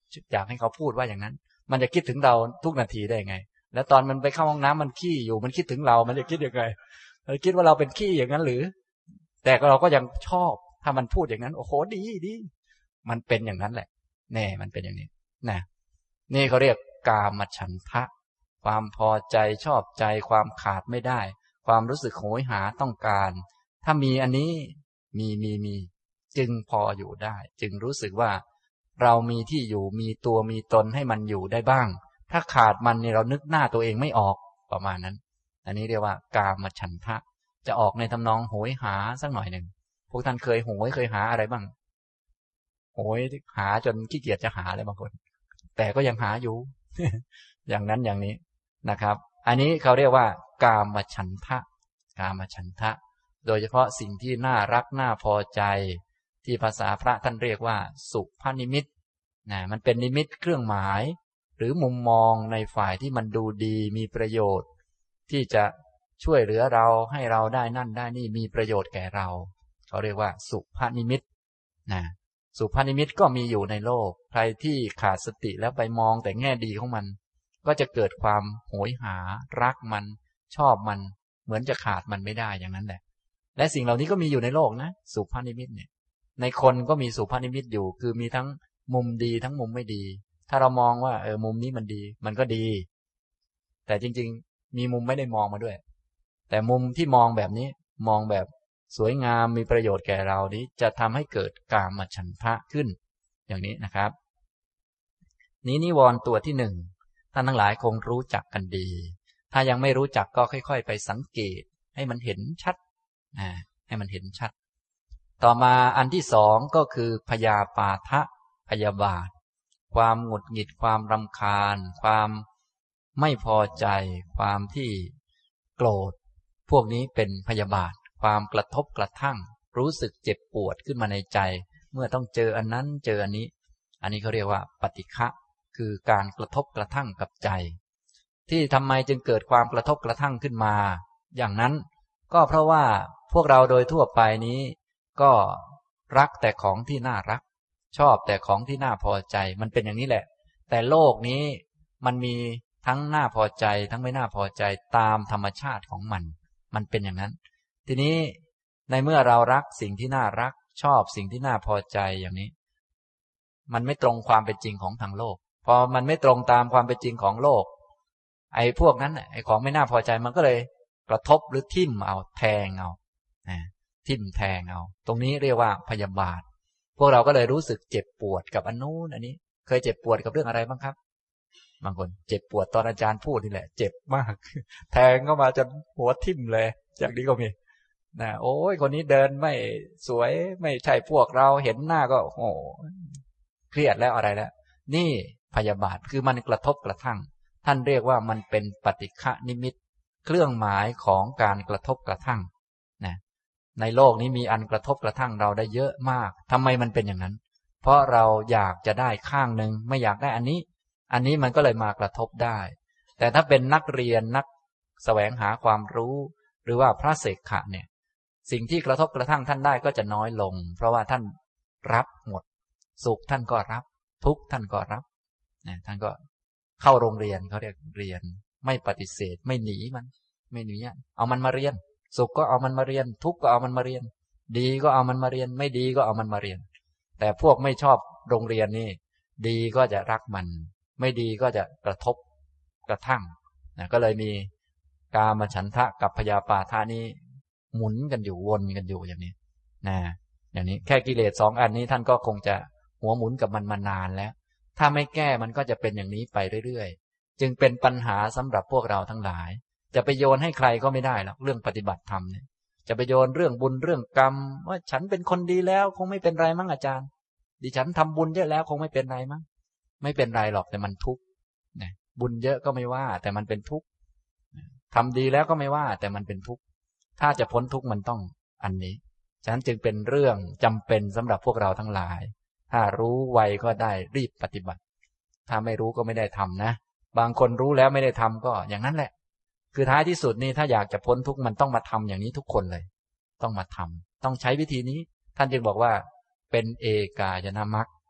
อยากให้เขาพูดว่าอย่างนั้นมันจะคิดถึงเราทุกนาทีได้ไงแล้วตอนมันไปเข้าห้องน้ำมันขี้อยู่มันคิดถึงเรามันจะคิดยังไงมันคิดว่าเราเป็นขี้อย่างนั้นหรือแต่เราก็ยังชอบถ้ามันพูดอย่างนั้นโอ้โหดีดีมันเป็นอย่างนั้นแหละแน่มันเป็นอย่างนี้นะนี่เขาเรียกกามฉันทะความพอใจชอบใจความขาดไม่ได้ความรู้สึกโหยหาต้องการถ้ามีอันนี้มีมีมีจึงพออยู่ได้จึงรู้สึกว่าเรามีที่อยู่มีตัวมีตนให้มันอยู่ได้บ้างถ้าขาดมันเนี่ยเรานึกหน้าตัวเองไม่ออกประมาณนั้นอันนี้เรียกว่ากามฉันทะจะออกในทำนองโหยหาสักหน่อยหนึ่งพวกท่านเคยโหยเคยหาอะไรบ้างโหยหาจนขี้เกียจจะหาเลยบางคนแต่ก็ยังหาอยู่ อย่างนั้นอย่างนี้นะครับอันนี้เขาเรียกว่ากามฉันทะกามฉันทะโดยเฉพาะสิ่งที่น่ารักน่าพอใจที่ภาษาพระท่านเรียกว่าสุภนิมิตนะมันเป็นนิมิตเครื่องหมายหรือมุมมองในฝ่ายที่มันดูดีมีประโยชน์ที่จะช่วยเหลือเราให้เราได้นั่นได้นี่มีประโยชน์แก่เราเขาเรียกว่าสุภนิมิตนะสุภนิมิตก็มีอยู่ในโลกใครที่ขาดสติแล้วไปมองแต่แง่ดีของมันก็จะเกิดความโหยหารักมันชอบมันเหมือนจะขาดมันไม่ได้อย่างนั้นแหละและสิ่งเหล่านี้ก็มีอยู่ในโลกนะสุภนิมิตเนี่ยในคนก็มีสุภนิมิตอยู่คือมีทั้งมุมดีทั้งมุมไม่ดีถ้าเรามองว่าเออมุมนี้มันดีมันก็ดีแต่จริงๆมีมุมไม่ได้มองมาด้วยแต่มุมที่มองแบบนี้มองแบบสวยงามมีประโยชน์แก่เรานี้จะทำให้เกิดกามฉันทะขึ้นอย่างนี้นะครับนี้นิวรณ์ตัวที่หนึ่งท่านทั้งหลายคงรู้จักกันดีถ้ายังไม่รู้จักก็ค่อยๆไปสังเกตให้มันเห็นชัดนะให้มันเห็นชัดต่อมาอันที่สองก็คือพยาปาทะพยาบาทความหงุดหงิดความรำคาญความไม่พอใจความที่โกรธพวกนี้เป็นพยาบาทความกระทบกระทั่งรู้สึกเจ็บปวดขึ้นมาในใจเมื่อต้องเจออันนั้นเจออันนี้อันนี้เขาเรียกว่าปฏิฆะคือการกระทบกระทั่งกับใจที่ทำไมจึงเกิดความกระทบกระทั่งขึ้นมาอย่างนั้นก็เพราะว่าพวกเราโดยทั่วไปนี้ก็รักแต่ของที่น่ารักชอบแต่ของที่น่าพอใจมันเป็นอย่างนี้แหละแต่โลกนี้มันมีทั้งน่าพอใจทั้งไม่น่าพอใจตามธรรมชาติของมันมันเป็นอย่างนั้นทีนี้ในเมื่อเรารักสิ่งที่น่ารักชอบสิ่งที่น่าพอใจอย่างนี้มันไม่ตรงความเป็นจริงของทางโลกพอมันไม่ตรงตามความเป็นจริงของโลกไอ้พวกนั้นไอ้ของไม่น่าพอใจมันก็เลยกระทบหรือทิ่มเอาแทงเอานะทิ่มแทงเอาตรงนี้เรียกว่าพยาบาทพวกเราก็เลยรู้สึกเจ็บปวดกับอันนู้นอันนี้เคยเจ็บปวดกับเรื่องอะไรบ้างครับบางคนเจ็บปวดตอนอาจารย์พูดนี่แหละเจ็บมากแทงเข้ามาจนหัวทิ่มเลยจากนี้ก็มีนะโอ้ยคนนี้เดินไม่สวยไม่ใช่พวกเราเห็นหน้าก็โอ้เครียดแล้วอะไรแล้วนี่พยาบาทคือมันกระทบกระทั่งท่านเรียกว่ามันเป็นปฏิฆะนิมิตเครื่องหมายของการกระทบกระทั่งนะในโลกนี้มีอันกระทบกระทั่งเราได้เยอะมากทำไมมันเป็นอย่างนั้นเพราะเราอยากจะได้ข้างหนึ่งไม่อยากได้อันนี้อันนี้มันก็เลยมากระทบได้แต่ถ้าเป็นนักเรียนนักแสวงหาความรู้หรือว่าพระเสกขะเนี่ยสิ่งที่กระทบกระทั่งท่านได้ก็จะน้อยลงเพราะว่าท่านรับหมดสุขท่านก็รับทุกข์ท่านก็รับนะท่านก็เข้าโรงเรียนเขาเรียกเรียนไม่ปฏิเสธไม่หนีมันไม่หนีเอามันมาเรียนสุขก็เอามันมาเรียนทุกข์ก็เอามันมาเรียนดีก็เอามันมาเรียนไม่ดีก็เอามันมาเรียนแต่พวกไม่ชอบโรงเรียนนี่ดีก็จะรักมันไม่ดีก็จะกระทบกระทั่งนะก็เลยมีกามฉันทะกับพยาปาทะนี้หมุนกันอยู่วนกันอยู่อย่างนี้นะอย่างนี้แค่กิเลสสองอันนี้ท่านก็คงจะหัวหมุนกับมันมานานแล้วถ้าไม่แก้มันก็จะเป็นอย่างนี้ไปเรื่อยๆจึงเป็นปัญหาสำหรับพวกเราทั้งหลายจะไปโยนให้ใครก็ไม่ได้หรอกเรื่องปฏิบัติธรรมเนี่ยจะไปโยนเรื่องบุญเรื่องกรรมว่าฉันเป็นคนดีแล้วคงไม่เป็นไรมั้งอาจารย์ดิฉันทำบุญเยอะแล้วคงไม่เป็นไรมั้งไม่เป็นไรหรอกแต่มันทุกข์นะบุญเยอะก็ไม่ว่าแต่มันเป็นทุกข์ทำดีแล้วก็ไม่ว่าแต่มันเป็นทุกข์ถ้าจะพ้นทุกข์มันต้องอันนี้ฉะนั้นจึงเป็นเรื่องจำเป็นสำหรับพวกเราทั้งหลายถ้ารู้ไวก็ได้รีบปฏิบัติถ้าไม่รู้ก็ไม่ได้ทำนะบางคนรู้แล้วไม่ได้ทำก็อย่างนั้นแหละคือท้ายที่สุดนี่ถ้าอยากจะพ้นทุกข์มันต้องมาทำอย่างนี้ทุกคนเลยต้องมาทำต้องใช้วิธีนี้ท่านจึงบอกว่าเป็นเอกายนามรรค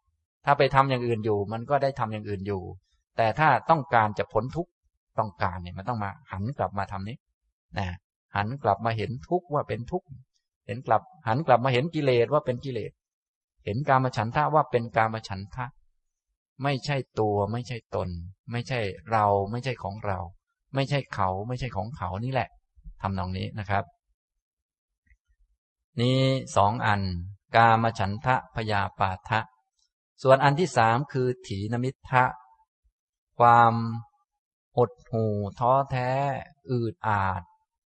ถ้าไปทำอย่างอื่นอยู่มันก็ได้ทำอย่างอื่นอยู่แต่ถ้าต้องการจะพ้นทุกข์ต้องการเนี่ยมันต้องมาหันกลับมาทำนี้นะหันกลับมาเห็นทุกข์ว่าเป็นทุกข์เห็นกลับหันกลับมาเห็นกิเลสว่าเป็นกิเลสเห็นกามฉันทะว่าเป็นกามฉันทะไม่ใช่ตัวไม่ใช่ตนไม่ใช่เราไม่ใช่ของเราไม่ใช่เขาไม่ใช่ของเขานี่แหละทำนองนี้นะครับนี่สองอันกามฉันทะพยาปาทะส่วนอันที่สามคือถีนมิทธะความหดหู่ท้อแท้อืดอาด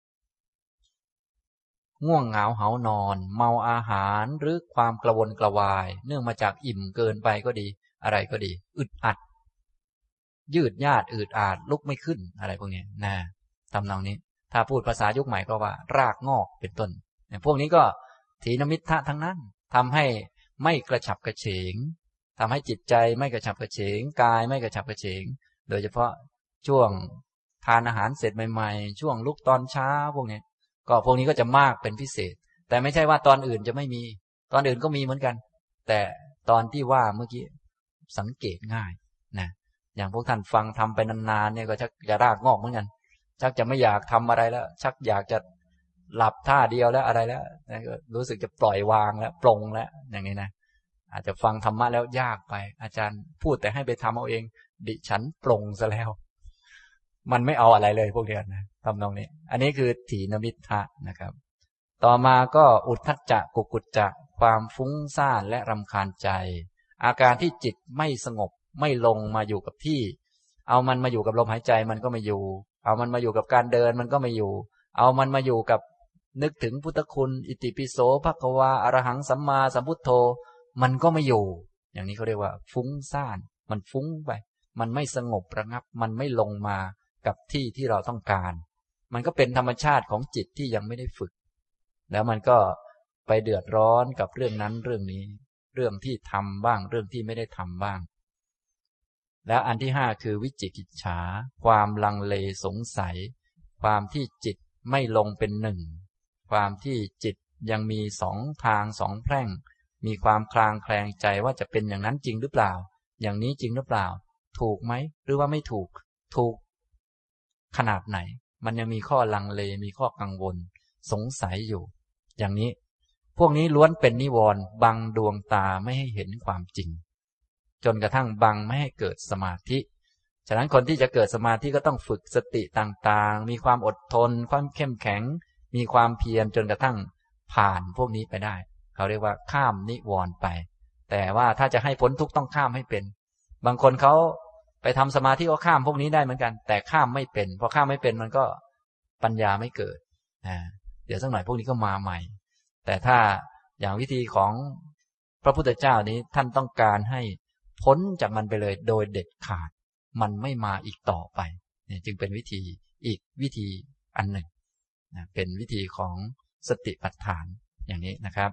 ง่วงเหงาเหานอนเมาอาหารหรือความกระวนกระวายเนื่องมาจากอิ่มเกินไปก็ดีอะไรก็ดีอึดอัดยืดยาดอืดอาดลุกไม่ขึ้นอะไรพวกนี้นะทำนองนี้ถ้าพูดภาษายุคใหม่ก็ว่ารากงอกเป็นต้นพวกนี้ก็ถีนมิทธะทั้งนั้นทำให้ไม่กระฉับกระเฉงทำให้จิตใจไม่กระฉับกระเฉงกายไม่กระฉับกระเฉงโดยเฉพาะช่วงทานอาหารเสร็จใหม่ๆช่วงลุกตอนเช้าพวกนี้ก็พวกนี้ก็จะมากเป็นพิเศษแต่ไม่ใช่ว่าตอนอื่นจะไม่มีตอนอื่นก็มีเหมือนกันแต่ตอนที่ว่าเมื่อกี้สังเกตง่ายนะอย่างพวกท่านฟังทำไปนานๆเนี่ยก็ชักจะรากงอกเหมือนกันชักจะไม่อยากทำอะไรแล้วชักอยากจะหลับท่าเดียวแล้วอะไรแล้วรู้สึกจะปล่อยวางแล้วปลงแล้วอย่างนี้นะอาจจะฟังธรรมะแล้วยากไปอาจารย์พูดแต่ให้ไปทำเอาเองดิฉันปลงซะแล้วมันไม่เอาอะไรเลยพวกเดียวนะทำนองนี้อันนี้คือถีนมิทธะนะครับต่อมาก็อุทธัจจะกุกุจจะความฟุ้งซ่านและรำคาญใจอาการที่จิตไม่สงบไม่ลงมาอยู่กับที่เอามันมาอยู่กับลมหายใจมันก็ไม่อยู่เอามันมาอยู่กับการเดินมันก็ไม่อยู่เอามันมาอยู่กับนึกถึงพุทธคุณอิติปิโสภควาอรหังสัมมาสัมพุทโธมันก็ไม่อยู่อย่างนี้เขาเรียกว่าฟุ้งซ่านมันฟุ้งไปมันไม่สงบระงับมันไม่ลงมากับที่ที่เราต้องการมันก็เป็นธรรมชาติของจิตที่ยังไม่ได้ฝึกแล้วมันก็ไปเดือดร้อนกับเรื่องนั้นเรื่องนี้เรื่องที่ทำบ้างเรื่องที่ไม่ได้ทำบ้างแล้วอันที่ห้าคือวิจิกิจฉาความลังเลสงสัยความที่จิตไม่ลงเป็นหนึ่งความที่จิตยังมีสองทางสองแพร่งมีความคลางแคลงใจว่าจะเป็นอย่างนั้นจริงหรือเปล่าอย่างนี้จริงหรือเปล่าถูกไหมหรือว่าไม่ถูกถูกขนาดไหนมันยังมีข้อลังเลมีข้อกังวลสงสัยอยู่อย่างนี้พวกนี้ล้วนเป็นนิวรณ์บังดวงตาไม่ให้เห็นความจริงจนกระทั่งบังไม่ให้เกิดสมาธิฉะนั้นคนที่จะเกิดสมาธิก็ต้องฝึกสติต่างๆมีความอดทนความเข้มแข็งมีความเพียรจนกระทั่งผ่านพวกนี้ไปได้เขาเรียกว่าข้ามนิวรณ์ไปแต่ว่าถ้าจะให้พ้นทุกข์ต้องข้ามให้เป็นบางคนเขาไปทำสมาธิก็ข้ามพวกนี้ได้เหมือนกันแต่ข้ามไม่เป็นพอข้ามไม่เป็นมันก็ปัญญาไม่เกิดนะเดี๋ยวสักหน่อยพวกนี้ก็มาใหม่แต่ถ้าอย่างวิธีของพระพุทธเจ้านี้ท่านต้องการให้พ้นจากมันไปเลยโดยเด็ดขาดมันไม่มาอีกต่อไปเนี่ยจึงเป็นวิธีอีกวิธีอันหนึ่งนะเป็นวิธีของสติปัฏฐานอย่างนี้นะครับ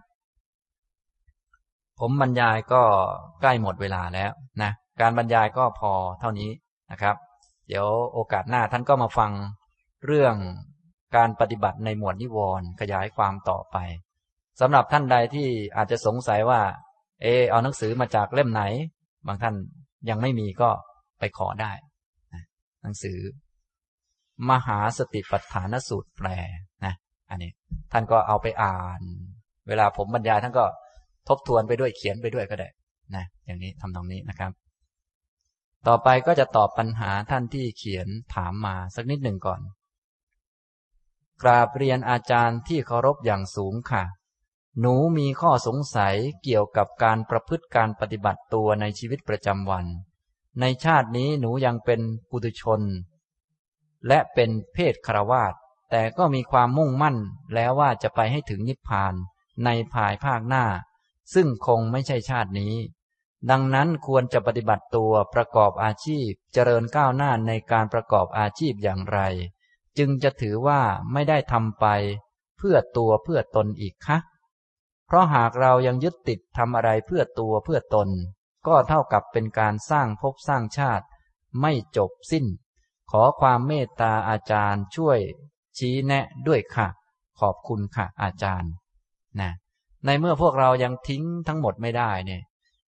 ผมบรรยายก็ใกล้หมดเวลาแล้วนะการบรรยายก็พอเท่านี้นะครับเดี๋ยวโอกาสหน้าท่านก็มาฟังเรื่องการปฏิบัติในหมวดนิวรณ์ขยายความต่อไปสำหรับท่านใดที่อาจจะสงสัยว่าเออเอาหนังสือมาจากเล่มไหนบางท่านยังไม่มีก็ไปขอได้นะหนังสือมหาสติปัฏฐานสูตรแปลนะอันนี้ท่านก็เอาไปอ่านเวลาผมบรรยายท่านก็ทบทวนไปด้วยเขียนไปด้วยก็ได้นะอย่างนี้ทำตรงนี้นะครับต่อไปก็จะตอบปัญหาท่านที่เขียนถามมาสักนิดหนึ่งก่อนกราบเรียนอาจารย์ที่เคารพอย่างสูงค่ะหนูมีข้อสงสัยเกี่ยวกับการประพฤติการปฏิบัติตัวในชีวิตประจำวันในชาตินี้หนูยังเป็นปุถุชนและเป็นเพศฆราวาสแต่ก็มีความมุ่งมั่นแล้วว่าจะไปให้ถึงนิพพานในภายภาคหน้าซึ่งคงไม่ใช่ชาตินี้ดังนั้นควรจะปฏิบัติตัวประกอบอาชีพเจริญก้าวหน้าในการประกอบอาชีพอย่างไรจึงจะถือว่าไม่ได้ทำไปเพื่อตัวเพื่อตนอีกคะเพราะหากเรายังยึดติดทำอะไรเพื่อตัวเพื่อตนก็เท่ากับเป็นการสร้างภพสร้างชาติไม่จบสิ้นขอความเมตตาอาจารย์ช่วยชี้แนะด้วยค่ะขอบคุณค่ะอาจารย์นะในเมื่อพวกเรายังทิ้งทั้งหมดไม่ได้เนี่ย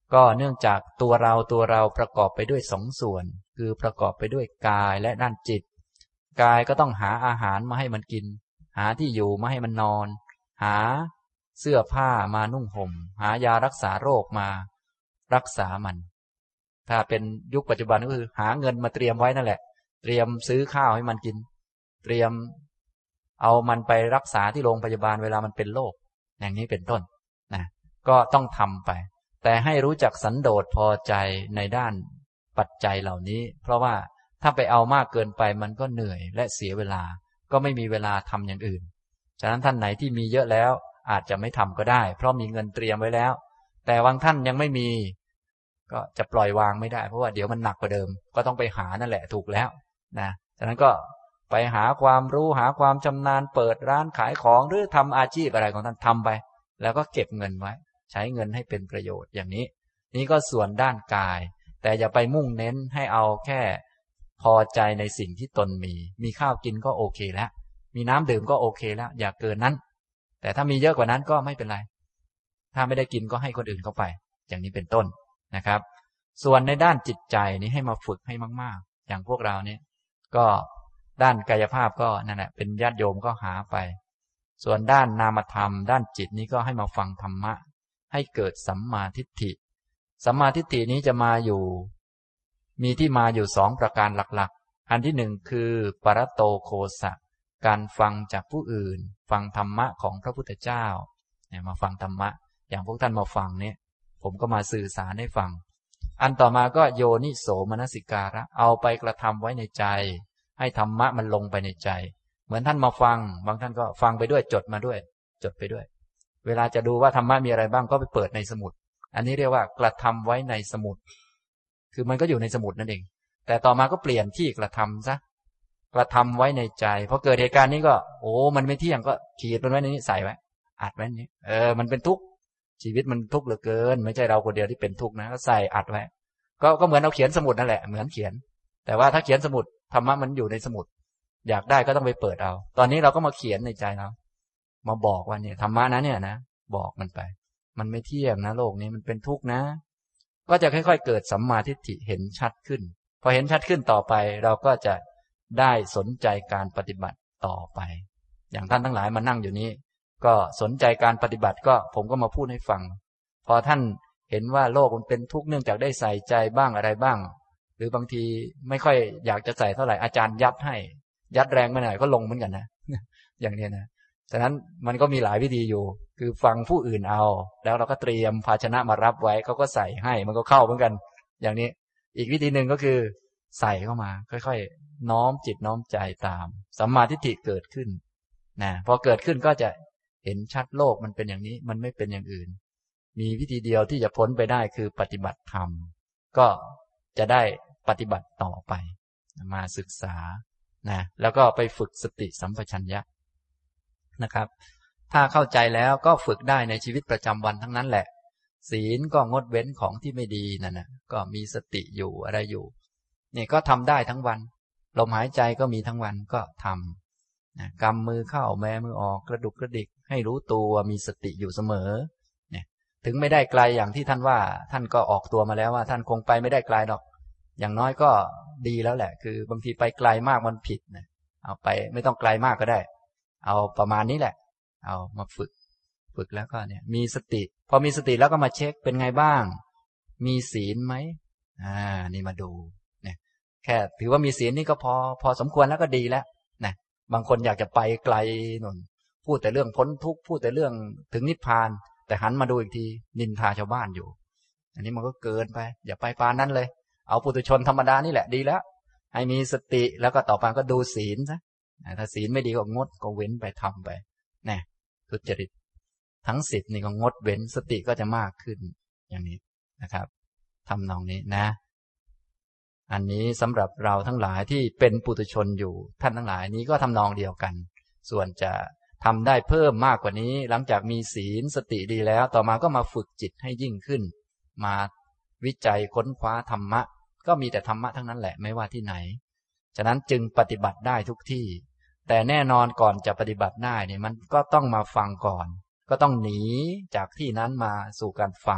ก็เนื่องจากตัวเราตัวเราประกอบไปด้วยสองส่วนคือประกอบไปด้วยกายและด้านจิตกายก็ต้องหาอาหารมาให้มันกินหาที่อยู่มาให้มันนอนหาเสื้อผ้ามานุ่งห่มหายารักษาโรคมารักษามันถ้าเป็นยุคปัจจุบันก็คือหาเงินมาเตรียมไว้นั่นแหละเตรียมซื้อข้าวให้มันกินเตรียมเอามันไปรักษาที่โรงพยาบาลเวลามันเป็นโรคอย่างนี้เป็นต้นนะก็ต้องทำไปแต่ให้รู้จักสันโดษพอใจในด้านปัจจัยเหล่านี้เพราะว่าถ้าไปเอามากเกินไปมันก็เหนื่อยและเสียเวลาก็ไม่มีเวลาทำอย่างอื่นฉะนั้นท่านไหนที่มีเยอะแล้วอาจจะไม่ทำก็ได้เพราะมีเงินเตรียมไว้แล้วแต่บางท่านยังไม่มีก็จะปล่อยวางไม่ได้เพราะว่าเดี๋ยวมันหนักกว่าเดิมก็ต้องไปหานั่นแหละถูกแล้วนะฉะนั้นก็ไปหาความรู้หาความชำนาญเปิดร้านขายของหรือทำอาชีพอะไรของท่านทำไปแล้วก็เก็บเงินไว้ใช้เงินให้เป็นประโยชน์อย่างนี้นี่ก็ส่วนด้านกายแต่อย่าไปมุ่งเน้นให้เอาแค่พอใจในสิ่งที่ตนมีมีข้าวกินก็โอเคแล้วมีน้ำดื่มก็โอเคแล้วอย่าเกินนั้นแต่ถ้ามีเยอะกว่านั้นก็ไม่เป็นไรถ้าไม่ได้กินก็ให้คนอื่นเข้าไปอย่างนี้เป็นต้นนะครับส่วนในด้านจิตใจนี้ให้มาฝึกให้มากๆอย่างพวกเราเนี่ยก็ด้านกายภาพก็นั่นแหละเป็นญาติโยมก็หาไปส่วนด้านนามธรรมด้านจิตนี้ก็ให้มาฟังธรรมะให้เกิดสัมมาทิฏฐิสัมมาทิฏฐินี้จะมาอยู่มีที่มาอยู่สองประการหลักๆอันที่หนึ่งคือปรโตโคสะการฟังจากผู้อื่นฟังธรรมะของพระพุทธเจ้าเนี่ยมาฟังธรรมะอย่างพวกท่านมาฟังเนี่ยผมก็มาสื่อสารให้ฟังอันต่อมาก็โยนิโสมนสิการะเอาไปกระทำไว้ในใจให้ธรรมะมันลงไปในใจเหมือนท่านมาฟังบางท่านก็ฟังไปด้วยจดมาด้วยจดไปด้วยเวลาจะดูว่าธรรมะมีอะไรบ้างก็ไปเปิดในสมุดอันนี้เรียกว่ากระทำไว้ในสมุดคือมันก็อยู่ในสมุดนั่นเองแต่ต่อมาก็เปลี่ยนที่กระทำซะกระทำไว้ในใจพอเกิดเหตุการณ์นี้ก็โอ้มันไม่เที่ยงก็ขีดมันไว้ในนี้ใส่ไว้อัดไว้นี้เออมันเป็นทุกข์ชีวิตมันทุกข์เหลือเกินไม่ใช่เราคนเดียวที่เป็นทุกข์นะก็ใส่อัดไว้ก็ก็เหมือนเราเขียนสมุดนั่นแหละเหมือนเขียนแต่ว่าถ้าเขียนสมุดธรรมะมันอยู่ในสมุดอยากได้ก็ต้องไปเปิดเอาตอนนี้เราก็มาเขียนในใจเรามาบอกว่าเนี่ยธรรมะนะเนี่ยนะบอกมันไปมันไม่เที่ยงนะโลกนี้มันเป็นทุกข์นะก็จะค่อยๆเกิดสัมมาทิฏฐิเห็นชัดขึ้นพอเห็นชัดขึ้นต่อไปเราก็จะได้สนใจการปฏิบัติต่อไปอย่างท่านทั้งหลายมานั่งอยู่นี้ก็สนใจการปฏิบัติก็ผมก็มาพูดให้ฟังพอท่านเห็นว่าโลกมันเป็นทุกข์เนื่องจากได้ใส่ใจบ้างอะไรบ้างหรือบางทีไม่ค่อยอยากจะใส่เท่าไหร่อาจารย์ยัดให้ยัดแรงไปหน่อยก็ลงเหมือนกันนะอย่างนี้นะฉะนั้นมันก็มีหลายวิธีอยู่คือฟังผู้อื่นเอาแล้วเราก็เตรียมภาชนะมารับไว้เขาก็ใส่ให้มันก็เข้าเหมือนกันอย่างนี้อีกวิธีหนึ่งก็คือใส่เข้ามาค่อยๆน้อมจิตน้อมใจตามสัมมาทิฏฐิเกิดขึ้นนะพอเกิดขึ้นก็จะเห็นชัดโลกมันเป็นอย่างนี้มันไม่เป็นอย่างอื่นมีวิธีเดียวที่จะพ้นไปได้คือปฏิบัติธรรมก็จะได้ปฏิบัติต่อไปมาศึกษานะแล้วก็ไปฝึกสติสัมปชัญญะนะครับถ้าเข้าใจแล้วก็ฝึกได้ในชีวิตประจำวันทั้งนั้นแหละศีลก็งดเว้นของที่ไม่ดีนั่นนะก็มีสติอยู่อะไรอยู่นี่ก็ทำได้ทั้งวันลมหายใจก็มีทั้งวันก็ทำนะกำมือเข้าแม้มือออกกระดุกกระดิกให้รู้ตัวมีสติอยู่เสมอเนี่ยถึงไม่ได้ไกลอย่างที่ท่านว่าท่านก็ออกตัวมาแล้วว่าท่านคงไปไม่ได้ไกลหรอกอย่างน้อยก็ดีแล้วแหละคือบางทีไปไกลมากมันผิดนะเอาไปไม่ต้องไกลมากก็ได้เอาประมาณนี้แหละเอามาฝึกฝึกแล้วก็เนี่ยมีสติพอมีสติแล้วก็มาเช็คเป็นไงบ้างมีศีลไหมอ่านี่มาดูเนี่ยแค่ถือว่ามีศีลนี่ก็พอพอสมควรแล้วก็ดีแล้วนะบางคนอยากจะไปไกลนนพูดแต่เรื่องพ้นทุกข์พูดแต่เรื่องถึงนิพพานแต่หันมาดูอีกทีนินทาชาวบ้านอยู่อันนี้มันก็เกินไปอย่าไปปานนั้นเลยเอาปุถุชนธรรมดานี่แหละดีแล้วให้มีสติแล้วก็ต่อไปก็ดูศีลซะถ้าศีลไม่ดีก็งดก็เว้นไปทำไปนะทุจริตทั้งสิบนี่ก็งดเว้นสติก็จะมากขึ้นอย่างนี้นะครับทำนองนี้นะอันนี้สำหรับเราทั้งหลายที่เป็นปุถุชนอยู่ท่านทั้งหลายนี้ก็ทำนองเดียวกันส่วนจะทำได้เพิ่มมากกว่านี้หลังจากมีศีลสติดีแล้วต่อมาก็มาฝึกจิตให้ยิ่งขึ้นมาวิจัยค้นคว้าธรรมะก็มีแต่ธรรมะทั้งนั้นแหละไม่ว่าที่ไหนฉะนั้นจึงปฏิบัติได้ทุกที่แต่แน่นอนก่อนจะปฏิบัติได้เนี่ยมันก็ต้องมาฟังก่อนก็ต้องหนีจากที่นั้นมาสู่การฟัง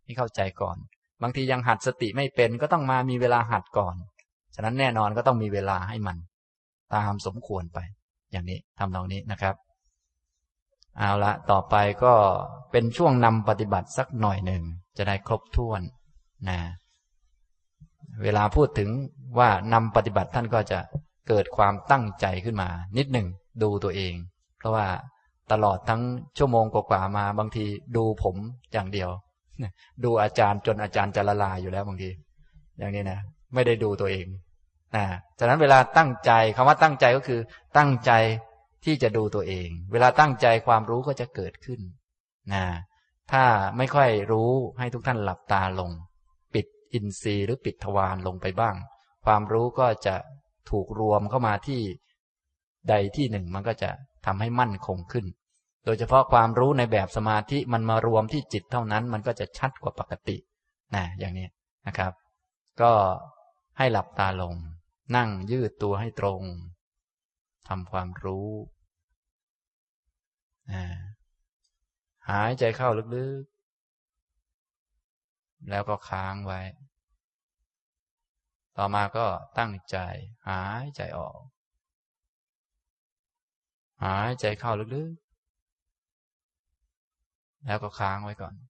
ให้เข้าใจก่อนบางทียังหัดสติไม่เป็นก็ต้องมามีเวลาหัดก่อนฉะนั้นแน่นอนก็ต้องมีเวลาให้มันตามสมควรไปอย่างนี้ทำตรงนี้นะครับเอาละต่อไปก็เป็นช่วงนำปฏิบัติสักหน่อยหนึ่งจะได้ครบถ้วนนะเวลาพูดถึงว่านำปฏิบัติท่านก็จะเกิดความตั้งใจขึ้นมานิดหนึ่งดูตัวเองเพราะว่าตลอดทั้งชั่วโมงกว่าๆมาบางทีดูผมอย่างเดียวดูอาจารย์จนอาจารย์จะละลายอยู่แล้วบางทีอย่างนี้นะไม่ได้ดูตัวเองนะฉะนั้นเวลาตั้งใจคำว่าตั้งใจก็คือตั้งใจที่จะดูตัวเองเวลาตั้งใจความรู้ก็จะเกิดขึ้นนะถ้าไม่ค่อยรู้ให้ทุกท่านหลับตาลงปิดอินทรีย์หรือปิดทวารลงไปบ้างความรู้ก็จะถูกรวมเข้ามาที่ใดที่หนึ่งมันก็จะทำให้มั่นคงขึ้นโดยเฉพาะความรู้ในแบบสมาธิมันมารวมที่จิตเท่านั้นมันก็จะชัดกว่าปกตินะอย่างนี้นะครับก็ให้หลับตาลงนั่งยืดตัวให้ตรงทำความรู้หายใจเข้าลึกๆแล้วก็ค้างไว้ต่อมาก็ตั้งใจหายใจออกหายใจเข้าลึกๆแล้วก็ค้างไว้ก่อน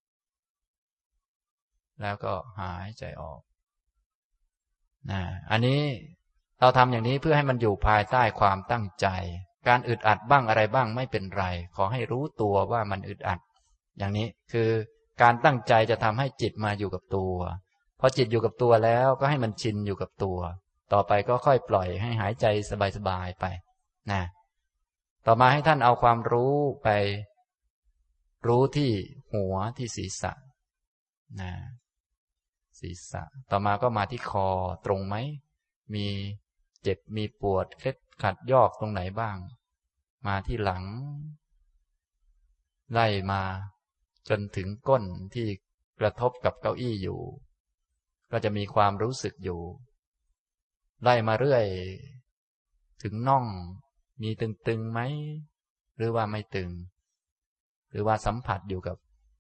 แล้วก็หายใจออกนะอันนี้เราทำอย่างนี้เพื่อให้มันอยู่ภายใต้ความตั้งใจการอึดอัดบ้างอะไรบ้างไม่เป็นไรขอให้รู้ตัวว่ามันอึดอัดอย่างนี้คือการตั้งใจจะทำให้จิตมาอยู่กับตัวพอจิตอยู่กับตัวแล้วก็ให้มันชินอยู่กับตัวต่อไปก็ค่อยปล่อยให้หายใจสบายๆไปนะต่อมาให้ท่านเอาความรู้ไปรู้ที่หัวที่ศีรษะนะศีรษะต่อมาก็มาที่คอตรงไหมมีเจ็บมีปวดเคล็ดขัดยอกตรงไหนบ้างมาที่หลังไล่มาจนถึงก้นที่กระทบกับเก้าอี้อยู่ก็จะมีความรู้สึกอยู่ไล่มาเรื่อยถึงน่องมีตึงๆไหมหรือว่าไม่ตึงหรือว่าสัมผัสอยู่กับ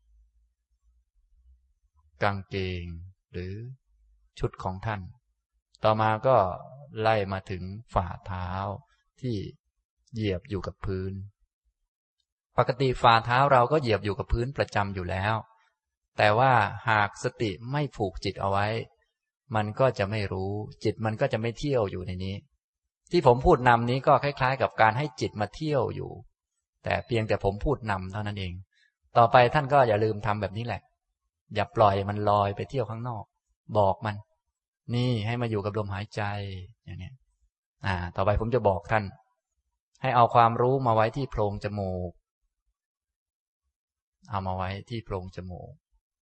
กางเกงหรือชุดของท่านต่อมาก็ไล่มาถึงฝ่าเท้าที่เหยียบอยู่กับพื้นปกติฝ่าเท้าเราก็เหยียบอยู่กับพื้นประจำอยู่แล้วแต่ว่าหากสติไม่ผูกจิตเอาไว้มันก็จะไม่รู้จิตมันก็จะไม่เที่ยวอยู่ในนี้ที่ผมพูดนำนี้ก็คล้ายๆกับการให้จิตมาเที่ยวอยู่แต่เพียงแต่ผมพูดนำเท่านั้นเองต่อไปท่านก็อย่าลืมทำแบบนี้แหละอย่าปล่อยมันลอยไปเที่ยวข้างนอกบอกมันนี่ให้มาอยู่กับลมหายใจอย่างนี้อ่าต่อไปผมจะบอกท่านให้เอาความรู้มาไว้ที่โพรงจมูกเอามาไว้ที่โพรงจมูก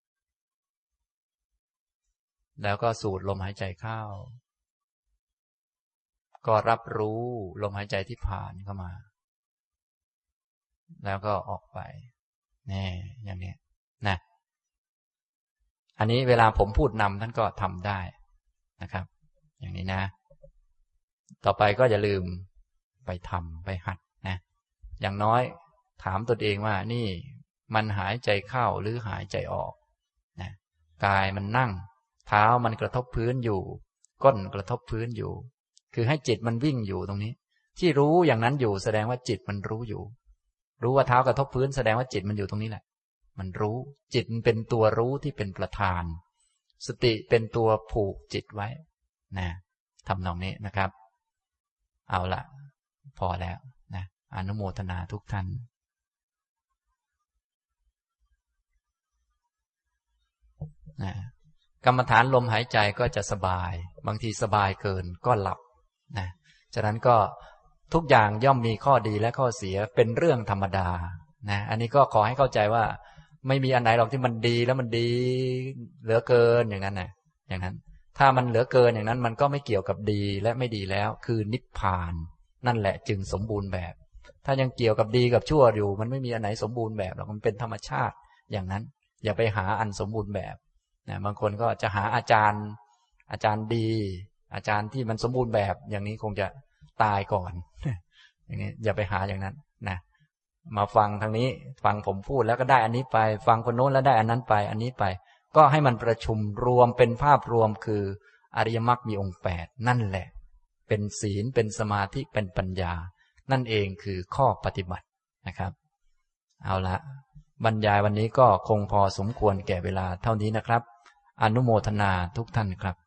แล้วก็สูดลมหายใจเข้าก็รับรู้ลมหายใจที่ผ่านเข้ามาแล้วก็ออกไปนี่อย่างนี้นะอันนี้เวลาผมพูดนำท่านก็ทำได้นะครับอย่างนี้นะต่อไปก็อย่าลืมไปทำไปหัดนะอย่างน้อยถามตนเองว่านี่มันหายใจเข้าหรือหายใจออกนะกายมันนั่งเท้ามันกระทบพื้นอยู่ก้นกระทบพื้นอยู่คือให้จิตมันวิ่งอยู่ตรงนี้ที่รู้อย่างนั้นอยู่แสดงว่าจิตมันรู้อยู่รู้ว่าเท้ากระทบพื้นแสดงว่าจิตมันอยู่ตรงนี้แหละมันรู้จิตเป็นตัวรู้ที่เป็นประธานสติเป็นตัวผูกจิตไว้นะทำนองนี้นะครับเอาละพอแล้วนะอนุโมทนาทุกท่านนะกรรมฐานลมหายใจก็จะสบายบางทีสบายเกินก็หลับนะฉะนั้นก็ทุกอย่างย่อมมีข้อดีและข้อเสียเป็นเรื่องธรรมดานะอันนี้ก็ขอให้เข้าใจว่าไม่มีอันไหนหรอกที่มันดีแล้วมันดีเหลือเกินอย่างนั้นนะอย่างนั้นถ้ามันเหลือเกินอย่างนั้นมันก็ไม่เกี่ยวกับดีและไม่ดีแล้วคือนิพพานนั่นแหละจึงสมบูรณ์แบบถ้ายังเกี่ยวกับดีกับชั่วอยู่มันไม่มีอันไหนสมบูรณ์แบบหรอกมันเป็นธรรมชาติอย่างนั้นอย่าไปหาอันสมบูรณ์แบบนะบางคนก็จะหาอาจารย์อาจารย์ดีอาจารย์ที่มันสมบูรณ์แบบอย่างนี้คงจะตายก่อนอย่างนี้อย่าไปหาอย่างนั้นนะมาฟังทางนี้ฟังผมพูดแล้วก็ได้อันนี้ไปฟังคนโน้นแล้วได้อันนั้นไปอันนี้ไปก็ให้มันประชุมรวมเป็นภาพรวมคืออริยมรรคมีองค์แปดนั่นแหละเป็นศีลเป็นสมาธิเป็นปัญญานั่นเองคือข้อปฏิบัตินะครับเอาละบรรยายวันนี้ก็คงพอสมควรแก่เวลาเท่านี้นะครับอนุโมทนาทุกท่านครับ